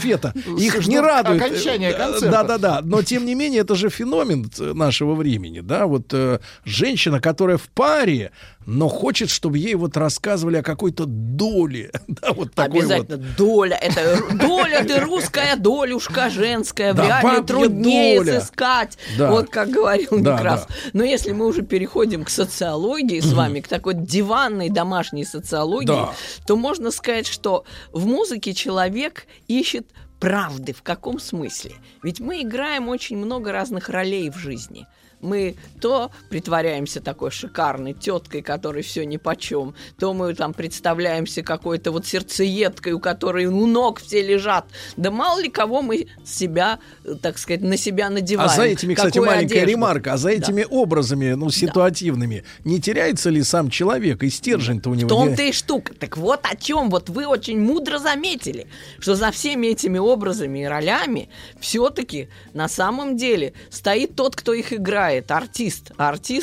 Их не радует. Окончание концерта. Да. Но, тем не менее, это же феномен нашего времени, да, вот женщина, которая в паре, но хочет, чтобы ей вот рассказывали о какой-то доле. Да, вот такой обязательно вот. Доля. Это доля, ты русская долюшка женская. Вряд ли труднее сыскать. Да. Вот как говорил Некрасов. Но если мы уже переходим к социологии с вами, к такой диванной домашней социологии, то можно сказать, что в музыке человек ищет правды. В каком смысле? Ведь мы играем очень много разных ролей в жизни. Мы то притворяемся такой шикарной теткой, которой все нипочем, то мы там представляемся какой-то вот сердцеедкой, у которой у ног все лежат. Да мало ли кого мы себя, так сказать, на себя надеваем. А за этими, кстати, маленькая ремарка, а за этими образами, ну, ситуативными, не теряется ли сам человек, и стержень-то у него? В том-то и штука. Так вот о чем, вот вы очень мудро заметили, что за всеми этими образами и ролями все-таки на самом деле стоит тот, кто их играет. Артист. А артист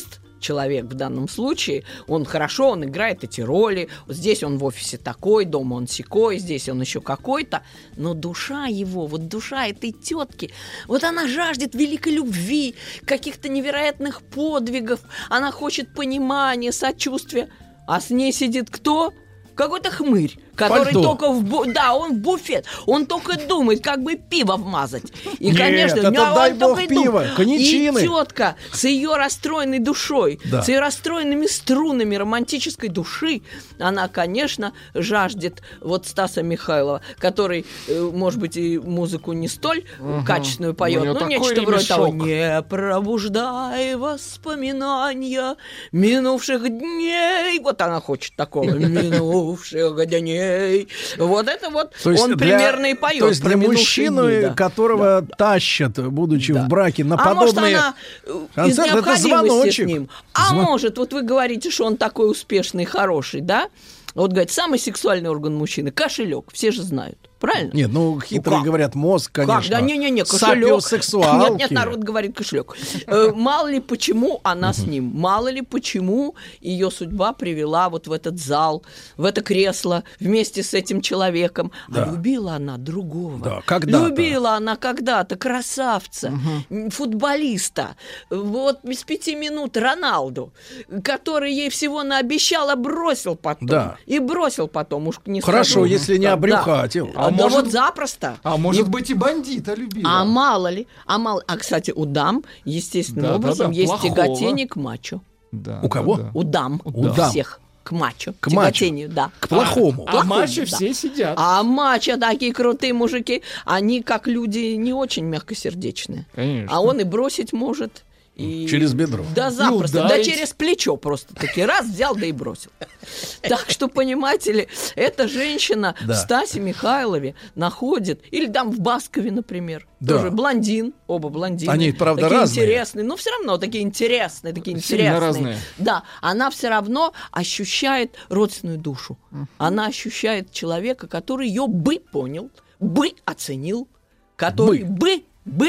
человек в данном случае, он хорошо, он играет эти роли, здесь он в офисе такой, дома он сякой, здесь он еще какой-то, но душа его, вот душа этой тетки, вот она жаждет великой любви, каких-то невероятных подвигов, она хочет понимания, сочувствия, а с ней сидит кто? Какой-то хмырь, который только он в буфет, он только думает, как бы пиво вмазать. И, нет, конечно, это дай бог пиво, коньячины. И тетка с ее расстроенной душой, с ее расстроенными струнами романтической души, она, конечно, жаждет вот Стаса Михайлова, который, может быть, и музыку не столь качественную поет, но нечто вроде того: «Не пробуждай воспоминания минувших дней». Вот она хочет такого: минувших дней. Вот это вот он примерно и поет. То есть для мужчины, которого тащат, будучи в браке, на подобные концерты, это звоночек. С ним. Может, вот вы говорите, что он такой успешный, хороший, да? Вот, говорит, самый сексуальный орган мужчины — кошелек. Все же знают. Правильно? Нет, ну хитрые говорят мозг, конечно. Как? Да не, кошелек. Сапиосексуалки. Нет, народ говорит кошелек. Мало ли почему она с ним, мало ли почему ее судьба привела вот в этот зал, в это кресло вместе с этим человеком. А любила она другого. Да, когда-то. Любила она когда-то красавца, футболиста, вот без 5 минут Роналду, который ей всего наобещал, а бросил потом. Да. И бросил потом, уж не Хорошо, скажу. если не обрюхатил. Да вот запросто. А может быть и бандита любила. А мало ли. А, кстати, у дам естественным образом есть тяготение к мачо. Да, у кого? Да. У дам. У дам. Всех. К мачо. К мачо. Тяготению, да. К плохому. А мачо все сидят. А мачо, такие крутые мужики, они как люди не очень мягкосердечные. Конечно. А он и бросить может. И... Через бедро. Да, запросто. Ну, да через плечо просто таки раз взял, да и бросил. Так что, понимаете ли, эта женщина в Стасе Михайлове находит, или там в Баскове, например, тоже блондин, оба блондины. Они, правда, такие разные. Интересные, но все равно такие интересные. Сильно разные. Да, она все равно ощущает родственную душу. Она ощущает человека, который ее бы понял, бы оценил, который бы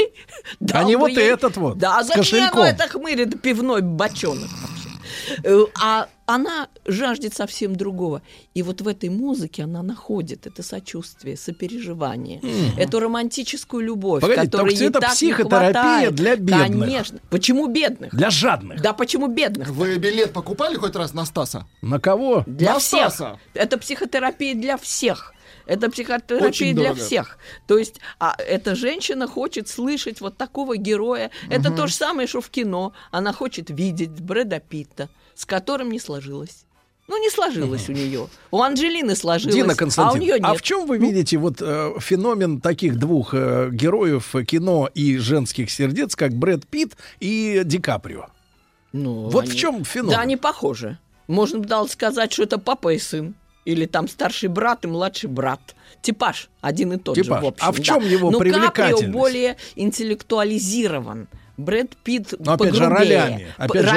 дал а не бы вот ей... этот вот, да, с кошельком. Да, это хмырь, это пивной бочонок вообще. А она жаждет совсем другого. И вот в этой музыке она находит это сочувствие, сопереживание, эту романтическую любовь, которой ей это так психотерапия не хватает. для бедных. Конечно. Почему бедных? Для жадных. Да почему бедных? Вы билет покупали хоть раз на Стаса? На кого? Для на всех. Стаса. Это психотерапия для всех. Это психотерапия Очень для дорого. всех. То есть эта женщина хочет слышать вот такого героя. Это то же самое, что в кино. Она хочет видеть Брэда Питта, с которым не сложилось. Ну, не сложилось у нее. У Анджелины сложилось, Дина Константин, а у нее нет. А в чем вы видите вот феномен таких двух героев кино и женских сердец, как Брэд Питт и Ди Каприо? Ну, вот в чем феномен? Да, они похожи. Можно было сказать, что это папа и сын. Или там старший брат и младший брат. Типаж один и тот же, в общем. А в чем его привлекательность? Каприо более интеллектуализирован. Брэд Питт опять же ролями.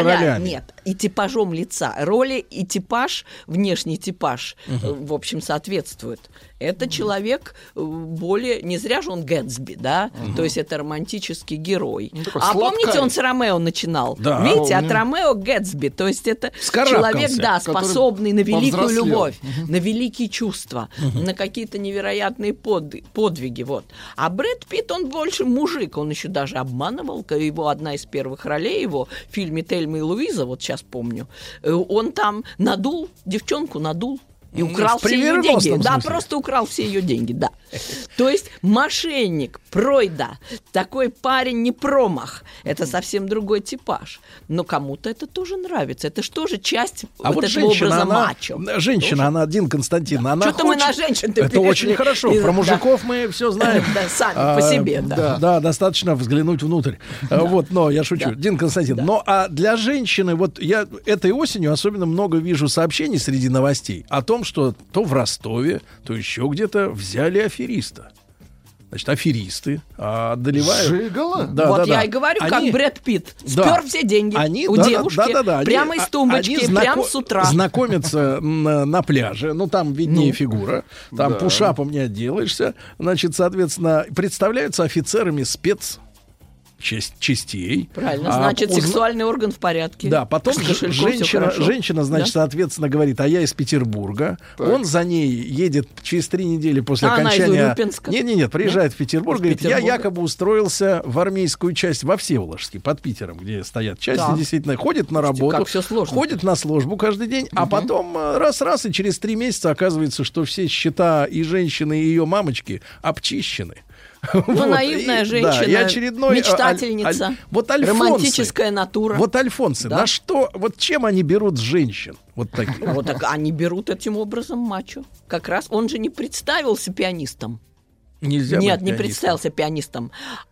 Нет, и типажом лица. Роли и типаж, внешний типаж, в общем, соответствуют. Это человек более... Не зря же он Гэтсби, да? То есть это романтический герой. Помните, он с Ромео начинал? Да, видите, от Ромео Гэтсби. То есть это человек, да, способный на великую любовь, на великие чувства, на какие-то невероятные подвиги. Вот. А Брэд Питт, он больше мужик. Он еще даже обманывал. Его одна из первых ролей его в фильме «Тельма и Луиза», вот сейчас помню, он там надул, девчонку надул. И украл все ее деньги. Да, просто украл все ее деньги, да. То есть мошенник, пройда, такой парень не промах. Это совсем другой типаж. Но кому-то это тоже нравится. Это что же часть вот этого образа мачо. Женщина, она, Дин Константин, она что-то мы на женщин-то это перешли. очень хорошо. Про мужиков мы все знаем. Да, сами по себе, да. Да, достаточно взглянуть внутрь. Вот, но я шучу. Дин Константин, но а для женщины, вот я этой осенью особенно много вижу сообщений среди новостей о том, что то в Ростове, то еще где-то взяли афериста. Значит, аферисты одолевают. Жигало? Да, вот я и говорю, как Брэд Питт спер все деньги у девушки прямо из тумбочки, прямо с утра. Знакомятся на пляже, ну там виднее фигура, там пушапом не отделаешься. Значит, соответственно, представляются офицерами частей. Правильно, значит, сексуальный орган в порядке. Да, потом женщина, значит, соответственно, говорит, а я из Петербурга. Так. Он за ней едет через 3 недели после окончания... Нет, приезжает в Петербург, говорит, я якобы устроился в армейскую часть во Всеволожске, под Питером, где стоят части, действительно, ходит на работу, ходит на службу каждый день, а потом раз-раз, и через 3 месяца оказывается, что все счета и женщины, и ее мамочки обчищены. Ну, наивная женщина, мечтательница, романтическая натура. Вот альфонсы, на что, вот чем они берут женщин? Вот такие. Вот так они берут этим образом мачо. Как раз он же не представился пианистом. Нет, не представился пианистом.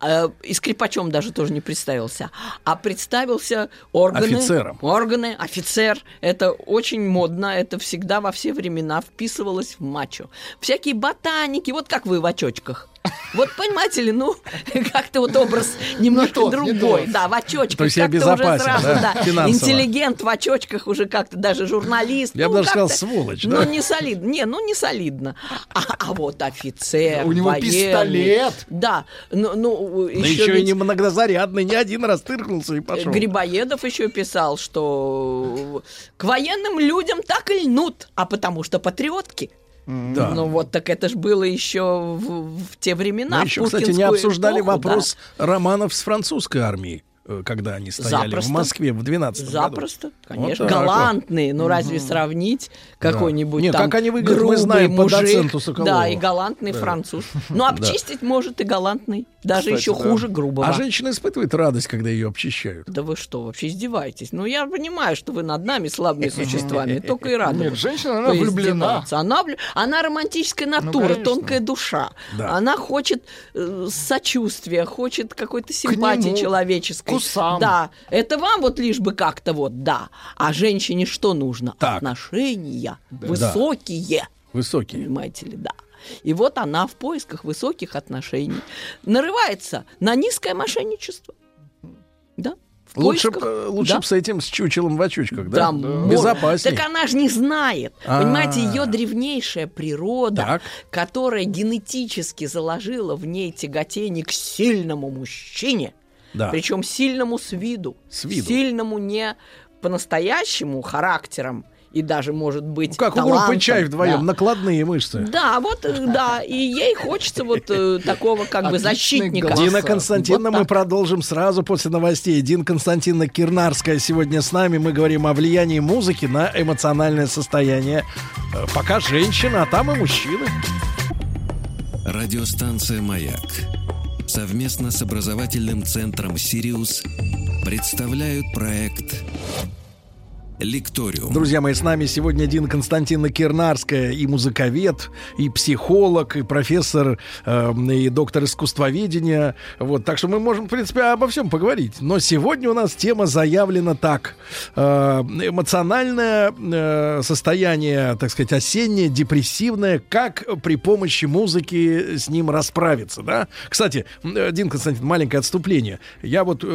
И скрипачом даже тоже не представился. А представился офицером. Офицер. Это очень модно. Это всегда во все времена вписывалось в мачо. Всякие ботаники. Вот как вы в очочках. Вот понимаете ли, как-то вот образ немножко другой. Да, в очочках. То есть я безопасен, да? Интеллигент в очочках уже как-то, даже журналист. Я бы даже сказал, сволочь, да? Ну, не солидно. Не солидно. А вот офицер, у него пистолет. Да. Еще и не многозарядный, не один раз тыркнулся и пошел. Грибоедов еще писал, что к военным людям так и льнут, а потому что патриотки. Да. Ну вот, так это ж было еще в те времена. Мы еще, кстати, не обсуждали вопрос романов с французской армией, когда они стояли в Москве в 12 Запросто, конечно. Вот галантные. Ну, разве сравнить какой-нибудь Нет, там как они выглядят, грубый мы знаем мужик, по доценту Соколову. Да, и галантный француз. Ну, обчистить может и галантный. Даже еще хуже грубого. А женщина испытывает радость, когда ее обчищают? Да вы что, вообще издеваетесь? Ну, я понимаю, что вы над нами, слабыми существами, только и рады. Нет, женщина, она влюблена. Она романтическая натура, тонкая душа. Да. Она хочет сочувствия, хочет какой-то симпатии человеческой. Кусам. Да, это вам вот лишь бы как-то вот, да. А женщине что нужно? Так. Отношения высокие. Высокие. Понимаете ли, да. И вот она в поисках высоких отношений нарывается на низкое мошенничество. Да. Лучше б с этим, с чучелом в очучках, да? Безопаснее. Так она же не знает. Понимаете, ее древнейшая природа, которая генетически заложила в ней тяготение к сильному мужчине, причем сильному с виду, сильному не по-настоящему характером, и даже, может быть, как талантом. у группы «Чай» вдвоем, накладные мышцы. Да, и ей хочется вот такого как бы защитника. Дина Константиновна, мы продолжим сразу после новостей. Дина Константиновна Кирнарская сегодня с нами. Мы говорим о влиянии музыки на эмоциональное состояние. Пока женщина, а там и мужчины. Радиостанция «Маяк» совместно с образовательным центром «Сириус» представляют проект «Лекториум». Друзья мои, с нами сегодня Дина Константиновна Кирнарская, и музыковед, и психолог, и профессор, и доктор искусствоведения. Вот, так что мы можем, в принципе, обо всем поговорить. Но сегодня у нас тема заявлена так. Эмоциональное состояние, так сказать, осеннее, депрессивное. Как при помощи музыки с ним расправиться, да? Кстати, Дина Константиновна, маленькое отступление. Я вот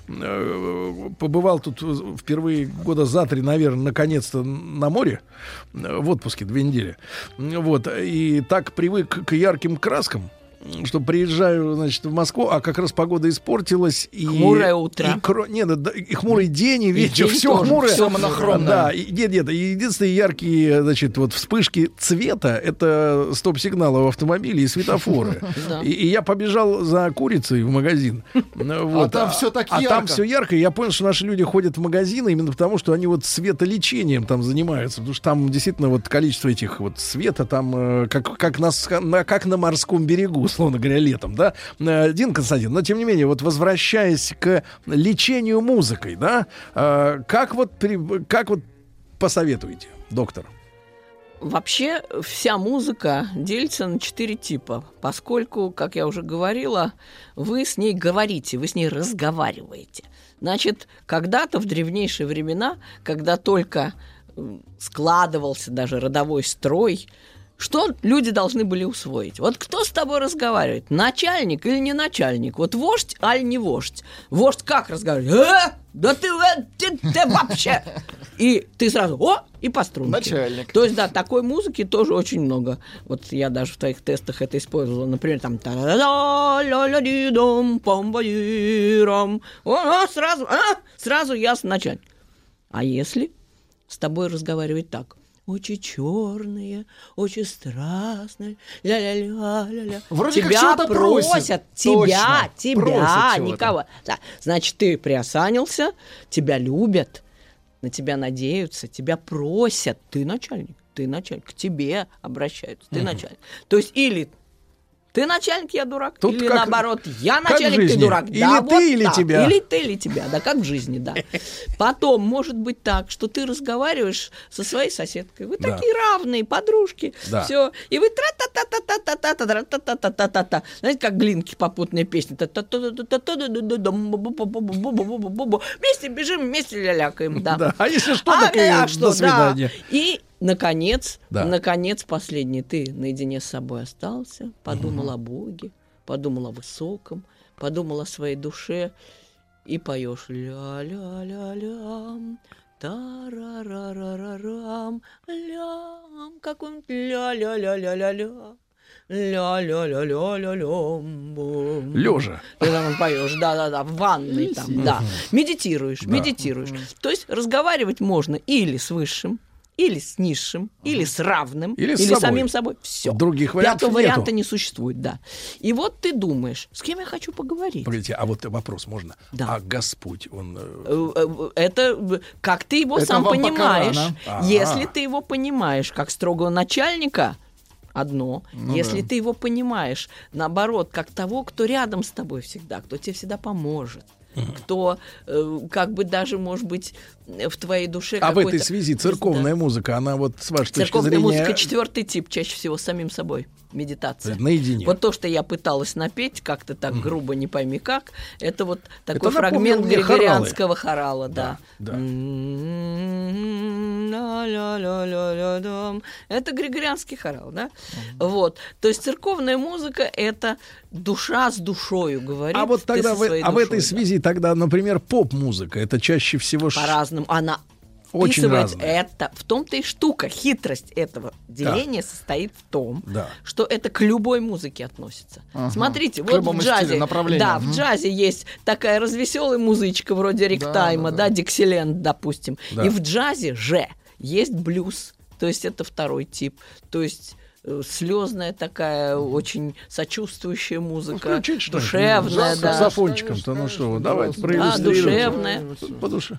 побывал тут впервые года за 3, наверное, наконец-то на море, в отпуске 2 недели. Вот, и так привык к ярким краскам, что приезжаю, значит, в Москву, а как раз погода испортилась. Хмурое утро. И хмурый день, и вечер, все хмурое. Все монохромное. Да, единственные яркие, значит, вот вспышки цвета — это стоп-сигналы в автомобиле и светофоры. И я побежал за курицей в магазин. А там все так ярко. А там все ярко, и я понял, что наши люди ходят в магазины именно потому, что они вот светолечением там занимаются, потому что там действительно вот количество этих вот света там как на морском берегу, условно говоря, летом, да, Дина Константиновна, но тем не менее, вот возвращаясь к лечению музыкой, да, как вот посоветуете, доктор? Вообще вся музыка делится на 4 типа, поскольку, как я уже говорила, вы с ней говорите, вы с ней разговариваете. Значит, когда-то в древнейшие времена, когда только складывался даже родовой строй, Что люди должны были усвоить? Вот кто с тобой разговаривает? Начальник или не начальник? Вот вождь, аль не вождь? Вождь как разговаривает? Да ты вообще... И ты сразу, и по струнке. Начальник. То есть, да, такой музыки тоже очень много. Вот я даже в твоих тестах это использовала. Например, там... Сразу ясно начальник. А если с тобой разговаривать так? Очи черные, очи страстные, ля-ля-ля-ля-ля. Вроде тебя как чего-то просят, тебя, просят никого. Да. Значит, ты приосанился, тебя любят, на тебя надеются, тебя просят. Ты начальник, к тебе обращаются, ты начальник. То есть или ты начальник, я дурак, тут или как, наоборот, я начальник, ты дурак. Или да, ты, вот или так. тебя. Или ты, или тебя, да, как в жизни, да. Потом может быть так, что ты разговариваешь со своей соседкой, вы такие равные, подружки, все, и вы тра-та-та-та-та-та-та-та-та-та-та-та-та. Знаете, как Глинки попутная песня. Вместе бежим, вместе лялякаем, да. А если что, так и до свидания. И наконец, последний, ты наедине с собой остался, подумал о Боге, подумал о высоком, подумал о своей душе и поешь ля-ля-ля-лям, та-ра-ра-ра-ра-рам, лям, какой-нибудь ля-ля-ля-ля-ля-ля. Ля-ля-ля-ля-ля-лям. Лёжа. Ты там поешь, да-да-да, в ванной там, да. Медитируешь. То есть разговаривать можно или с высшим, или с низшим, или с равным, или с самим собой. Все. Других вариантов Пятого варианта не существует, да. И вот ты думаешь, с кем я хочу поговорить? Погодите, а вот вопрос можно? Да. А Господь, он... Это как ты его сам понимаешь. Если ты его понимаешь как строгого начальника, одно. Если ты его понимаешь, наоборот, как того, кто рядом с тобой всегда, кто тебе всегда поможет, кто как бы даже, может быть, в твоей душе в этой связи церковная музыка, она вот с вашей точки зрения... Церковная музыка 4-й тип, чаще всего самим собой. Медитация. Наедине. Вот то, что я пыталась напеть, как-то так грубо, не пойми как, это вот такой фрагмент григорианского хорала, да. Это григорианский хорал, да? Вот. То есть церковная музыка — это душа с душою, говорит. А вот тогда в этой связи тогда, например, поп-музыка, это чаще всего... По-разному. Она очень разные. Это. В том-то и штука. Хитрость этого деления состоит в том, что это к любой музыке относится. Смотрите, вот в джазе. Да, в джазе есть такая развеселая музычка вроде ректайма, Диксиленд, допустим. И в джазе же есть блюз. То есть это 2-й тип. То есть слезная такая, очень сочувствующая музыка, душевная, да. За фончиком-то, ну что, давайте проиллюстрируем. Душевная. По душе.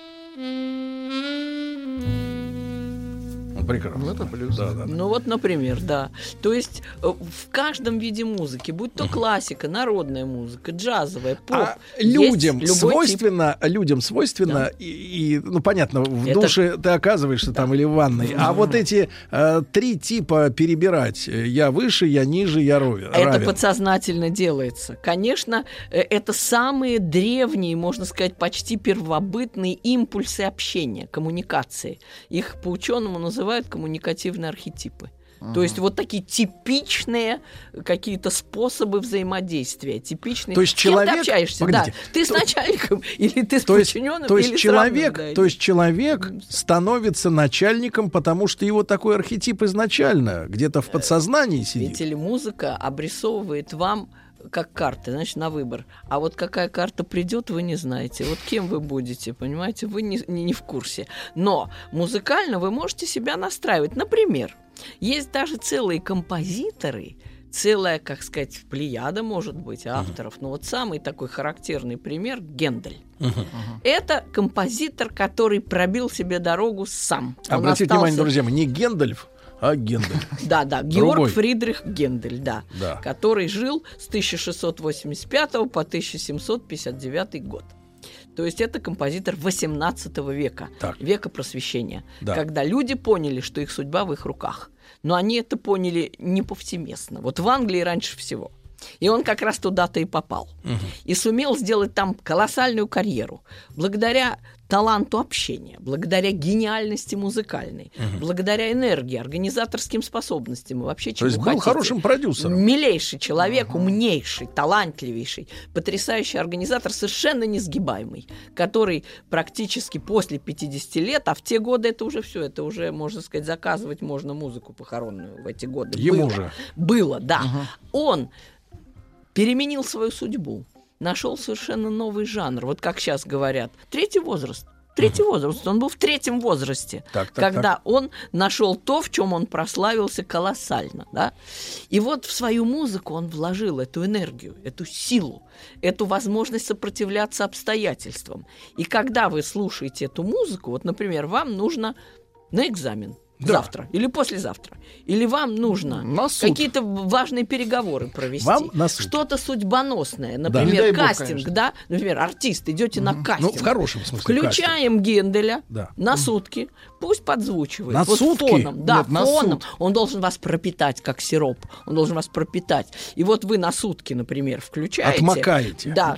Прекрасно. Это плюс. Ну вот, например, да. То есть в каждом виде музыки, будь то классика, народная музыка, джазовая, поп, людям свойственно, и, ну понятно, в душе ты оказываешься там или в ванной, а вот эти 3 типа перебирать: я выше, я ниже, я равен. Это подсознательно делается. Конечно, это самые древние, можно сказать, почти первобытные импульсы общения, коммуникации. Их по-ученому называют коммуникативные архетипы. То есть вот такие типичные какие-то способы взаимодействия. Типичные. То есть человек... Ты общаешься, Ты с начальником, или ты с подчиненным, или с равным. То есть человек становится начальником, потому что его такой архетип изначально где-то в подсознании сидит. Ведь или музыка обрисовывает вам как карты, значит, на выбор. А вот какая карта придет, вы не знаете. Вот кем вы будете, понимаете, вы не в курсе. Но музыкально вы можете себя настраивать. Например, есть даже целые композиторы, целая, как сказать, плеяда, может быть, авторов. Но вот самый такой характерный пример — Гендель. Это композитор, который пробил себе дорогу сам. Обратите внимание, друзья мои, не Гендальф, а Гендель. Да, Георг Фридрих Гендель, который жил с 1685 по 1759 год. То есть это композитор XVIII века, века просвещения, когда люди поняли, что их судьба в их руках. Но они это поняли не повсеместно. Вот в Англии раньше всего. И он как раз туда-то и попал. И сумел сделать там колоссальную карьеру. Благодаря таланту общения, благодаря гениальности музыкальной, благодаря энергии, организаторским способностям и вообще чему хотите. То есть был хорошим продюсером. Милейший человек, умнейший, талантливейший, потрясающий организатор, совершенно несгибаемый, который практически после 50 лет, а в те годы это уже все, это уже, можно сказать, заказывать можно музыку похоронную в эти годы. Ему же. Было, да. Он переменил свою судьбу, нашел совершенно новый жанр. Вот как сейчас говорят, третий возраст. Он был в третьем возрасте, когда он нашел то, в чем он прославился колоссально. Да? И вот в свою музыку он вложил эту энергию, эту силу, эту возможность сопротивляться обстоятельствам. И когда вы слушаете эту музыку, вот, например, вам нужно на экзамен. Завтра или послезавтра. Или вам нужно какие-то важные переговоры провести. Что-то судьбоносное. Например, кастинг, да? Например, артист, идете на кастинг. Ну, в хорошем смысле. Включаем Генделя на сутки. Пусть подзвучивает. На сутки? Фоном. Да, фоном. Он должен вас пропитать, как сироп. Он должен вас пропитать. И вот вы на сутки, например, включаете. Отмокаете. Да.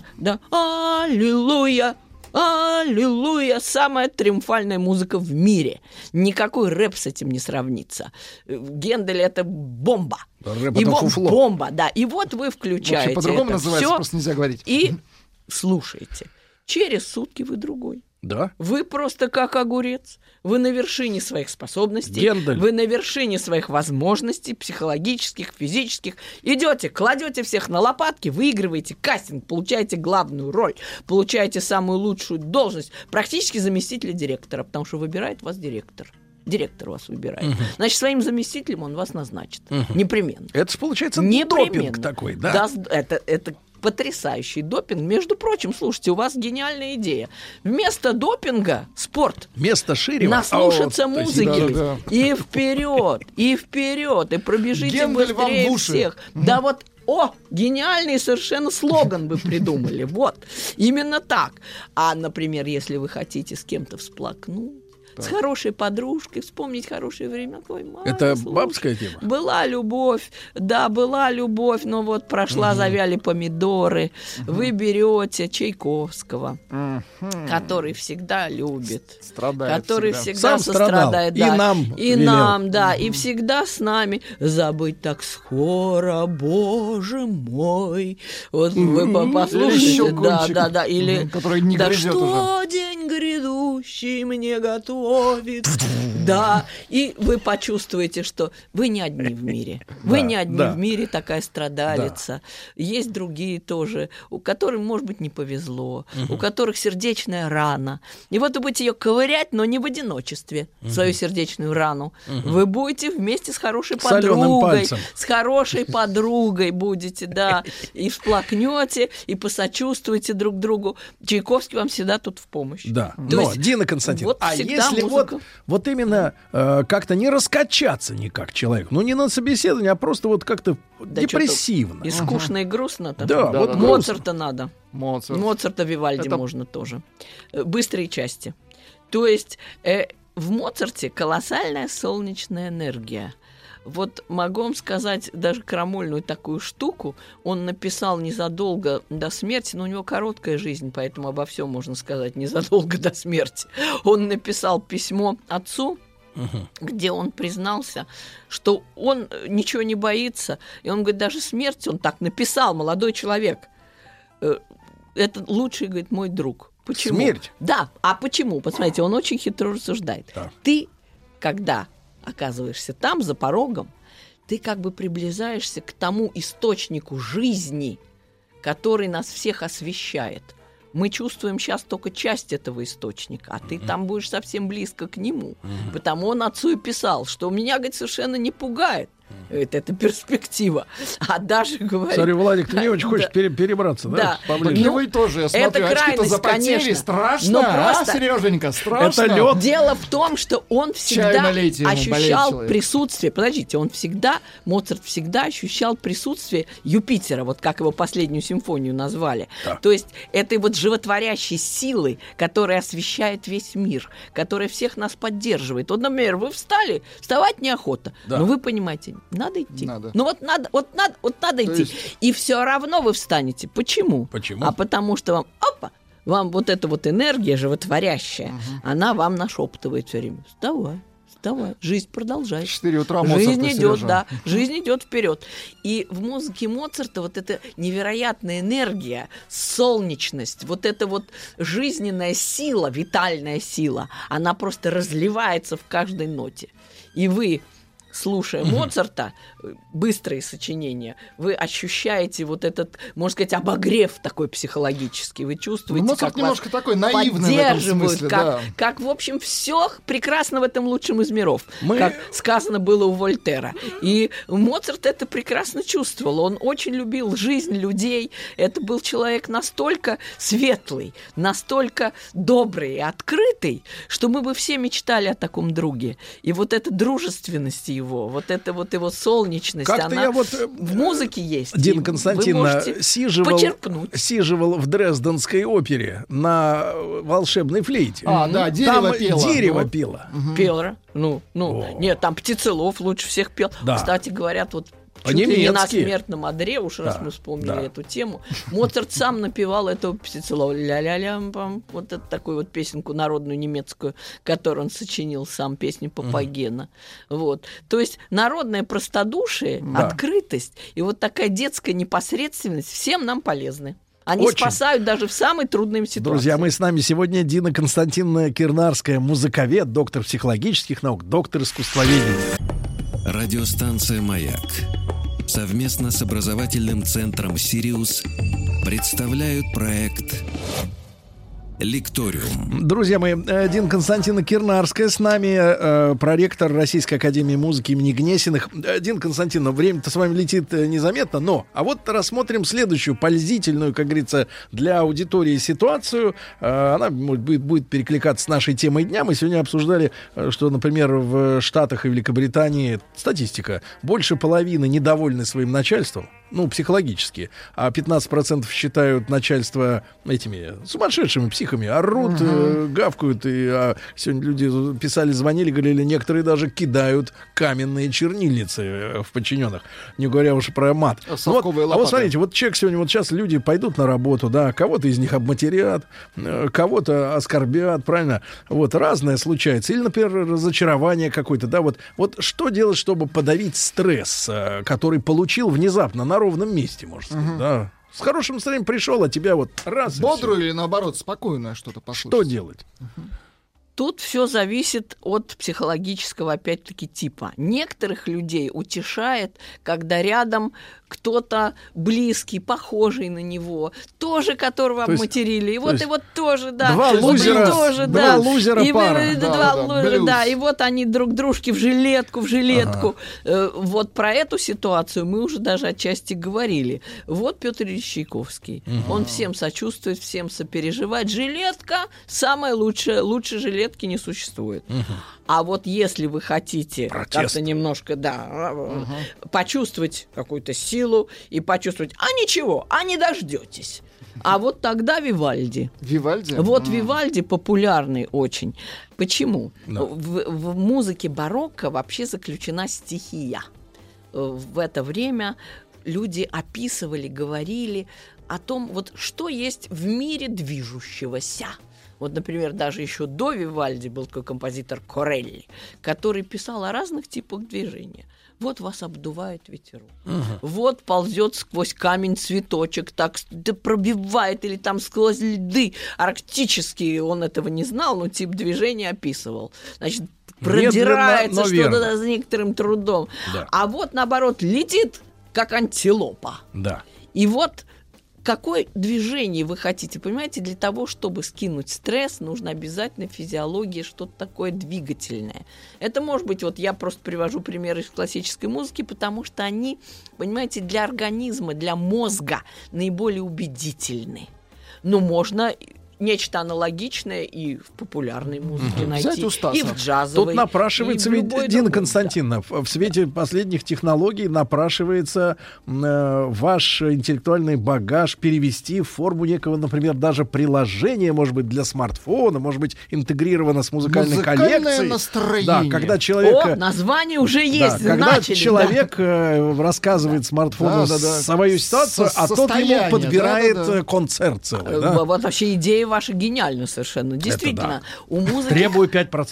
Аллилуйя. Аллилуйя! Самая триумфальная музыка в мире. Никакой рэп с этим не сравнится. Гендель — это бомба. Рэп — это фуфло. Бомба, да. И вот вы включаете вообще, по-другому это называется, всё просто нельзя говорить. И слушаете. Через сутки вы другой. Да. Вы просто как огурец. Вы на вершине своих способностей. Гендель. Вы на вершине своих возможностей психологических, физических. Идете, кладете всех на лопатки, выигрываете кастинг, получаете главную роль, получаете самую лучшую должность, практически заместителя директора, потому что выбирает вас директор. Директор вас выбирает. Значит, своим заместителем он вас назначит. Непременно. Это же получается допинг такой, да? Да, это потрясающий допинг. Между прочим, слушайте, у вас гениальная идея. Вместо допинга спорт. Вместо Ширева. Наслушаться музыки. Да. И вперед, и пробежите Гендель быстрее всех. Да вот. Гениальный совершенно слоган вы придумали. Вот. Именно так. А, например, если вы хотите с кем-то всплакнуть, с хорошей подружкой, вспомнить хорошие времена. Это бабская тема? Была любовь, но вот прошла, завяли помидоры. Вы берете Чайковского, который всегда любит, который всегда сострадает. Да. И нам, да, и всегда с нами. Забыть так скоро, Боже мой. Вот вы послушайте, да, или да что день грядущий мне готов. Да, и вы почувствуете, что вы не одни в мире. Вы не одни в мире, такая страдалица. Есть другие тоже, у которых, может быть, не повезло, у которых сердечная рана. И вот вы будете ее ковырять, но не в одиночестве, свою сердечную рану. Вы будете вместе с хорошей подругой. С хорошей подругой будете, да. И всплакнете, и посочувствуете друг другу. Чайковский вам всегда тут в помощь. Да, но, Дина Константиновна, а если вот именно как-то не раскачаться никак человеку, не на собеседование, а просто вот как-то депрессивно. И скучно, и грустно. Да, вот Моцарта надо. Моцарта, Вивальди можно тоже. Быстрые части. То есть в Моцарте колоссальная солнечная энергия. Вот могу вам сказать даже крамольную такую штуку. Он написал незадолго до смерти, но у него короткая жизнь, поэтому обо всем можно сказать незадолго до смерти. Он написал письмо отцу, где он признался, что он ничего не боится. И он говорит, даже смерть, он так написал, молодой человек. Это лучший, говорит, мой друг. Почему? Смерть? Да. А почему? Посмотрите, он очень хитро рассуждает. Да. Ты, когда оказываешься там, за порогом, ты как бы приближаешься к тому источнику жизни, который нас всех освещает. Мы чувствуем сейчас только часть этого источника, а ты там будешь совсем близко к нему. Потому он отцу и писал, что меня, говорит, совершенно не пугает. Это перспектива. А даже говорит... Смотри, Владик, ты не очень хочешь перебраться, да? Поближе. Ну, вы тоже, я смотрю, очки-то запотели, страшно, просто... Сереженька, страшно. Это лед. Дело в том, что он всегда ощущал присутствие. Подождите, Моцарт всегда ощущал присутствие Юпитера, вот как его последнюю симфонию назвали. Да. То есть этой вот животворящей силы, которая освещает весь мир, которая всех нас поддерживает. Вот, например, вы вставать неохота, но вы понимаете, надо идти. Ну вот надо идти. И все равно вы встанете. Почему? Почему? А потому что вам, Вам вот эта вот энергия животворящая, она вам нашептывает все время: вставай. Давай, жизнь продолжается. 4 утра жизнь идет, да, жизнь идет вперед. И в музыке Моцарта вот эта невероятная энергия, солнечность, вот эта вот жизненная сила, витальная сила, она просто разливается в каждой ноте. И вы, слушая Моцарта, быстрые сочинения, вы ощущаете вот этот, можно сказать, обогрев такой психологический. Вы чувствуете, Моцарт как немножко вас такой наивный в этом смысле, как, в общем, все прекрасно в этом лучшем из миров, как сказано было у Вольтера. И Моцарт это прекрасно чувствовал. Он очень любил жизнь людей. Это был человек настолько светлый, настолько добрый и открытый, что мы бы все мечтали о таком друге. И вот эта дружественность его, вот эта вот его солнечность, она в музыке есть. Дина Константиновна сиживал в Дрезденской опере на волшебной флейте. Да, дерево пело. Дерево пело. Пело. Нет, там Птицелов лучше всех пел. Да. Кстати, говорят, вот чуть ли не на смертном одре, уж раз мы вспомнили эту тему, Моцарт сам напевал эту Птицелова, ля-ля-лям-пам, вот эту такую вот песенку народную немецкую, которую он сочинил сам, песню Папагена. Вот. То есть народное простодушие, открытость и вот такая детская непосредственность всем нам полезны. Они спасают даже в самой трудной ситуации. Друзья, мы с нами сегодня Дина Константиновна Кирнарская, музыковед, доктор психологических наук, доктор искусствоведения. Радиостанция «Маяк» совместно с образовательным центром «Сириус» представляют проект «Лекториум». Друзья мои, Дина Константиновна Кирнарская с нами, проректор Российской академии музыки имени Гнесиных. Дина Константиновна, время-то с вами летит незаметно, а вот рассмотрим следующую пользительную, как говорится, для аудитории ситуацию. Она будет перекликаться с нашей темой дня. Мы сегодня обсуждали, что, например, в Штатах и Великобритании статистика, больше половины недовольны своим начальством, психологически, а 15% считают начальство этими сумасшедшими психами, орут, гавкают, и сегодня люди писали, звонили, говорили, некоторые даже кидают каменные чернильницы в подчиненных, не говоря уж про мат. А вот смотрите, вот человек сегодня, вот сейчас люди пойдут на работу, да, кого-то из них обматерят, кого-то оскорбят, правильно? Вот, разное случается. Или, например, разочарование какое-то, да, вот что делать, чтобы подавить стресс, который получил внезапно на ровном месте, можно сказать, да? С хорошим настроением пришел, а тебя вот раз. Бодрую или наоборот спокойное что-то послушать? Что делать? Тут все зависит от психологического, опять-таки, типа. Некоторых людей утешает, когда рядом кто-то близкий, похожий на него, тоже которого обматерили. И вот тоже, да. Два лузера, тоже, два лузера пара. Два лузера, да. И вот они друг дружке в жилетку. Вот про эту ситуацию мы уже даже отчасти говорили. Вот Петр Ильич Чайковский. Он всем сочувствует, всем сопереживает. Жилетка самая лучшая. Лучше жилетки не существует. А вот если вы хотите как-то немножко, почувствовать какую-то силу и почувствовать, ничего, не дождетесь. А вот тогда Вивальди. Вивальди? Вот Вивальди популярный очень. Почему? В музыке барокко вообще заключена стихия. В это время люди описывали, говорили о том, вот что есть в мире движущегося. Вот, например, даже еще до Вивальди был такой композитор Корелли, который писал о разных типах движения. Вот вас обдувает ветерок. Вот ползет сквозь камень цветочек, так пробивает, или там сквозь льды арктические. Он этого не знал, но тип движения описывал. Значит, продирается что-то с некоторым трудом. Да. А вот, наоборот, летит, как антилопа. Да. И вот какое движение вы хотите, понимаете, для того, чтобы скинуть стресс, нужно обязательно физиология, что-то такое двигательное. Это может быть, вот я просто привожу примеры из классической музыки, потому что они, понимаете, для организма, для мозга наиболее убедительны. Но можно нечто аналогичное и в популярной музыке найти, и в джазовой. Тут напрашивается, ведь, Дина Константиновна, в свете последних технологий напрашивается ваш интеллектуальный багаж перевести в форму некого, например, даже приложения, может быть, для смартфона, может быть, интегрировано с музыкальной коллекцией. Настроение. Да, когда человек... название уже есть, когда человек рассказывает смартфону свою ситуацию, а тот ему подбирает концерт целый. Вот вообще идея ваша гениальна совершенно. Действительно, у музыки... Требую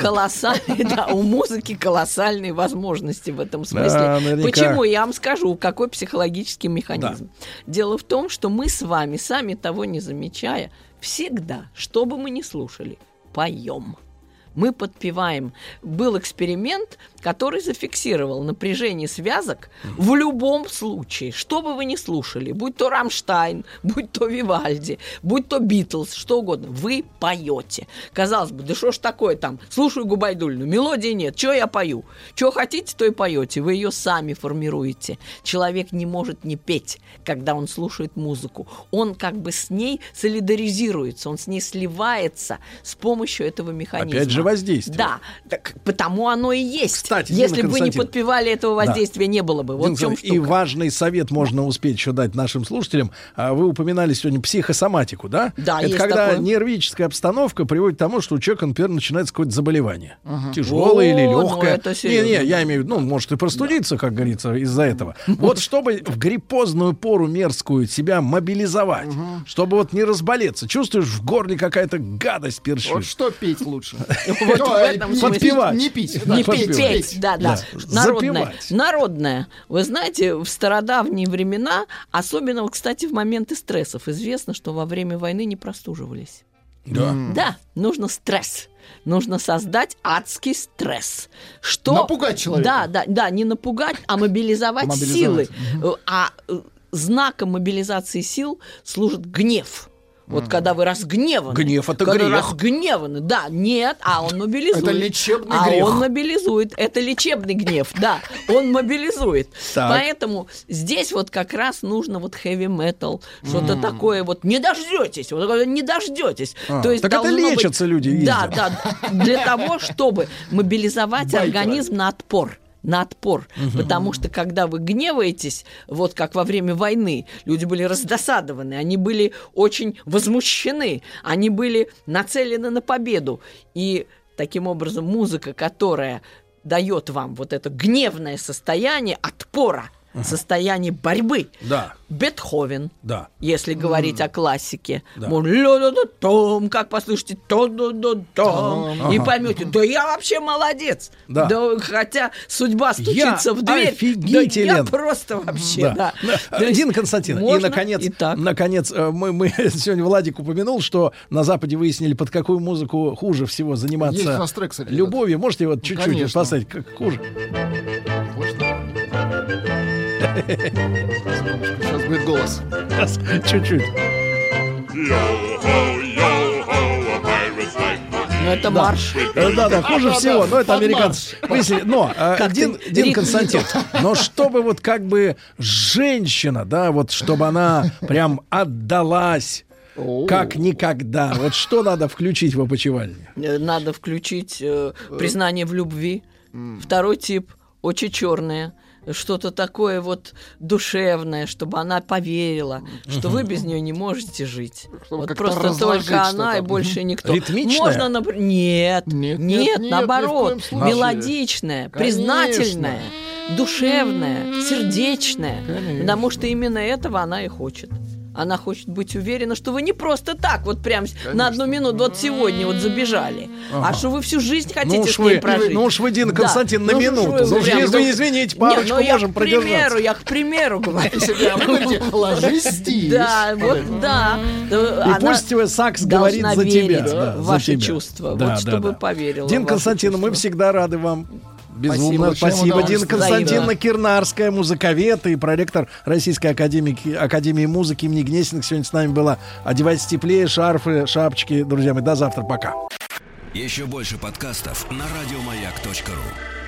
5%. У музыки колоссальные возможности в этом смысле. Почему? Я вам скажу, какой психологический механизм. Дело в том, что мы с вами, сами того не замечая, всегда, что бы мы ни слушали, поем. Мы подпеваем. Был эксперимент, который зафиксировал напряжение связок в любом случае. Что бы вы ни слушали, будь то Рамштайн, будь то Вивальди, будь то Битлз, что угодно, вы поете. Казалось бы, да что ж такое там? Слушаю Губайдуллину, мелодии нет, что я пою? Что хотите, то и поете. Вы ее сами формируете. Человек не может не петь, когда он слушает музыку. Он как бы с ней солидаризируется, он с ней сливается с помощью этого механизма. Опять же воздействие. Да, так, потому оно и есть. Кстати, если бы вы не подпевали, этого воздействия не было бы. Вот в чем штука. И важный совет можно успеть еще дать нашим слушателям. Вы упоминали сегодня психосоматику, да? Да, это когда такое. Нервическая обстановка приводит к тому, что у человека, например, начинается какое-то заболевание. Тяжелое или легкое. Не, я имею в виду, может и простудиться, как говорится, из-за этого. Вот чтобы в гриппозную пору мерзкую себя мобилизовать, чтобы вот не разболеться. Чувствуешь, в горле какая-то гадость першит. Вот что петь лучше? Вот в этом смысле. Подпевать. Не пить. Не петь. Да. Народное. Вы знаете, в стародавние времена, особенно, кстати, в моменты стрессов, известно, что во время войны не простуживались. Да, нужно стресс. Нужно создать адский стресс. Напугать человека. Да, не напугать, а мобилизовать силы. А знаком мобилизации сил служит гнев. Вот когда вы разгневаны. Гнев — это когда грех. разгневаны. Да, нет, он мобилизует. Это лечебный грех. Он мобилизует. Это лечебный гнев, да. Он мобилизует. Так. Поэтому здесь вот как раз нужно вот хэви-метал, что-то такое вот. Не дождетесь. Вот не дождетесь. То есть так это лечатся люди. Да. Для того, чтобы мобилизовать организм на отпор. Потому что когда вы гневаетесь, вот как во время войны, люди были раздосадованы, они были очень возмущены, они были нацелены на победу. И таким образом музыка, которая дает вам вот это гневное состояние отпора, состояние борьбы. Да. Бетховен, да. Если говорить о классике. Да. Том, как послушайте, и поймете, да я вообще молодец. Да. Хотя судьба стучится в дверь. Офигителен. Да я просто вообще, да. Дина Константиновна, и наконец, мы сегодня Владик упомянул, что на Западе выяснили, под какую музыку хуже всего заниматься любовью. Можете вот чуть-чуть поставить, как хуже? Сейчас будет голос. Чуть-чуть. Ну, это марш. Да, хуже всего, но это американцы. Но, Дин Константин, но чтобы вот как бы женщина, да, вот чтобы она прям отдалась как никогда, вот что надо включить в опочивальне? Надо включить признание в любви. Второй тип, очень черное. Что-то такое вот душевное, чтобы она поверила, что вы без нее не можете жить. Чтобы вот просто только она и больше никто. Ритмичная? Можно, нет, наоборот, мелодичная, признательная, душевная, сердечная. Конечно. Потому что именно этого она и хочет. Она хочет быть уверена, что вы не просто так вот прям на одну минуту вот сегодня вот забежали, а что вы всю жизнь хотите с ней прожить. Ну уж вы, Дина Константин, на минуту. Извините, парочку можем продержаться. Я к примеру говорю. Ложись. Да, вот да. И пусть сакс говорит за тебя. Ваши чувства, вот чтобы поверила. Дина Константиновна, мы всегда рады вам. Безумно. Спасибо. Дина Константиновна Кирнарская, музыковед и проректор Российской академии музыки имени Гнесиных. Сегодня с нами была. Одевайтесь теплее, шарфы, шапочки. Друзья мои, до завтра. Пока. Еще больше подкастов на радиомаяк.ру.